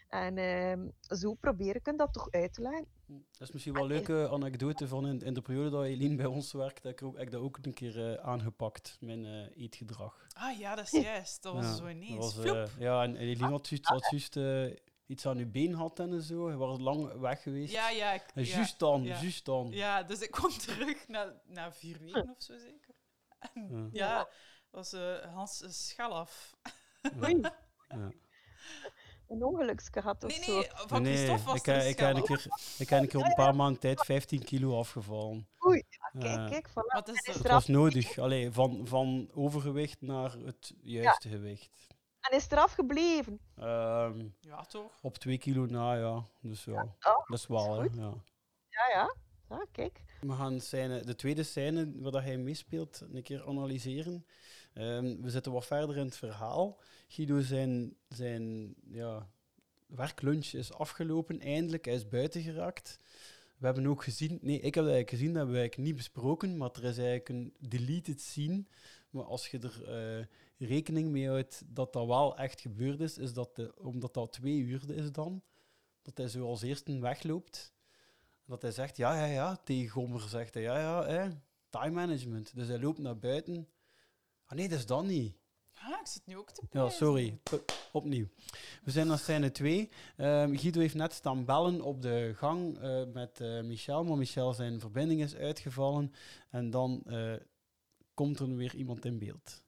En zo probeer ik dat toch uit te leggen. Dat is misschien wel een leuke anekdote van in de periode dat Eline bij ons werkt, heb ik dat ook een keer aangepakt, mijn eetgedrag. Ah ja, dat is juist. Dat was zo ineens. Ja, en Eline had juist iets aan je been had en zo. Je was lang weg geweest. Ja. En juist dan. Ja, dus ik kwam terug na 4 weken of zo zeker. En ja, was Hans schel af. Oei. Ja. Een ongeluk gehad of zo. Nee, van Christophe was het ik heb een keer op een paar maanden tijd 15 kilo afgevallen. Oei, kijk, voilà. Wat is het was nodig. Allee, van overgewicht naar het juiste gewicht. En is eraf gebleven? Ja, toch? Op 2 kilo na, ja. Dus ja, dat is wel, hè. Ja. Ja, kijk. We gaan de tweede scène waar hij meespeelt een keer analyseren. We zitten wat verder in het verhaal. Guido zijn werklunch is afgelopen, eindelijk. Hij is buiten geraakt. We hebben ook gezien... Nee, ik heb dat eigenlijk gezien, dat hebben we eigenlijk niet besproken, maar er is eigenlijk een deleted scene. Maar als je er rekening mee houdt dat dat wel echt gebeurd is dat omdat dat 2 uur is dan, dat hij zo als eerste wegloopt. Dat hij zegt, ja, tegen Gommer zegt hij, time management. Dus hij loopt naar buiten. Ah nee, dat is dat niet. Ah, ik zit nu ook te Ja, sorry. Opnieuw. We zijn naar scène 2. Guido heeft net staan bellen op de gang met Michel, maar Michel zijn verbinding is uitgevallen. En dan komt er weer iemand in beeld.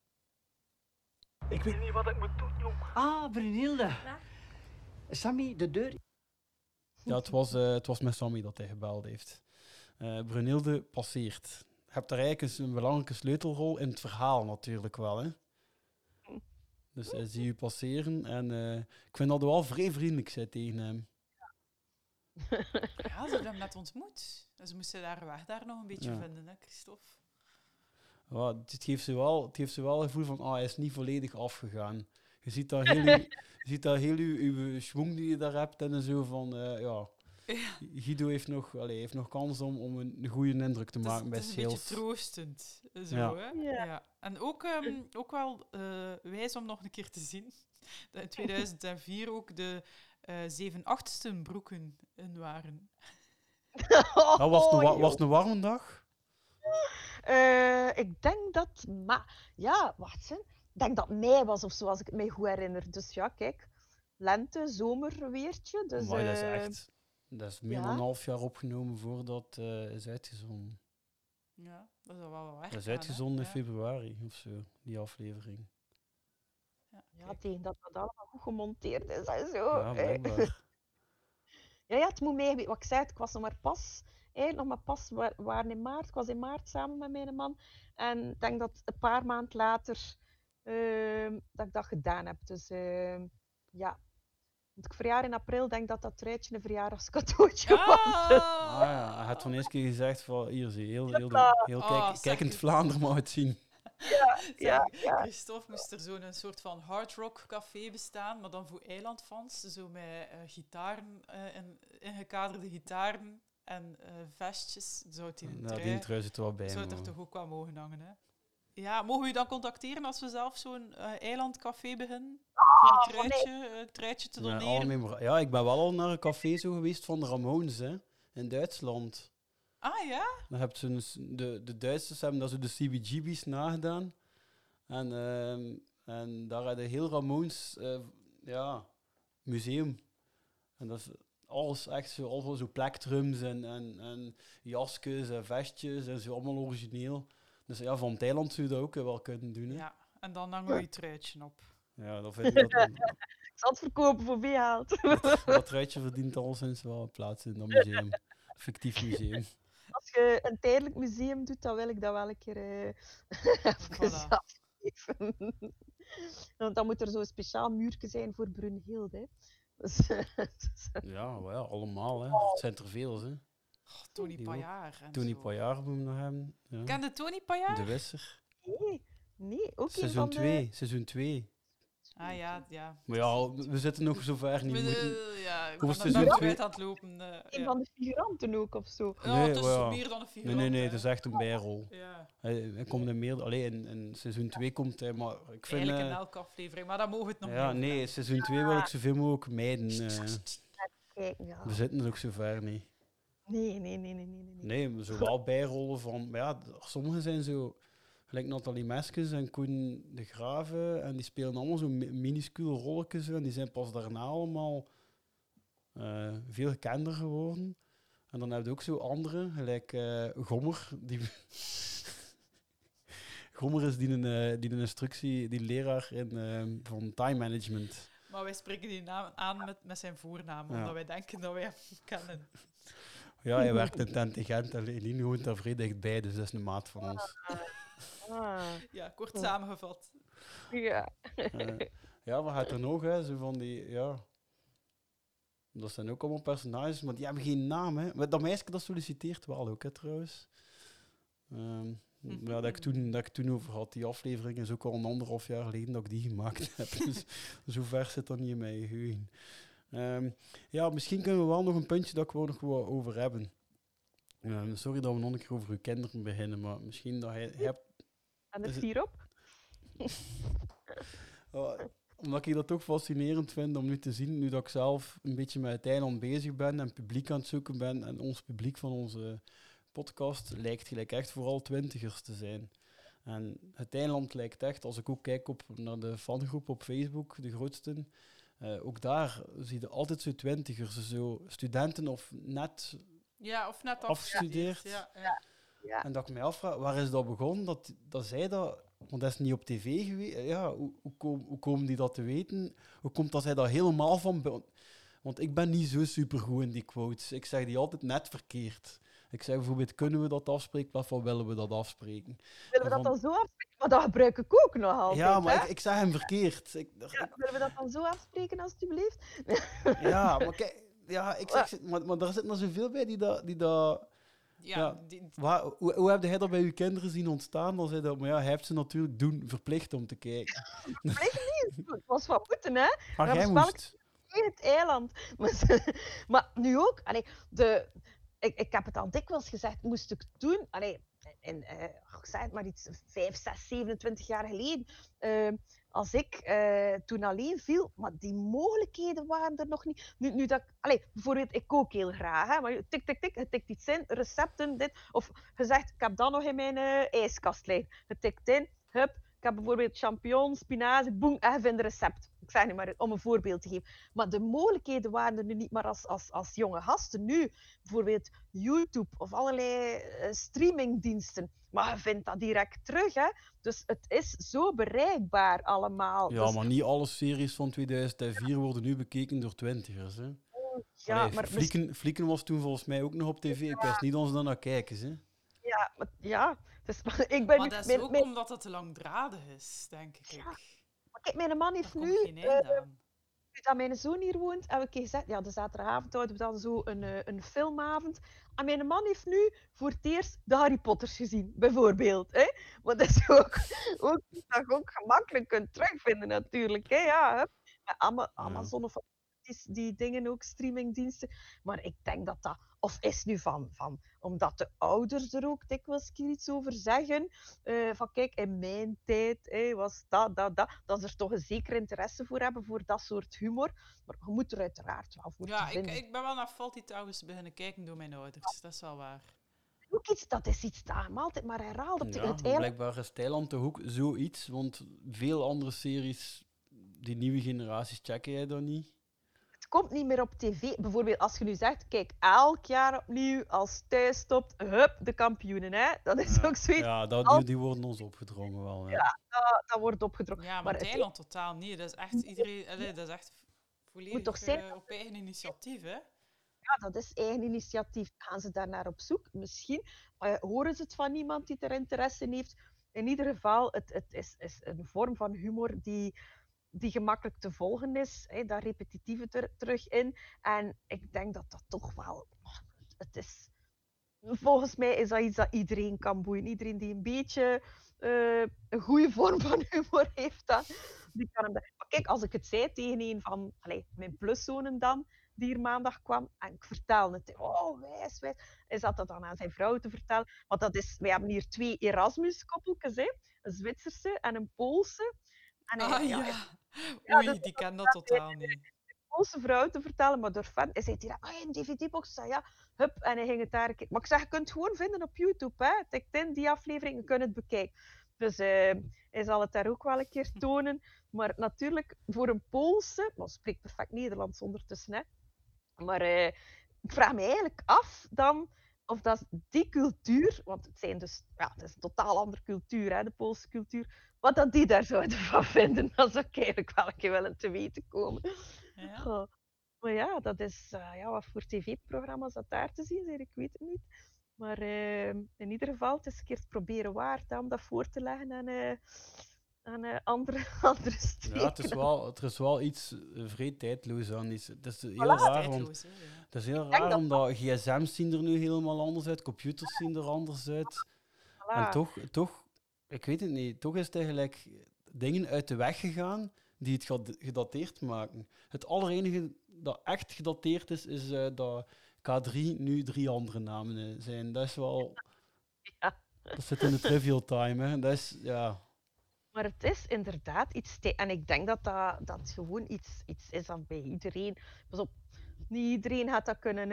Ik weet niet wat ik moet doen, jong. Ah, Brunilde. Sammy, de deur... Ja, het was met Sammy dat hij gebeld heeft. Brunilde passeert. Je hebt daar eigenlijk een belangrijke sleutelrol in het verhaal natuurlijk wel, hè. Dus hij ziet u passeren en ik vind dat wel vrij vriendelijk zijn tegen hem. Ja, ze hebben hem net ontmoet. Dus ze moesten daar weg daar nog een beetje vinden, hè, Christophe? Ja, het geeft ze wel een gevoel van, hij is niet volledig afgegaan. Je ziet daar heel uw schwung die je daar hebt en zo van, Guido heeft nog kans om een goede indruk te maken bij sales. Het is een beetje troostend. Zo, ja. Hè? Ja. En ook wel wijs om nog een keer te zien dat in 2004 ook de 7/8 broeken in waren. Was het een warme dag? Ik denk dat... wacht eens. Ik denk dat mei was of zo, als ik het mij goed herinner. Dus ja, kijk. Lente, zomerweertje. Dus, Maar dat is echt... Dat is meer dan een half jaar opgenomen voordat is uitgezonden. Ja, dat is wel wat werk. Dat is uitgezonden in februari of zo, die aflevering. Ja, tegen dat allemaal goed gemonteerd is en zo. Ja, blijkbaar. Ja, het moet mee... Wat ik zei, ik was nog maar pas waren in maart. Ik was in maart samen met mijn man. En ik denk dat een paar maanden later dat ik dat gedaan heb. Dus ja. Want ik verjaar in april, denk dat dat truitje een verjaardagscadeautje was. Dus. Hij had van eerst keer gezegd van, hier zie je, heel kijkend Vlaanderen mag het zien. Ja. Christophe moest er zo'n soort van hard rock café bestaan, maar dan voor eilandfans. Zo met gitaren, ingekaderde gitaren en vestjes. Zou die trui zit er wel bij. Zou het er toch ook wel mogen hangen, hè? Ja, mogen we u dan contacteren als we zelf zo'n eilandcafé beginnen? Voor een truitje te doneren? Ja, ik ben wel al naar een café zo geweest van de Ramones, hè, in Duitsland. Ah, ja? Dan heb je de Duitsers hebben dat zo de CBGB's nagedaan. En daar hadden heel Ramones museum. En dat is alles echt zo plektrums en jasjes en vestjes en zo allemaal origineel. Dus ja, van Thailand zou je dat ook wel kunnen doen. Hè? Ja, en dan hangen we je truitje op. Ja, dat vind ik dat. Ik zal het verkopen voor behaald. Dat truitje verdient alleszins wel een plaats in dat museum. Fictief museum. Als je een tijdelijk museum doet, dan wil ik dat wel een keer even afgeven. Want dan moet er zo'n speciaal muurtje zijn voor Brunhilde. Hè. Dus, ja, allemaal. Hè. Het zijn er veel, hè. Tony Paillard. Tony Paillard moet we nog hebben. Ja. Ken je Tony Paillard? De Wisser. Nee, ook seizoen 2. Ah ja. Maar ja, we zitten nog zo ver niet. Ik ben seizoen 2 aan het lopen. Een van de figuranten ook, of zo? Ja, het is meer dan een figurant. Nee, het is echt een bijrol. Ja. Hij komt er meer... Alleen in seizoen 2 komt hij, maar ik vind... Eigenlijk in elke aflevering, maar dan mogen we het nog niet. Ja, nee, seizoen 2 wil ik zoveel mogelijk mijden. We zitten er ook zo ver niet. Nee. Nee, zo wel bijrollen van... Maar ja, sommige zijn zo... Gelijk Nathalie Meskes en Koen de Graven. En die spelen allemaal zo minuscule rolletjes. En die zijn pas daarna allemaal veel gekender geworden. En dan heb je ook zo andere, gelijk Gommer. Gommer is die instructie, die leraar van time management. Maar wij spreken die naam aan met zijn voornaam, omdat wij denken dat wij hem kennen. Ja, hij werkt in Tent Gent en Eline woont daar vrij dichtbij, dus dat is een maat van ons. Ja, kort samengevat. Ja. Ja, wat gaat er nog, hè? Zo van die, ja... Dat zijn ook allemaal personages, maar die hebben geen naam, hè. Maar dat meisje, dat solliciteert wel ook, hè, trouwens. Ja, dat ik toen over had, die aflevering is ook al een 1,5 jaar geleden dat ik die gemaakt heb. Dus zo ver zit dat niet in mijn geheugen. Ja, misschien kunnen we wel nog een puntje dat ik wel nog wat over hebben. Sorry dat we nog een keer over uw kinderen beginnen, maar misschien dat hij hebt... En het hierop? Omdat ik dat toch fascinerend vind om nu te zien, nu dat ik zelf een beetje met het eiland bezig ben en publiek aan het zoeken ben, en ons publiek van onze podcast lijkt gelijk echt vooral 20ers te zijn. En het eiland lijkt echt, als ik ook kijk naar de fangroep op Facebook, de grootste, ook daar zie je altijd zo 20ers, zo studenten of net afgestudeerd. Ja. En dat ik mij afvraag, waar is dat begonnen? Dat zij dat... Want dat is niet op tv geweest. Ja, hoe komen die dat te weten? Hoe komt dat zij dat helemaal van... Want ik ben niet zo supergoed in die quotes. Ik zeg die altijd net verkeerd. Ik zeg bijvoorbeeld, kunnen we dat afspreken? Of willen we dat afspreken? Willen we dat dan zo afspreken? Maar dat gebruik ik ook nog altijd. Ja, maar ik zeg hem verkeerd. Willen we dat dan zo afspreken, alstublieft? Ja, maar kijk... Ja, ik zeg... Maar daar zit nog zoveel bij die dat Ja, hoe heb jij dat bij je kinderen zien ontstaan? Dan zei dat, maar ja, hij heeft ze natuurlijk verplicht om te kijken. Verplicht niet, het was wat moeten, hè. Maar jij moest. In het eiland. Maar nu ook, ik heb het al dikwijls gezegd, moest ik doen, ik zei het maar iets, 5, 6, 27 jaar geleden, als ik toen alleen viel, maar die mogelijkheden waren er nog niet. Nu dat bijvoorbeeld, ik kook heel graag, hè, maar tik, tik, tik, je tikt iets in, recepten, dit, of je zegt, ik heb dat nog in mijn ijskast liggen. Je tikt in, hup, ik heb bijvoorbeeld champignons, spinazie, boem, en je vindt een recept. Ik zeg nu maar om een voorbeeld te geven. Maar de mogelijkheden waren er nu niet, maar als jonge gasten nu, bijvoorbeeld YouTube of allerlei streamingdiensten, maar je vindt dat direct terug, hè. Dus het is zo bereikbaar allemaal. Ja, dus, maar niet alle series van 2004 worden nu bekeken door twintigers, hè. ja, maar Flieken was toen volgens mij ook nog op tv. Ik wist niet dat ze dan naar kijken, hè. ja. Dus, ik ben Maar nu, dat is ook omdat het te langdradig is, denk ik. Ja. Kijk, mijn man heeft Daar nu, komt geen einde aan. nu dat mijn zoon hier woont, heb ik gezegd, ja, de zaterdagavond houden we dan zo een filmavond. En mijn man heeft nu voor het eerst de Harry Potters gezien, bijvoorbeeld. Hè? Maar dat is ook iets dat je ook gemakkelijk kunt terugvinden, natuurlijk. Hè? Ja, hup. Met Amazon of die dingen ook, streamingdiensten. Maar ik denk dat of is nu omdat de ouders er ook dikwijls iets over zeggen, van kijk, in mijn tijd was dat ze er toch een zeker interesse voor hebben, voor dat soort humor. Maar je moet er uiteraard wel voor te vinden. Ik ben wel naar Fawlty Towers beginnen kijken door mijn ouders, dat is wel waar. Ook dat is iets dat hem altijd maar herhaalt op Ja, het eiland. blijkbaar is Thailand toch ook zoiets, want veel andere series, die nieuwe generaties, checken jij dan niet? Het komt niet meer op tv. Bijvoorbeeld als je nu zegt, kijk, elk jaar opnieuw, als thuis stopt, hup, de kampioenen. Hè? Dat is ook zoiets. Ja, die worden ons opgedrongen wel. Ja, dat wordt opgedrongen. Ja, maar Thailand totaal niet. Dat is echt iedereen, dat is echt volledig toch zijn op eigen initiatief, hè? Ja, dat is eigen initiatief. Gaan ze daar naar op zoek? Misschien horen ze het van iemand die er interesse in heeft. In ieder geval, het is een vorm van humor die gemakkelijk te volgen is. Hè, daar repetitieve terug in. En ik denk dat dat toch wel... Het is... Volgens mij is dat iets dat iedereen kan boeien. Iedereen die een beetje een goede vorm van humor heeft, die kan hem... Maar kijk, als ik het zei tegen een van mijn pluszonen dan, die hier maandag kwam, en ik vertelde het, wijs, hij zat dat dan aan zijn vrouw te vertellen. Want wij hebben hier 2 Erasmus-koppeltjes, een Zwitserse en een Poolse. En Oei, die ken dat totaal niet. Poolse vrouw te vertellen, maar door fan. Hij zei hier, een DVD-box, ja, hup, en hij ging het daar een keer... Maar ik zeg, je kunt het gewoon vinden op YouTube, hè. Tik in die aflevering, je kunt het bekijken. Dus hij zal het daar ook wel een keer tonen. Maar natuurlijk, voor een Poolse... Maar spreekt perfect Nederlands ondertussen, hè. Maar ik vraag me eigenlijk af dan... Of dat die cultuur... Want het is een totaal andere cultuur, hè, de Poolse cultuur. Wat dat die daar zouden van vinden, dat zou ik eigenlijk wel een keer willen te weten komen. Ja. Maar ja, dat is wat voor tv-programma's dat daar te zien zijn, ik weet het niet. Maar in ieder geval, het is een keer te proberen waard om dat voor te leggen aan andere streken. Ja, er is wel iets vrij tijdloos aan. Het is heel raar, want het is heel raar omdat gsm's zien er nu helemaal anders uit, computers zien er anders uit. Voilà. En toch, ik weet het niet, toch is het eigenlijk dingen uit de weg gegaan die het gedateerd maken. Het allerenige dat echt gedateerd is dat K3 nu 3 andere namen zijn. Dat is wel... Ja. Dat zit in de trivial time, hè. Dat is, ja... Maar het is inderdaad iets... En ik denk dat gewoon iets is dat bij iedereen... Pas op, niet iedereen gaat dat kunnen...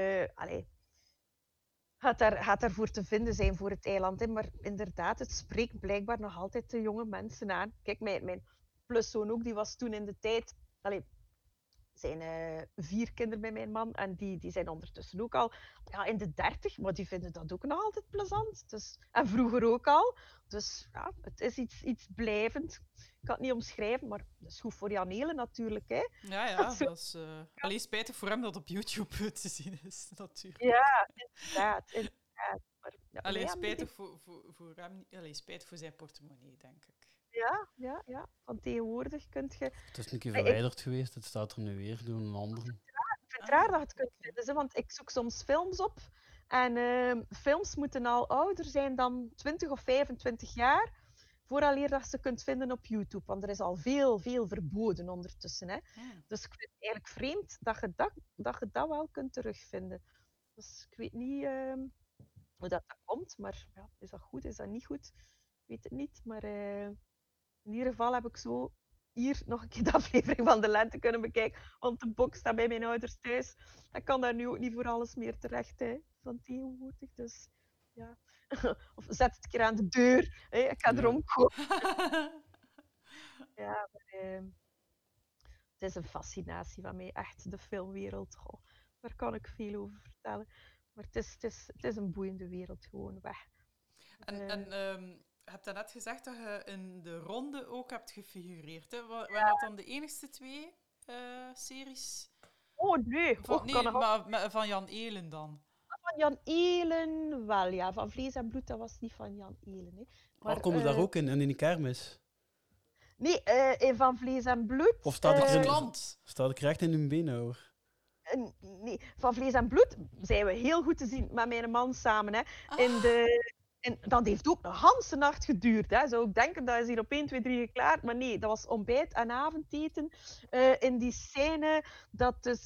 Gaat daarvoor te vinden zijn voor het eiland. Hè. Maar inderdaad, het spreekt blijkbaar nog altijd de jonge mensen aan. Kijk, mijn pluszoon ook, die was toen in de tijd... zijn 4 kinderen bij mijn man en die zijn ondertussen ook al in de 30, maar die vinden dat ook nog altijd plezant. Dus, en vroeger ook al. Dus ja, het is iets blijvend. Ik kan het niet omschrijven, maar dat is goed voor Jan Helen natuurlijk. Hè. Ja, dat is alleen spijtig voor hem dat op YouTube te zien is, natuurlijk. Ja, inderdaad. Maar, alleen spijtig voor hem, alleen spijtig voor zijn portemonnee, denk ik. Ja. Want tegenwoordig kun je... Het is een keer verwijderd geweest, het staat er nu weer door een ander. Ik vind het raar dat je het kunt vinden, want ik zoek soms films op En films moeten al ouder zijn dan 20 of 25 jaar, vooraleer dat je ze kunt vinden op YouTube. Want er is al veel, veel verboden ondertussen. Hè. Dus ik vind het eigenlijk vreemd dat je dat wel kunt terugvinden. Dus ik weet niet hoe dat komt, maar ja, is dat goed, is dat niet goed? Ik weet het niet, maar in ieder geval heb ik zo hier nog een keer de aflevering van De Lente kunnen bekijken, want de box staat bij mijn ouders thuis. Ik kan daar nu ook niet voor alles meer terecht, hè, van tegenwoordig. Dus ja. Of zet het een keer aan de deur. Hè. Ik ga erom komen. Ja, maar, het is een fascinatie van mij, echt, de filmwereld. Goh, daar kan ik veel over vertellen. Maar het is een boeiende wereld, gewoon weg. Je hebt daarnet gezegd dat je in de ronde ook hebt gefigureerd. Hè? Waren dat dan de enigste 2 series? Oh, nee. Maar van Jan Elen dan? Van Jan Elen wel, ja. Van Vlees en Bloed, dat was niet van Jan Elen. Hè. Maar komen daar ook in die kermis? Nee, in Van Vlees en Bloed... Of staat ik recht in hun benen, hoor? Nee, Van Vlees en Bloed zijn we heel goed te zien met mijn man samen. Hè. En dat heeft ook een ganse nacht geduurd. Hè. Zou ik denken, dat is hier op 1, 2, 3 geklaard. Maar nee, dat was ontbijt en avondeten. In die scène dat dus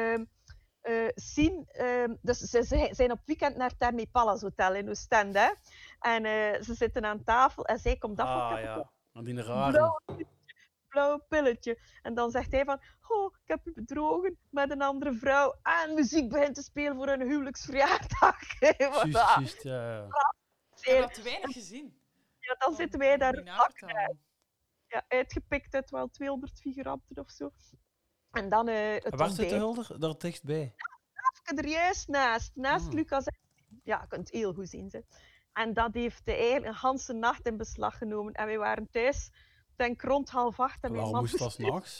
zien... dus ze zijn op weekend naar het Terme Palace Hotel in Oostende. Hè. En ze zitten aan tafel en zij komt af. Ja, aan die rare... Blauw pilletje. En dan zegt hij van, oh, ik heb u bedrogen met een andere vrouw. En muziek begint te spelen voor een huwelijksverjaardag. Juist, ja. Ik heb dat te weinig gezien. Ja, dan zitten wij daar uitgepikt uit wel 200 figuranten of zo. En dan het waar zit de Hulder? Daar dichtbij? Even er juist naast Lucas. Ja, je kunt het heel goed zien. Ze. En dat heeft eigenlijk een ganse nacht in beslag genomen. En wij waren thuis, denk rond 7:30. Waarom moest dat 's nachts?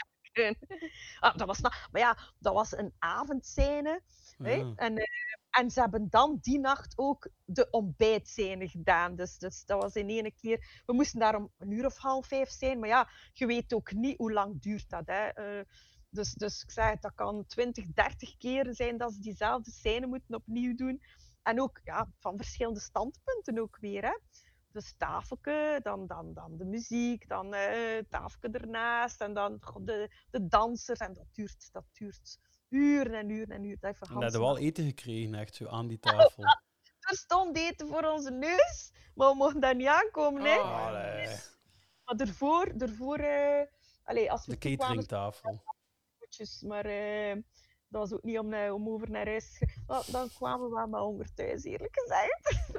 Dat was maar ja, dat was een avondscène. Ja. Hè? En ze hebben dan die nacht ook de ontbijtscène gedaan. Dus dat was in één keer... We moesten daar om 4:30 zijn. Maar ja, je weet ook niet hoe lang duurt dat. Hè? Dus ik zei, dat kan 20, 30 keer zijn dat ze diezelfde scène moeten opnieuw doen. En ook van verschillende standpunten ook weer. Hè? Dus tafeltje, dan de muziek, dan tafeltje ernaast en dan de dansers. En dat duurt uren en uren en uren. En we hadden wel eten gekregen, echt zo aan die tafel. Er stond eten voor onze neus, maar we mochten daar niet aankomen. Hè? Maar ervoor als we de cateringtafel. Maar dat was ook niet om over naar huis te gaan. Dan kwamen we wel met honger thuis, eerlijk gezegd.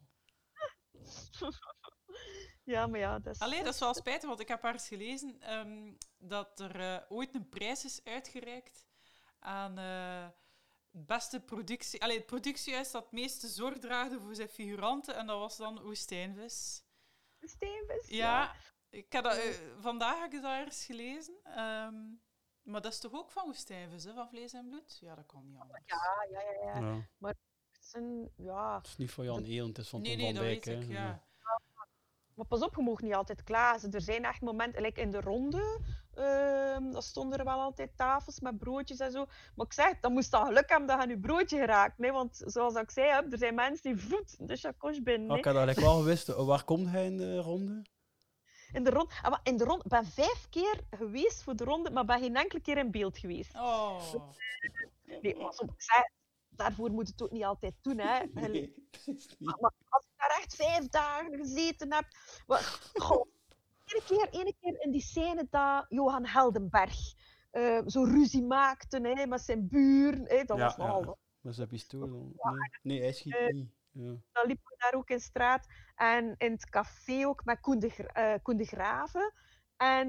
Ja, maar ja, dat is... Allee, dat is wel spijtig, want ik heb ergens gelezen dat er ooit een prijs is uitgereikt aan beste productie... Allee, het productiehuis dat het meeste zorg draagde voor zijn figuranten, en dat was dan Woestijnvis. Woestijnvis? Ja. Ik heb dat, vandaag heb ik dat ergens gelezen. Maar dat is toch ook van Woestijnvis, hè? Van Vlees en Bloed? Ja, dat kan niet anders. Ja. Maar het is niet van Jan Elen, het is van Tom van dat Dijk. weet ik, ja. Maar pas op, je mag niet altijd klagen. Er zijn echt momenten, like in de ronde, dan stonden er wel altijd tafels met broodjes en zo. Maar ik zeg, dan moest je geluk hebben dat je aan je broodje geraakt. Nee? Want zoals ik zei, er zijn mensen die voet de chacos binnen. Ik had eigenlijk wel gewist, waar komt hij in de ronde? In de ronde, ik ben 5 keer geweest voor de ronde, maar ben geen enkele keer in beeld geweest. Oh. Nee, pas op, ik zeg, daarvoor moet je het ook niet altijd doen. Hè. Nee, maar als je daar echt 5 dagen gezeten hebt... Ene keer in die scène dat Johan Heldenberg zo ruzie maakte met zijn buren. Dat was nogal... Met zijn pistool. Nee, hij schiet niet. Ja. Dan liepen we daar ook in straat. En in het café ook met Koen de Graven. En...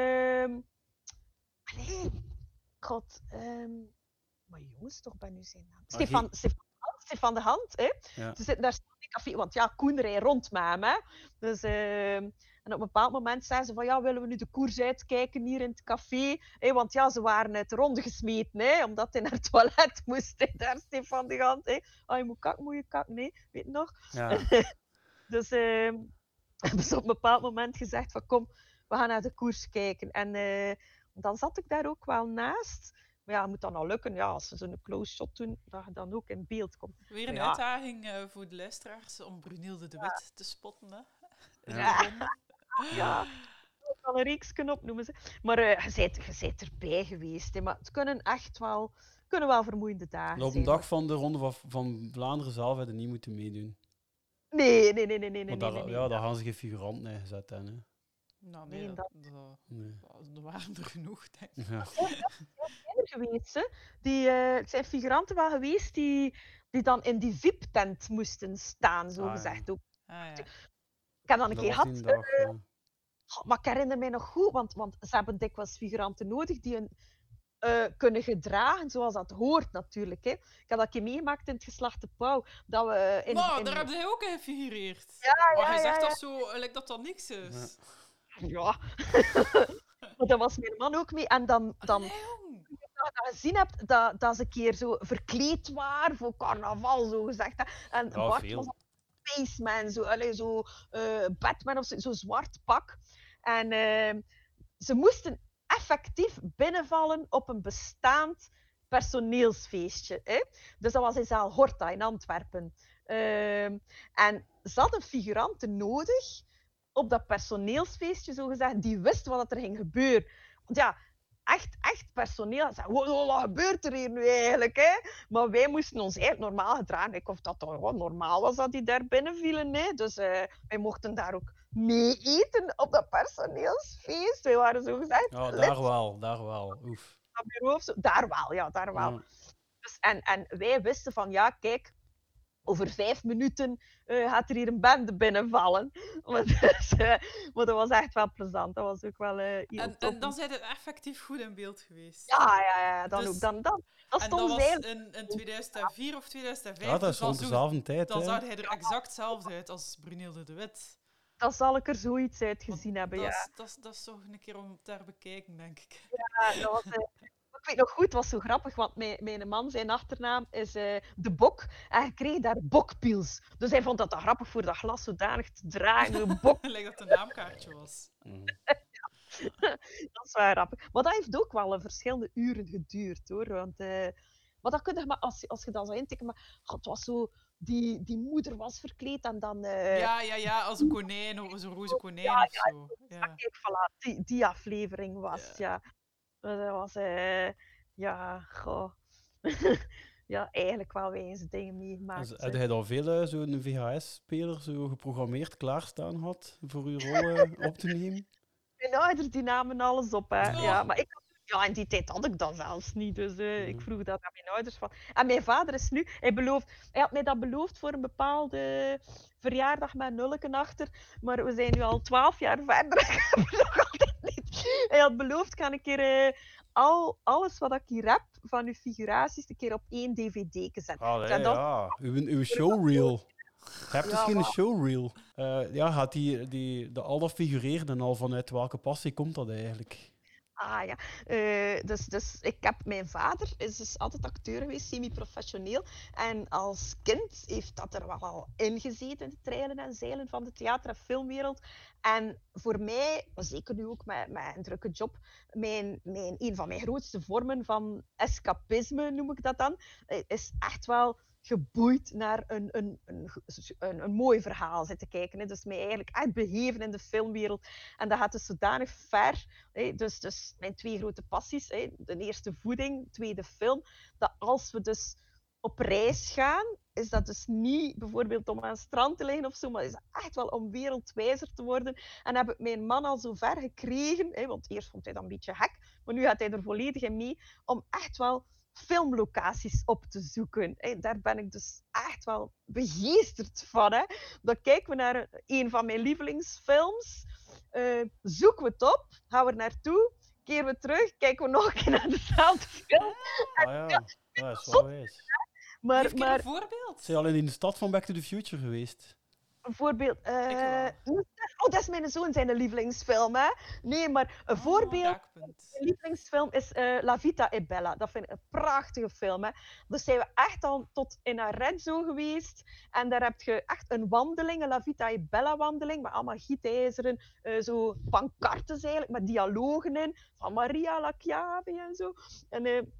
maar jongens, toch bij nu zijn naam. Stefan de Hand. Hè? Ja. Ze zitten daar in het café. Want ja, Koen rijdt rond met hem. Hè? Dus... En op een bepaald moment zeiden ze van, ja, willen we nu de koers uitkijken hier in het café? Want ja, ze waren uit de ronde gesmeten, omdat hij naar het toilet moest. Daar Stefan de Hand. Je moet kakken, nee, weet je nog? Ja. Dus hebben ze op een bepaald moment gezegd van, kom, we gaan naar de koers kijken. En dan zat ik daar ook wel naast. Maar ja, het moet dan al lukken, ja, als ze zo'n close shot doen, dat je dan ook in beeld komt. Weer een Ja. uitdaging voor de luisteraars om Brunilde de Wit te spotten. Hè. Ja. Ja, ik kan een reeks kunnen opnoemen. Maar je bent erbij geweest. Hè. Maar het kunnen wel vermoeiende dagen En op zijn. een dag van de Ronde van Vlaanderen zelf hadden niet moeten meedoen. Nee. Maar daar gaan ze geen figuranten neergezet hebben. Hè. Nou, Nee, nee, Nee. er waren er genoeg, denk ik. Ja. zijn er geweest. Hè. Het zijn figuranten wel geweest die dan in die VIP-tent moesten staan, zo Ah, ja. gezegd. Ook. Ah, ja. Ik heb dan een Dat keer was gehad. die dag, ja. Maar ik herinner mij nog goed, want ze hebben dikwijls figuranten nodig die hun kunnen gedragen zoals dat hoort natuurlijk. Hè. Ik heb dat een keer meegemaakt in het geslachte Pauw. Dat we Maar daar hebben zij ook in gefigureerd. Ja, Maar je zegt ja. dat zo, lijkt dat niks is. Ja. Maar daar was mijn man ook mee. En dan Allee, jong. dat je gezien hebt dat ze een keer zo verkleed waren voor carnaval, zo gezegd. Hè. En Ja, Bart veel. was een spaceman, zo Batman of zo zwart pak. En ze moesten effectief binnenvallen op een bestaand personeelsfeestje. Hè? Dus dat was in zaal Horta in Antwerpen. En ze hadden figuranten nodig op dat personeelsfeestje, zogezegd, die wist wat er ging gebeuren. Want ja, echt personeel. Zei, wat gebeurt er hier nu eigenlijk? Hè? Maar wij moesten ons eigenlijk normaal gedragen. Ik of dat toch gewoon normaal was dat die daar binnen vielen. Hè? Dus wij mochten daar ook mee eten op dat personeelsfeest. Wij waren zogezegd Ja, lid daar wel. Oef. van het bureau of zo. Daar wel, ja, daar wel. Ja. Dus, en wij wisten van, ja, kijk, over 5 minuten gaat er hier een bende binnenvallen. Maar dat was echt wel plezant. Dat was ook wel heel tof. En dan zijn het effectief goed in beeld geweest. Ja, dan Dus- ook. Dan En stond dat ze was eigenlijk... in 2004 of 2005. Ja, dat is dus dan rond dezelfde tijd. Dan hè. zou hij er exact hetzelfde uit als Brunilde de Wit. Dan zal ik er zoiets uit Want gezien hebben, dat ja. dat is toch een keer om te bekijken, denk ik. Ja, dat was, ik weet nog goed, het was zo grappig, want mijn man, zijn achternaam is De Bok. En hij kreeg daar bokpils. Dus hij vond dat grappig voor dat glas zodanig te dragen. Een bok, Lijkt dat het een naamkaartje was. Mhm. dat is wel grappig. Maar dat heeft ook wel verschillende uren geduurd, hoor. Want, maar dat kun je maar, als je dat zou intikken, maar het was zo... Die moeder was verkleed en dan... Ja, als een konijn of zo'n roze konijn Ja, of zo. Ja. Kijk, voilà, die aflevering was, ja. Dat was, ja, goh. Ja, eigenlijk wel wijze dingen meegemaakt. Dus, heb jij al veel zo'n VHS-speler zo geprogrammeerd klaarstaan had voor uw rol op te nemen? Mijn ouders die namen alles op, hè. Oh. Ja, maar in die tijd had ik dat zelfs niet, dus ik vroeg dat aan mijn ouders van. En mijn vader is nu, hij had mij dat beloofd voor een bepaalde verjaardag met een nulleken achter, maar we zijn nu al 12 jaar verder. Ik heb het nog altijd niet. Hij had beloofd, ik ga een keer alles wat ik hier heb van uw figuraties een keer op 1 dvd zetten. Allee, En dat- ja. Uw showreel. Je hebt dus Ja, geen maar- showreel. Ja, gaat al dat figureren al vanuit welke passie komt dat eigenlijk? Ah ja, dus mijn vader is dus altijd acteur geweest, semi-professioneel. En als kind heeft dat er wel al ingezeten, in de treilen en zeilen van de theater- en filmwereld. En voor mij, zeker nu ook met een drukke job, een van mijn grootste vormen van escapisme, noem ik dat dan, is echt wel geboeid naar een mooi verhaal zitten kijken. Hè. Dus mij eigenlijk echt begeven in de filmwereld. En dat gaat dus zodanig ver. Hè. Dus mijn 2 grote passies. Hè. De eerste voeding, de tweede film. Dat als we dus op reis gaan, is dat dus niet bijvoorbeeld om aan het strand te liggen of zo, maar is dat echt wel om wereldwijzer te worden. En heb ik mijn man al zo ver gekregen, hè, want eerst vond hij dat een beetje gek, maar nu gaat hij er volledig in mee, om echt wel filmlocaties op te zoeken. Hè. Daar ben ik dus echt wel begeesterd van. Hè. Dan kijken we naar een van mijn lievelingsfilms, zoeken we het op, gaan we er naartoe, keren we terug, kijken we nog een keer naar dezelfde film. Ah ja, dat is wel wijs. Maar Een voorbeeld? Zijn je al in de stad van Back to the Future geweest? bijvoorbeeld... wel. dat is mijn zoon zijn lievelingsfilm, hè. Nee, maar een voorbeeld... Raakpunt. Mijn lievelingsfilm is La Vita e Bella. Dat vind ik een prachtige film. Hè. Dus zijn we echt al tot in Arezzo geweest. En daar heb je echt een wandeling, een La Vita e Bella wandeling, met allemaal gietijzeren, zo pancartes eigenlijk, met dialogen in, van Maria La Chiavi en zo. En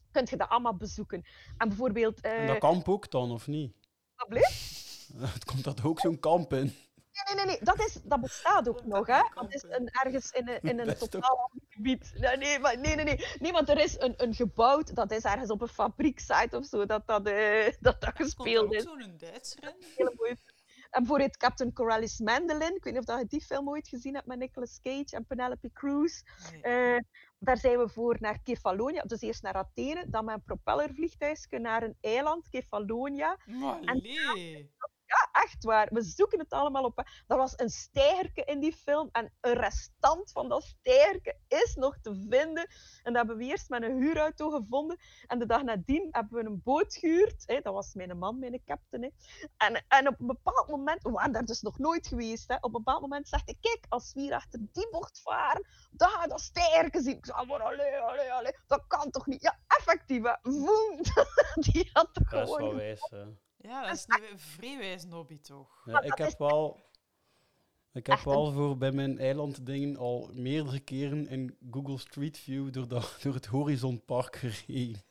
kun je dat allemaal bezoeken. En bijvoorbeeld... En dat kamp ook dan, of niet? Wat bleef? Het komt dat ook zo'n kamp in? Nee. Dat bestaat ook nog, hè. Dat is ergens in een totaal ander gebied. Nee, want er is een gebouwd, dat is ergens op een fabrieksite of zo, dat gespeeld is. Komt er ook zo'n Duitser in? Hele mooie film. En bijvoorbeeld Captain Corellis Mandolin, ik weet niet of je die film ooit gezien hebt met Nicolas Cage en Penelope Cruz. Nee. Daar zijn we voor naar Kefalonia, dus eerst naar Athene, dan met een propellervliegtuigje naar een eiland, Kefalonia. Allee. Ja, echt waar. We zoeken het allemaal op. Er was een steigerke in die film en een restant van dat steigerke is nog te vinden. En dat hebben we eerst met een huurauto gevonden. En de dag nadien hebben we een boot gehuurd. Hè. Dat was mijn man, mijn captain. Hè. En op een bepaald moment, we waren daar dus nog nooit geweest, hè. Op een bepaald moment zegt hij, kijk, als we hier achter die bocht varen, dan ga je dat steigerke zien. Ik zei, maar allee, dat kan toch niet? Ja, effectief, hè. Voem. Die had toch Dat is gewoon... wel wijs, hè. Ja, dat is een vrij wijs hobby, toch? Ja, ik heb wel voor bij mijn eilanddingen al meerdere keren in Google Street View door het Horizonpark gereden.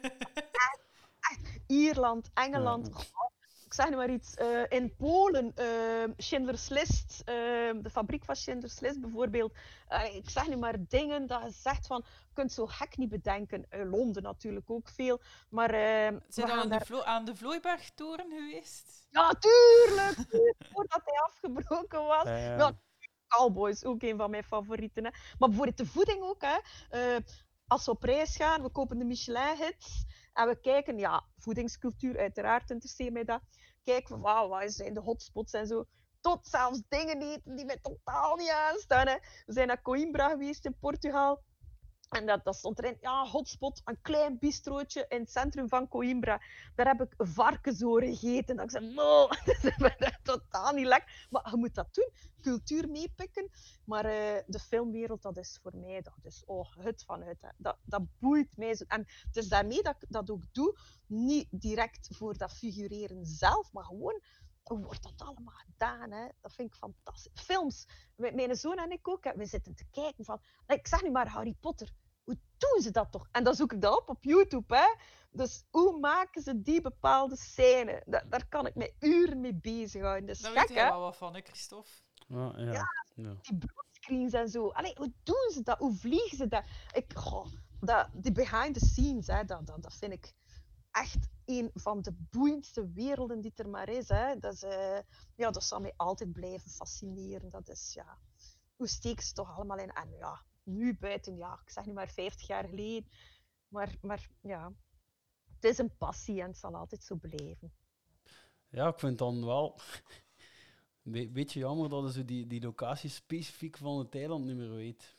Ierland, Engeland. Ik zeg nu maar iets. In Polen, Schindler's List, de fabriek van Schindler's List bijvoorbeeld. Ik zeg nu maar dingen dat je zegt van, je kunt zo gek niet bedenken. Londen natuurlijk ook veel. Maar, zijn we aan de Vlooibergtoren geweest? Ja, tuurlijk! Voordat hij afgebroken was. Ja. Ja, Cowboys, ook een van mijn favorieten. Hè. Maar bijvoorbeeld de voeding ook. Hè. Als we op reis gaan, we kopen de Michelin-hits en we kijken, ja, voedingscultuur, uiteraard interesseert mij dat. Kijken van, wat zijn de hotspots en zo. Tot zelfs dingen eten die mij totaal niet aanstaan. Hè. We zijn naar Coimbra geweest in Portugal. En dat stond erin, ja, hotspot, een klein bistrootje in het centrum van Coimbra. Daar heb ik varkensoren gegeten. Dat ik zei, no, dat is totaal niet lekker. Maar je moet dat doen, cultuur meepikken. Maar de filmwereld, dat is voor mij, dat is het van het. Hè. Dat boeit mij zo. En het is daarmee dat ik dat ook doe, niet direct voor dat figureren zelf, maar gewoon... Hoe wordt dat allemaal gedaan? Hè? Dat vind ik fantastisch. Films. Mijn zoon en ik ook. Hè. We zitten te kijken van... Ik zeg nu maar Harry Potter. Hoe doen ze dat toch? En dan zoek ik dat op YouTube. Hè. Dus hoe maken ze die bepaalde scène? Daar kan ik me uren mee bezighouden. Dat is Daar gek, weet je hè? wel wat van, hè, Christophe? Ja. Die broadscreens en zo. Allee, hoe doen ze dat? Hoe vliegen ze dat? Die behind the scenes, hè, dat vind ik echt een van de boeiendste werelden die er maar is. Hè. Dat zal mij altijd blijven fascineren. Dat is, ja... Hoe steken ze toch allemaal in? En ja, nu buiten, ja, ik zeg nu maar 50 jaar geleden. Maar ja, het is een passie en het zal altijd zo blijven. Ja, ik vind dan wel... Een beetje jammer dat je zo die locatie specifiek van het eiland niet meer weet.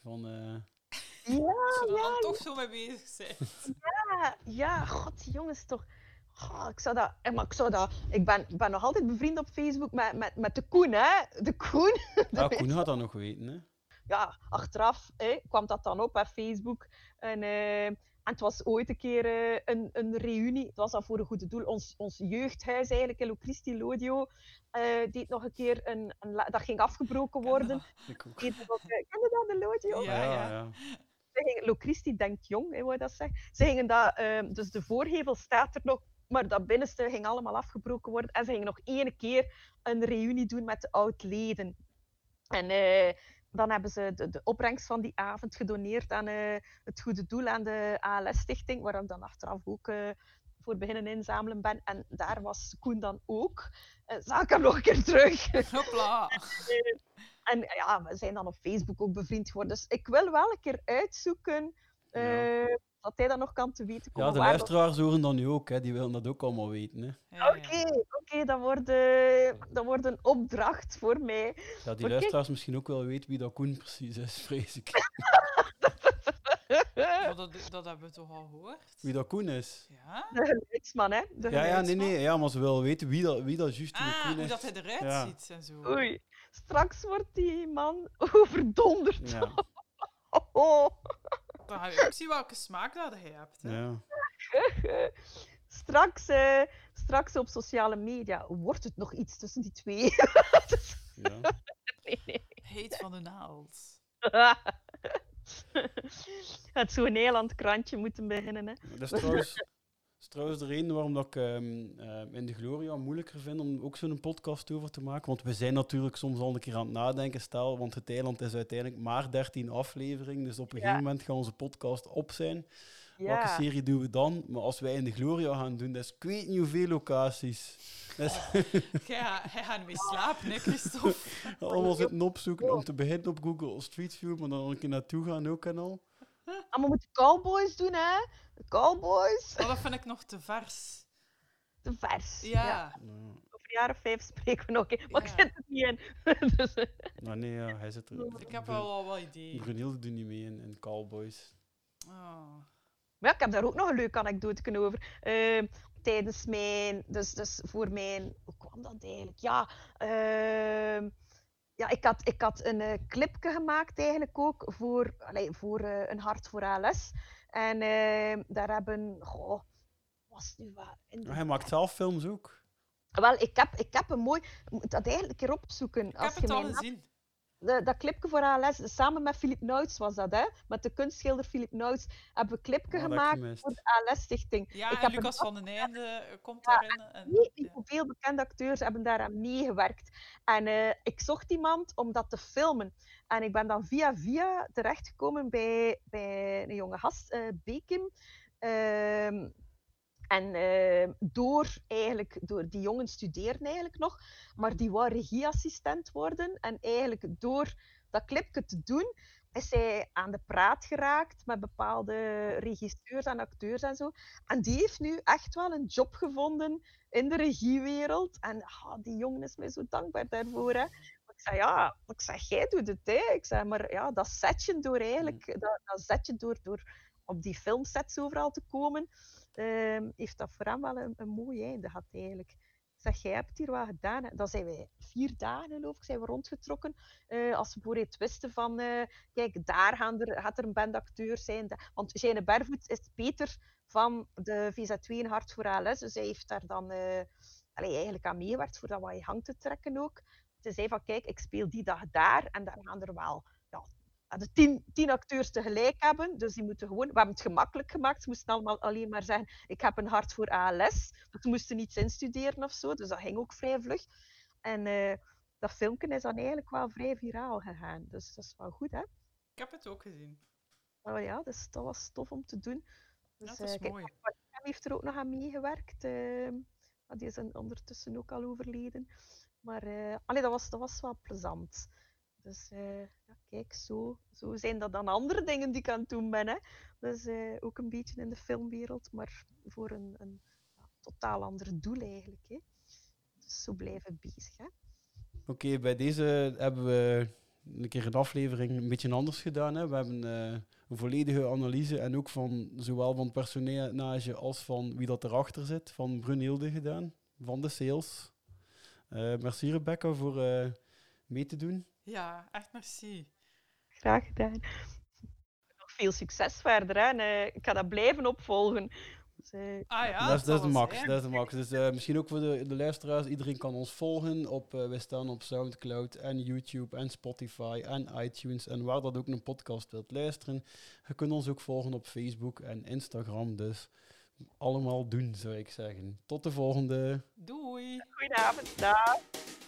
Als we er dan toch zo mee bezig zijn. Ja, god, jongens, toch. Ik ben nog altijd bevriend op Facebook met de Koen, hè. De Koen. Ja, Koen gaat dat nog weten, hè. Ja, achteraf kwam dat dan op Facebook. En het was ooit een keer een reunie. Het was dan voor een goede doel. Ons jeugdhuis eigenlijk, Hello Christi Lodio, die nog een keer dat ging afgebroken worden. Ik ook. Ken je dat, de Lodio? Ja. Lo Christi denkt jong, hè, hoe dat zegt. Ze gingen dat, dus de voorgevel staat er nog, maar dat binnenste ging allemaal afgebroken worden. En ze gingen nog één keer een reunie doen met de oud-leden. En dan hebben ze de opbrengst van die avond gedoneerd aan het goede doel, aan de ALS-stichting, waar ik dan achteraf ook voor beginnen inzamelen ben. En daar was Koen dan ook. Zag ik hem nog een keer terug. Hopla. En ja, we zijn dan op Facebook ook bevriend geworden. Dus ik wil wel een keer uitzoeken dat hij dat nog kan te weten komen. Ja, de luisteraars horen dan nu ook, hè. Die willen dat ook allemaal weten, hè. Oké, dat wordt een opdracht voor mij. Ja, die luisteraars misschien ook wel weten wie dat Koen precies is, vrees ik. Dat hebben we toch al gehoord? Wie dat Koen is? Ja? De geluidsman, hè? Nee, maar ze willen weten wie dat juist wie Koen is. Hoe dat hij eruit ziet en zo. Oei, straks wordt die man overdonderd. Ja. Dan ga je ook zien welke smaak dat hij hebt. Hè? Ja. Straks op sociale media wordt het nog iets tussen die twee. Heet van de naald. had zo'n Nederland-krantje moeten beginnen. Hè. Dat is trouwens de reden waarom dat ik in de Gloria moeilijker vind om ook zo'n podcast over te maken. Want we zijn natuurlijk soms al een keer aan het nadenken. Stel, want het eiland is uiteindelijk maar 13 afleveringen. Dus op een gegeven moment gaat onze podcast op zijn. Welke serie doen we dan? Maar als wij in de Gloria gaan doen, dat is ik weet niet hoeveel locaties. Jij gaat mee slapen, hè, Christophe? Allemaal zitten opzoeken om te beginnen op Google Street View, maar dan een keer naartoe gaan ook en al. Maar we moeten Cowboys doen, hè? De Cowboys. Oh, dat vind ik nog te vers. Te vers. Ja. Over een jaar of 5 spreken we nog een. Maar ik zit er niet in. Dus, Maar nee, ja, hij zit er. Ik heb wel wat ideeën. Brunilde doet niet mee in Cowboys. Oh. Maar ja, ik heb daar ook nog een leuke anekdote over. Tijdens mijn... Dus voor mijn... Hoe kwam dat eigenlijk? Ja, ik had een clipje gemaakt eigenlijk ook voor Een Hart voor ALS. En daar hebben... Goh, was het nu wat... Hij maakt zelf films ook. Wel, ik heb een mooi... Ik moet dat eigenlijk een keer opzoeken. Ik heb het al gezien. Dat clipje voor ALS, samen met Philip Nouts was dat, hè? Met de kunstschilder Philip Nouts hebben we een clipje gemaakt voor de ALS-stichting. Ja, en Lucas van den Einde komt daarin. Niet veel bekende acteurs hebben daaraan meegewerkt. En ik zocht iemand om dat te filmen. En ik ben dan via terechtgekomen bij een jonge gast, Bekim. Door die jongen studeerden eigenlijk nog, maar die wou regieassistent worden. En eigenlijk door dat clipje te doen, is hij aan de praat geraakt met bepaalde regisseurs en acteurs en zo. En die heeft nu echt wel een job gevonden in de regiewereld. En die jongen is mij zo dankbaar daarvoor. Hè. Ik zei, jij doet het, hè. Ik zei, maar ja, dat zet je door eigenlijk, dat zet je door op die filmsets overal te komen. Heeft dat voor hem wel een mooi einde gehad eigenlijk. Ik zeg, jij hebt hier wat gedaan. Hè. Dan zijn wij 4 dagen, geloof ik, zijn we rondgetrokken. Als we bijvoorbeeld wisten van, kijk, daar gaat er een band acteurs zijn. Want Jeanne Bervoet is Peter van de VZ2 Een Hart voor ALS. Dus hij heeft daar dan eigenlijk aan meegewerkt voor dat wat je hang te trekken ook. Ze zei van, kijk, ik speel die dag daar en dan gaan er wel... de 10 acteurs tegelijk hebben, dus die moeten gewoon... We hebben het gemakkelijk gemaakt. Ze moesten allemaal alleen maar zeggen, ik heb een hart voor ALS. Dus ze moesten niets instuderen of zo, dus dat ging ook vrij vlug. En dat filmpje is dan eigenlijk wel vrij viraal gegaan. Dus dat is wel goed, hè? Ik heb het ook gezien. Oh ja, dus dat was tof om te doen. Dus, dat is mooi. Hij heeft er ook nog aan meegewerkt. Die is ondertussen ook al overleden. Maar dat was wel plezant. Dus kijk, zo zijn dat dan andere dingen die ik aan het doen ben. Hè. Dus ook een beetje in de filmwereld, maar voor een totaal ander doel eigenlijk. Hè. Dus zo blijven bezig. Hè. Oké, bij deze hebben we een keer een aflevering een beetje anders gedaan. Hè. We hebben een volledige analyse en ook van zowel van het personage als van wie dat erachter zit, van Brunilde gedaan, van de sales. Merci Rebecca voor mee te doen. Ja, echt merci. Graag gedaan. Nog veel succes verder. Hè. En, ik ga dat blijven opvolgen. Dus, dat is de max. Dat is de max. Dus misschien ook voor de luisteraars. Iedereen kan ons volgen. Wij staan op Soundcloud en YouTube en Spotify en iTunes. En waar dat ook een podcast wilt luisteren. Je kunt ons ook volgen op Facebook en Instagram. Dus allemaal doen, zou ik zeggen. Tot de volgende. Doei. Goedenavond. Dag.